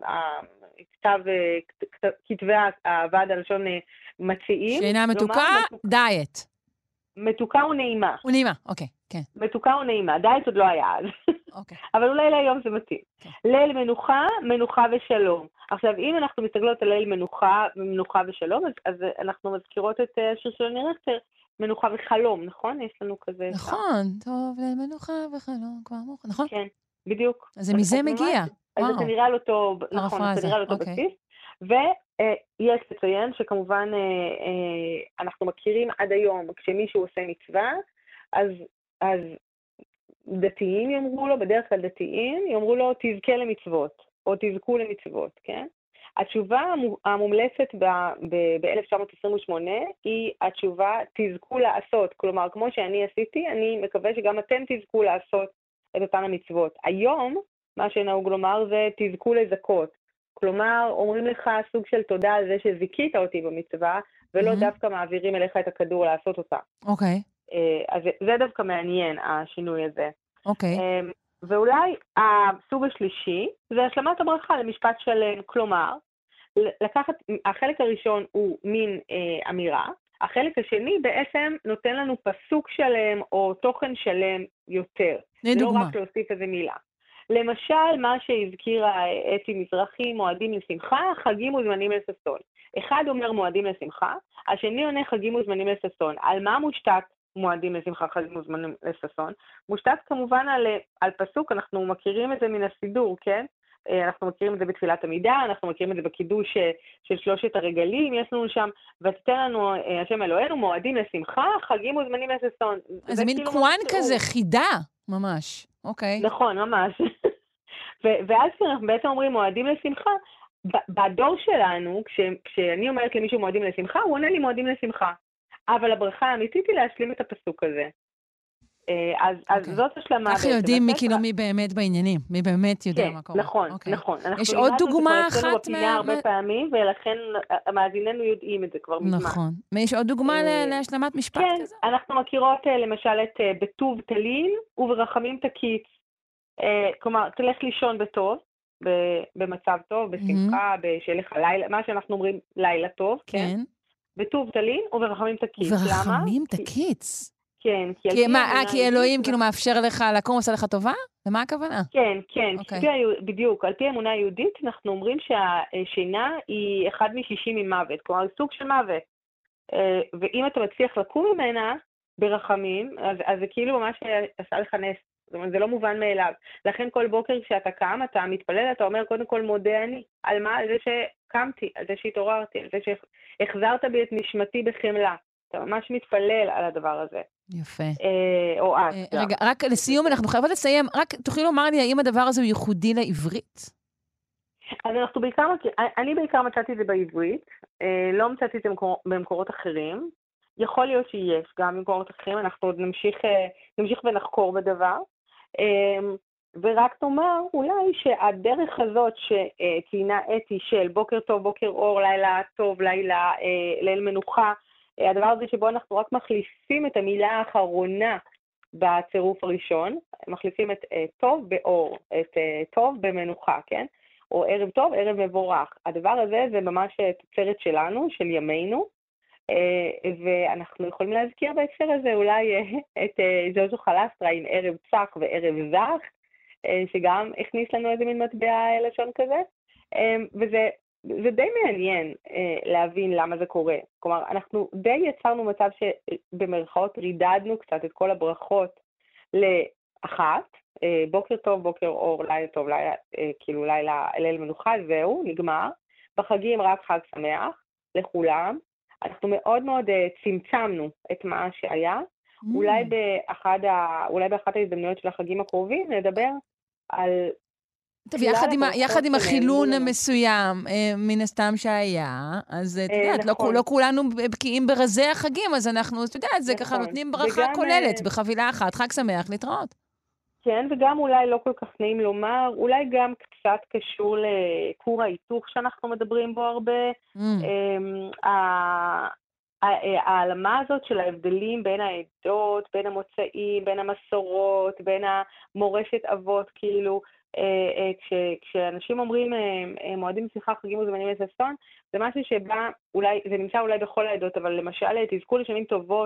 [SPEAKER 11] כתבי הוועד הלשון מציעים.
[SPEAKER 3] שאינה מתוקה, דיאט.
[SPEAKER 11] מתוקה ונעימה.
[SPEAKER 3] ונעימה, אוקיי, כן.
[SPEAKER 11] מתוקה ונעימה, דיאט עוד לא היה אז.
[SPEAKER 3] אוקיי.
[SPEAKER 11] אבל אולי להיום זה מתאים. ליל מנוחה, מנוחה ושלום. עכשיו, אם אנחנו מסתכלות על ליל מנוחה ושלום, אז אנחנו מזכירות את השיר של יוני רכטר, מנוחה וחלום, נכון? יש לנו כזה...
[SPEAKER 3] נכון, טוב, ליל מנוחה וחלום, כבר מוכן, נכון?
[SPEAKER 11] כן, בדיוק.
[SPEAKER 3] אז זה מזה מגיע.
[SPEAKER 11] אז זה נראה לו טוב, נכון, זה נראה לו טוב בסיס. ויש לציין שכמובן אנחנו מכירים עד היום, כשמישהו עושה מצווה, אז דתיים יאמרו לו, בדרך כלל דתיים, יאמרו לו תזכה למצוות, או תזכו למצוות, כן? התשובה המומלצת ב-1928 היא התשובה תזכו לעשות, כלומר, כמו שאני עשיתי, אני מקווה שגם אתם תזכו לעשות את אותן המצוות. היום, מה שנהוג לומר זה תזכו לזכות, כלומר, אומרים לך סוג של תודה על זה שזיקית אותי במצווה, ולא דווקא מעבירים אליך את הכדור לעשות אותה.
[SPEAKER 3] אוקיי.
[SPEAKER 11] אז זה דווקא מעניין, השינוי הזה.
[SPEAKER 3] אוקיי.
[SPEAKER 11] ואולי הסוג השלישי, זה השלמת הברכה למשפט שלם, כלומר, לקחת, החלק הראשון הוא מין אמירה, החלק השני בעצם נותן לנו פסוק שלם או תוכן שלם יותר.
[SPEAKER 3] לדוגמה.
[SPEAKER 11] לא רק להוסיף איזה מילה. למשל, מה שהזכירה אתי מזרחי, מועדים לשמחה, חגים וזמנים לששון. אחד אומר מועדים לשמחה, השני עונה חגים וזמנים לששון. על מה מושתת מועדים לשמחה, חגים וזמנים לששון? מושתת כמובן על פסוק, אנחנו מכירים את זה מן הסידור, כן? אנחנו מכירים את זה בתפילת עמידה, אנחנו מכירים את זה בקידוש של שלושת הרגלים, יש לנו שם, ותתן לנו השם אלוהינו מועדים לשמחה, חגים וזמנים לששון.
[SPEAKER 3] אז זה מין קוואן כזה, חידה, ממש. אוקיי.
[SPEAKER 11] נכון, ממש. ואז כשאנחנו בעצם אומרים מועדים לשמחה, בדור שלנו, כשאני אומרת למישהו מועדים לשמחה, הוא עונה לי מועדים לשמחה. אבל הברכה האמיתית היא להשלים את הפסוק הזה. אז זאת השלמה.
[SPEAKER 3] ככה יודעים מי באמת בעניינים, מי באמת יודע מה קורה.
[SPEAKER 11] נכון, נכון.
[SPEAKER 3] יש עוד דוגמה אחת?
[SPEAKER 11] אנחנו בפינה הרבה פעמים, ולכן המאזיננו יודעים את זה כבר מזמן.
[SPEAKER 3] נכון. ויש עוד דוגמה להשלמת משפט כזה?
[SPEAKER 11] כן, אנחנו מכירות למשל את בטוב תלין וברחמים תקיץ. כלומר, תלך לישון בטוב, במצב טוב, בשמחה, שיהיה לך לילה, מה שאנחנו אומרים לילה טוב, כן? בטוב תלין וברחמים תקיץ.
[SPEAKER 3] ורחמים תקיץ?
[SPEAKER 11] כן.
[SPEAKER 3] כי אלוהים כאילו מאפשר לך לקום, עושה לך טובה? ומה הכוונה?
[SPEAKER 11] כן. בדיוק. על פי האמונה היהודית, אנחנו אומרים שהשינה היא אחד מ-60 ממוות, כלומר, סוג של מוות. ואם אתה מצליח לקום ממנה ברחמים, אז זה כאילו ממש עשה לך נס. זאת אומרת, זה לא מובן מאליו. לכן כל בוקר כשאתה קם, אתה מתפלל, אתה אומר קודם כל מודה אני. על מה? על זה שקמתי, על זה שהתעוררתי, על זה שהחזרת בי את נשמתי בחמלה. אתה ממש מתפלל על הדבר הזה.
[SPEAKER 3] יפה.
[SPEAKER 11] או את.
[SPEAKER 3] רגע, רק לסיום, אנחנו חייבות לסיים. רק תוכלי לומר לי, האם הדבר הזה הוא ייחודי לעברית?
[SPEAKER 11] אז אני בעיקר מצאתי את זה בעברית, לא מצאתי את זה במקורות אחרים. יכול להיות שיש גם במקורות אחרים, אנחנו עוד נמשיך ונחקור בדבר. ורק נאמר אולי שהדרך הזאת שציינה אתי של בוקר טוב, בוקר אור, לילה טוב, ליל מנוחה, הדבר הזה שבו אנחנו רק מחליפים את המילה האחרונה בצירוף הראשון, מחליפים את טוב באור, את טוב במנוחה, כן? או ערב טוב, ערב מבורך. הדבר הזה זה ממש תוצרת שלנו, של ימינו, ואנחנו יכולים להזכיר בהקשר הזה אולי את ז'וז'ו חלסטרה עם ערב צח וערב זך, שגם הכניס לנו איזה מין מטבע לשון כזה, וזה די מעניין להבין למה זה קורה. כלומר, אנחנו די יצרנו מצב שבמרכאות רידדנו קצת את כל הברכות לאחת, בוקר טוב, בוקר אור, לילה טוב, כאילו ליל מנוחה, זהו, נגמר. בחגים רק חג שמח לכולם. אנחנו מאוד מאוד צמצמנו את מה שהיה. אולי באחת ההזדמנויות של החגים הקרובים נדבר על...
[SPEAKER 3] טוב, יחד עם החילון המסוים, מן הסתם שהיה, אז את יודעת, לא כולנו בקיאים ברזי החגים, אז אנחנו, את יודעת, זה ככה נותנים ברכה כוללת בחבילה אחת, חג שמח, להתראות.
[SPEAKER 11] כן, וגם אולי לא כל כך נעים לומר, אולי גם קצת קשור לכור ההיתוך שאנחנו מדברים בו הרבה. העלמה הזאת של ההבדלים בין העדות, בין המוצאים, בין המסורות, בין המורשת אבות, כאילו, כשאנשים אומרים מועדים שמחה, חגים וזמנים לששון, זה משהו שבא, זה נמצא אולי בכל העדות, אבל למשל תזכו לשנים טובות,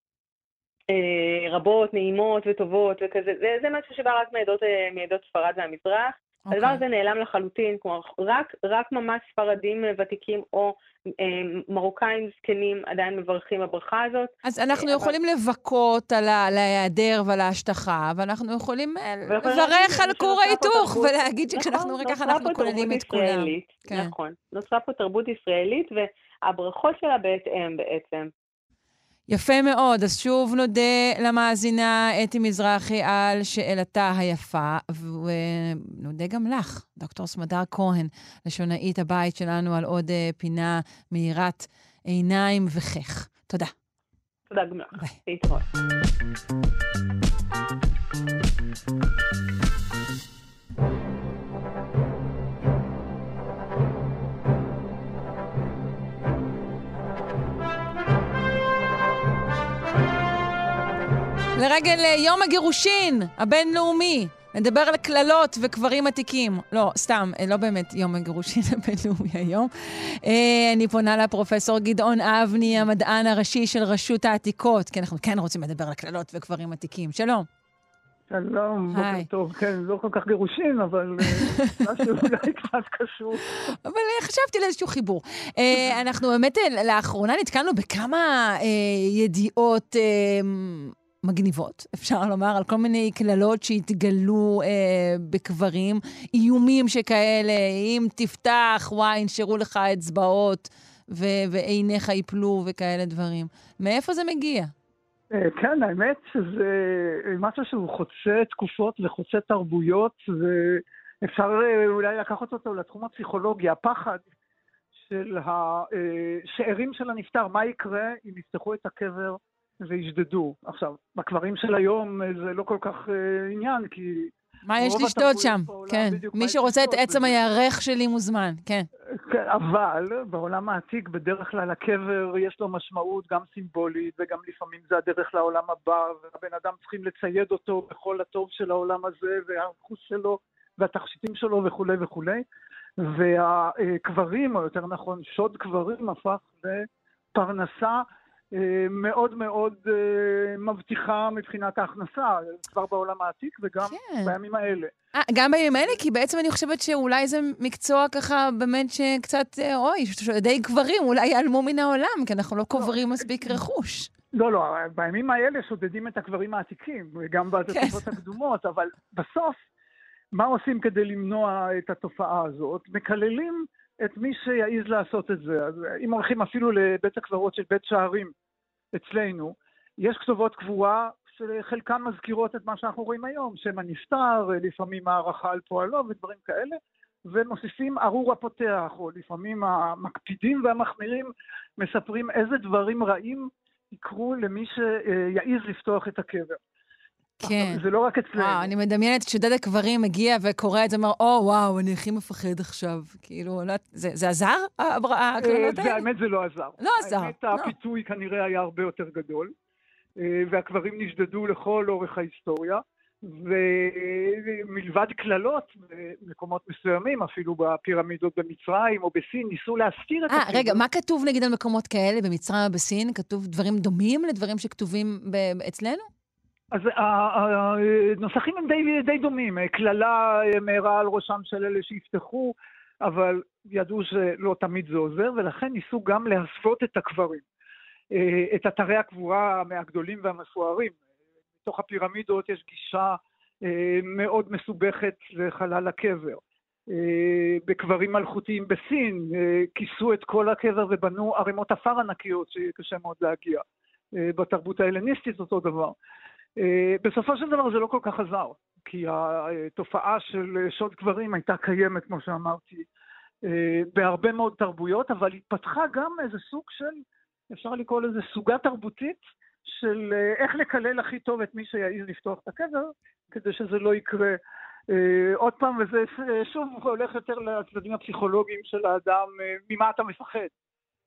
[SPEAKER 11] רבות, נעימות וטובות וכזה, זה משהו שבא רק מעדות ספרד והמזרח. הדבר הזה נעלם לחלוטין, כלומר, רק ממש ספרדים ותיקים או מרוקאים זקנים עדיין מברכים הברכה הזאת.
[SPEAKER 3] אז אנחנו יכולים לבכות על ההיעדר ועל ההשטחה, ואנחנו יכולים לברך על כור ההיתוך, ולהגיד שכשאנחנו ככה אנחנו כוללים את כולם.
[SPEAKER 11] נכון, נוצרה פה תרבות ישראלית, והברכות שלה בהתאם בעצם.
[SPEAKER 3] יפה מאוד, אז שוב נודה למאזינה אתי מזרחי על שאלתה היפה, ונודה גם לך, דוקטור סמדר כהן, לשונאית הבית שלנו, על עוד פינה מהירת עיניים וכך. תודה.
[SPEAKER 11] תודה גם לך. להתראות.
[SPEAKER 3] לרגל יום הגירושין הבינלאומי, נדבר על כללות וקברים עתיקים. לא, סתם, לא באמת יום הגירושין הבינלאומי היום. אני פונה לפרופסור גדעון אבני, המדען הראשי של רשות העתיקות, כי אנחנו כן רוצים לדבר על כללות וקברים עתיקים. שלום.
[SPEAKER 12] שלום, בוקר טוב. כן, לא כל כך גירושין, אבל משהו אולי קצת קשור.
[SPEAKER 3] אבל חשבתי לאיזשהו חיבור. אנחנו באמת לאחרונה נתקלנו בכמה ידיעות מגניבות, אפשר לומר, על כל מיני כללות שהתגלו בקברים, איומים שכאלה, אם תפתח, ינשרו לך אצבעות ועיניך ייפלו וכאלה דברים. מאיפה זה מגיע?
[SPEAKER 12] כן, האמת שזה משהו שהוא חוצה תקופות וחוצה תרבויות, ואפשר אולי לקחת אותו לתחום הפסיכולוגיה, הפחד של השארים של הנפטר, מה יקרה אם יפתחו את הקבר וישדדו. עכשיו, בקברים של היום זה לא כל כך עניין, כי
[SPEAKER 3] מה יש לשדוד שם? כן. מי שרוצה את עצם הירח שלי מוזמן, כן.
[SPEAKER 12] אבל בעולם העתיק בדרך כלל הקבר יש לו משמעות גם סימבולית, וגם לפעמים זה הדרך לעולם הבא, והבן אדם צריכים לצייד אותו בכל הטוב של העולם הזה, והרכוש שלו, והתכשיטים שלו וכו' וכו'. והקברים, או יותר נכון שוד קברים, הפך לפרנסה מאוד מאוד מבטיחה מבחינת ההכנסה, כבר בעולם העתיק וגם בימים האלה.
[SPEAKER 3] גם בימים האלה, כי בעצם אני חושבת שאולי זה מקצוע ככה באמת שקצת, די קברים, אולי יעלמו מן העולם, כי אנחנו לא קוברים מספיק רכוש.
[SPEAKER 12] לא, בימים האלה שודדים את הקברים העתיקים, גם בתקופות הקדומות, אבל בסוף, מה עושים כדי למנוע את התופעה הזאת? מקללים את מי שיעיז לעשות את זה. אז אם הולכים אפילו לבית הקברות של בית שערים אצלנו, יש כתובות קבורה שחלקן מזכירות את מה שאנחנו רואים היום, שם הנפטר, לפעמים הערכה על פועלו ודברים כאלה, ומוסיפים ארור הפותח, או לפעמים המקפידים והמחמירים מספרים איזה דברים רעים יקרו למי שיעיז לפתוח את הקבר.
[SPEAKER 3] כן.
[SPEAKER 12] זה לא רק אצלנו.
[SPEAKER 3] אני מדמיינת ששודד הקברים מגיע וקורא את זה, אומר, וואו, אני הכי מפחד עכשיו. כאילו, זה עזר?
[SPEAKER 12] האמת זה לא עזר.
[SPEAKER 3] לא עזר.
[SPEAKER 12] האמת הפיתוי כנראה היה הרבה יותר גדול, והקברים נשדדו לכל אורך ההיסטוריה, ומלבד כללות במקומות מסוימים, אפילו בפירמידות במצרים או בסין, ניסו להסתיר את הקבר.
[SPEAKER 3] רגע, מה כתוב נגיד על מקומות כאלה במצרים או בסין? כתוב דברים דומים לדברים שכתובים אצלנו?
[SPEAKER 12] אז הנוסחים הם די דומים. כללה מהרה על ראשם של אלה שיפתחו, אבל ידעו שלא תמיד זה עוזר, ולכן ניסו גם להסוות את הקברים. את אתרי הקבורה מהגדולים והמפוארים. בתוך הפירמידות יש גישה מאוד מסובכת לחלל הקבר. בקברים מלכותיים בסין כיסו את כל הקבר ובנו ערימות עפר ענקיות שקשה מאוד להגיע. בתרבות ההלניסטית אותו דבר. בסופו של דבר זה לא כל כך עזר, כי התופעה של שוד קברים הייתה קיימת, כמו שאמרתי, בהרבה מאוד תרבויות, אבל התפתחה גם איזה סוג של, אפשר לקרוא לזה סוגה תרבותית, של איך לקלל הכי טוב את מי שיעיז לפתוח את הקבר, כדי שזה לא יקרה. עוד פעם, וזה שוב הולך יותר לצדדים הפסיכולוגיים של האדם, ממה אתה מפחד.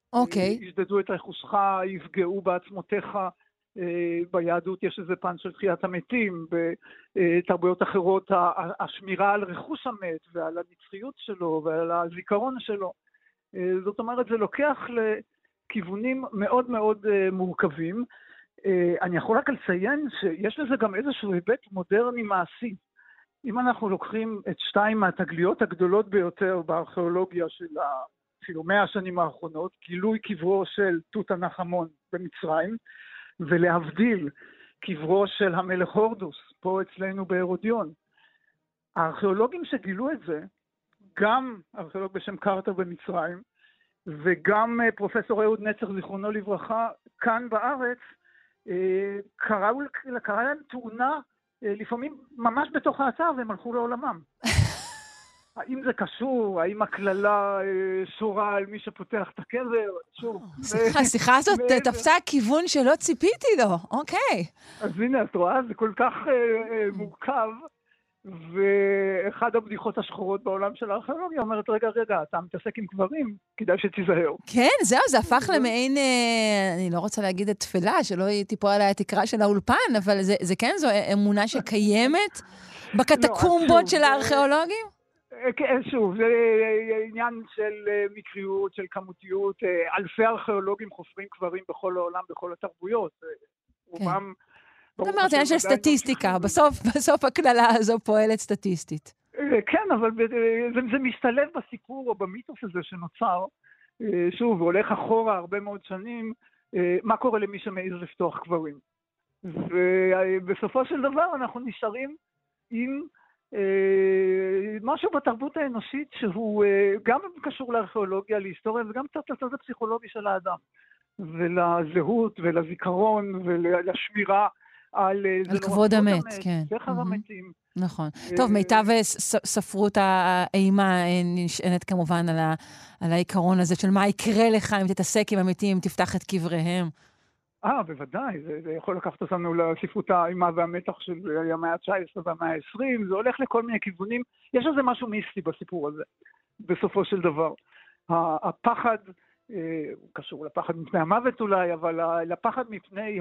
[SPEAKER 12] ישדדו את רכושך, יפגעו בעצמותיך. ביהדות יש איזה פן של תחיית המתים, בתרבויות אחרות השמירה על רכוש המת ועל הנצחיות שלו ועל הזיכרון שלו. זאת אומרת, זה לוקח לכיוונים מאוד מאוד מורכבים. אני יכול רק לציין שיש לזה גם איזשהו היבט מודרני מעשי. אם אנחנו לוקחים את שתיים מהתגליות הגדולות ביותר בארכיאולוגיה של אפילו 100 השנים האחרונות, גילוי קברו של תות ענח' אמון במצרים, ולהבדיל קברו של המלך הורדוס, פה אצלנו בהרודיון. הארכיאולוגים שגילו את זה, גם ארכיאולוג בשם קרטר במצרים, וגם פרופסור אהוד נצר, זיכרונו לברכה, כאן בארץ, קרה להם תאונה, לפעמים ממש בתוך האתר, והם הלכו לעולמם. האם זה קשור? האם הכללה שורה על מי שפותח את הקבר? שוב.
[SPEAKER 3] השיחה הזאת תפסה כיוון שלא ציפיתי לו, אוקיי.
[SPEAKER 12] אז הנה, את רואה, זה כל כך מורכב, ואחד הבדיחות השחורות בעולם של הארכיאולוגיה אומרת, רגע, אתה מתעסק עם קברים, כדאי שתיזהר.
[SPEAKER 3] כן, זהו, זה הפך למעין, אני לא רוצה להגיד את תפלה, שלא תיפול עליי התקרה של האולפן, אבל זה כן, זו אמונה שקיימת בקטקומבות של הארכיאולוגים?
[SPEAKER 12] כן, שוב, זה עניין של מקריות, של כמותיות. אלפי ארכיאולוגים חופרים קברים בכל העולם, בכל התרבויות. רובם...
[SPEAKER 3] זאת אומרת, עניין של סטטיסטיקה. בסוף הכללה הזו פועלת סטטיסטית.
[SPEAKER 12] כן, אבל זה משתלב בסיפור או במיתוס הזה שנוצר. שוב, הולך אחורה הרבה מאוד שנים. מה קורה למי שמעז לפתוח קברים? ובסופו של דבר אנחנו נשארים עם... משהו בתרבות האנושית שהוא גם קשור לארכיאולוגיה, להיסטוריה, וגם קצת לצד הפסיכולוגי של האדם, ולזהות ולזיכרון ולשמירה על
[SPEAKER 3] כבוד המת, כן.
[SPEAKER 12] זכר המתים.
[SPEAKER 3] נכון. טוב, מיטב ספרות האימה נשענת כמובן על העיקרון הזה של מה יקרה לך אם תתעסק עם המתים, אם תפתח את קבריהם.
[SPEAKER 12] בוודאי, זה יכול לקחת אותנו לספרות האימה והמתח של המאה ה-19 והמאה ה-20, זה הולך לכל מיני כיוונים, יש איזה משהו מיסטי בסיפור הזה, בסופו של דבר. הפחד, קשור לפחד מפני המוות אולי, אבל לפחד מפני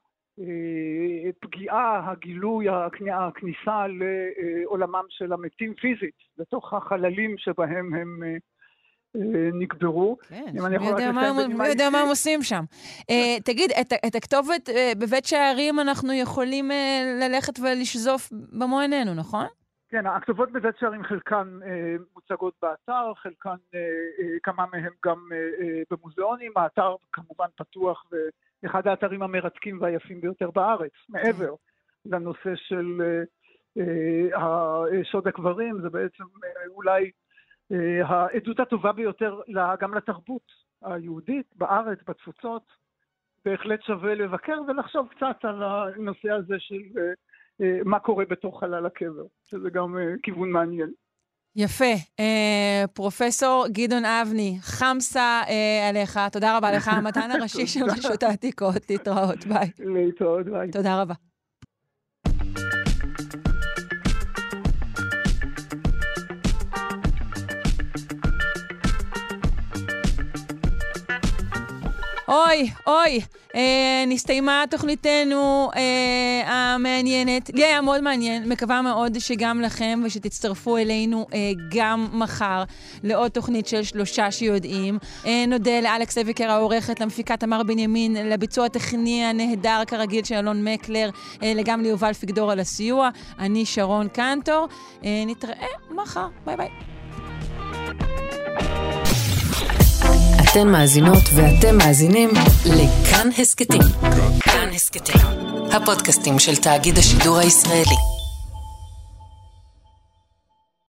[SPEAKER 12] הפגיעה, הגילוי, הכניסה לעולמם של המתים פיזית, לתוך החללים שבהם הם... נקברו.
[SPEAKER 3] כן, מי יודע מה הם עושים שם. תגיד, את הכתובת בבית שערים אנחנו יכולים ללכת ולשזוף במו עינינו, נכון?
[SPEAKER 12] כן, הכתובות בבית שערים חלקן מוצגות באתר, חלקן כמה מהם גם במוזיאונים. האתר כמובן פתוח ואחד האתרים המרתקים והיפים ביותר בארץ, מעבר לנושא של שוד הקברים, זה בעצם אולי העדות הטובה ביותר גם לתרבות היהודית בארץ, בתפוצות. בהחלט שווה לבקר ולחשוב קצת על הנושא הזה של מה קורה בתוך חלל הקבר, שזה גם כיוון מעניין.
[SPEAKER 3] יפה. פרופסור גדעון אבני, חמסה עליך, תודה רבה לך, המדען הראשי של רשות העתיקות. להתראות, ביי.
[SPEAKER 12] להתראות, ביי.
[SPEAKER 3] תודה רבה. אוי, נסתיימה תוכניתנו המעניינת. לי היה מאוד מעניין, מקווה מאוד שגם לכם, ושתצטרפו אלינו גם מחר לעוד תוכנית של 3 שיודעים. נודה לאלכס אביקר העורכת, למפיקה תמר בנימין, לביצוע הטכני הנהדר כרגיל של אלון מקלר, גם ליובל פיגדור על הסיוע. אני שרון קנטור, נתראה מחר, ביי ביי.
[SPEAKER 1] אתן מאזינות ואתם מאזינים לכאן הסקטים. כאן הסקטים, הפודקאסטים של תאגיד השידור הישראלי.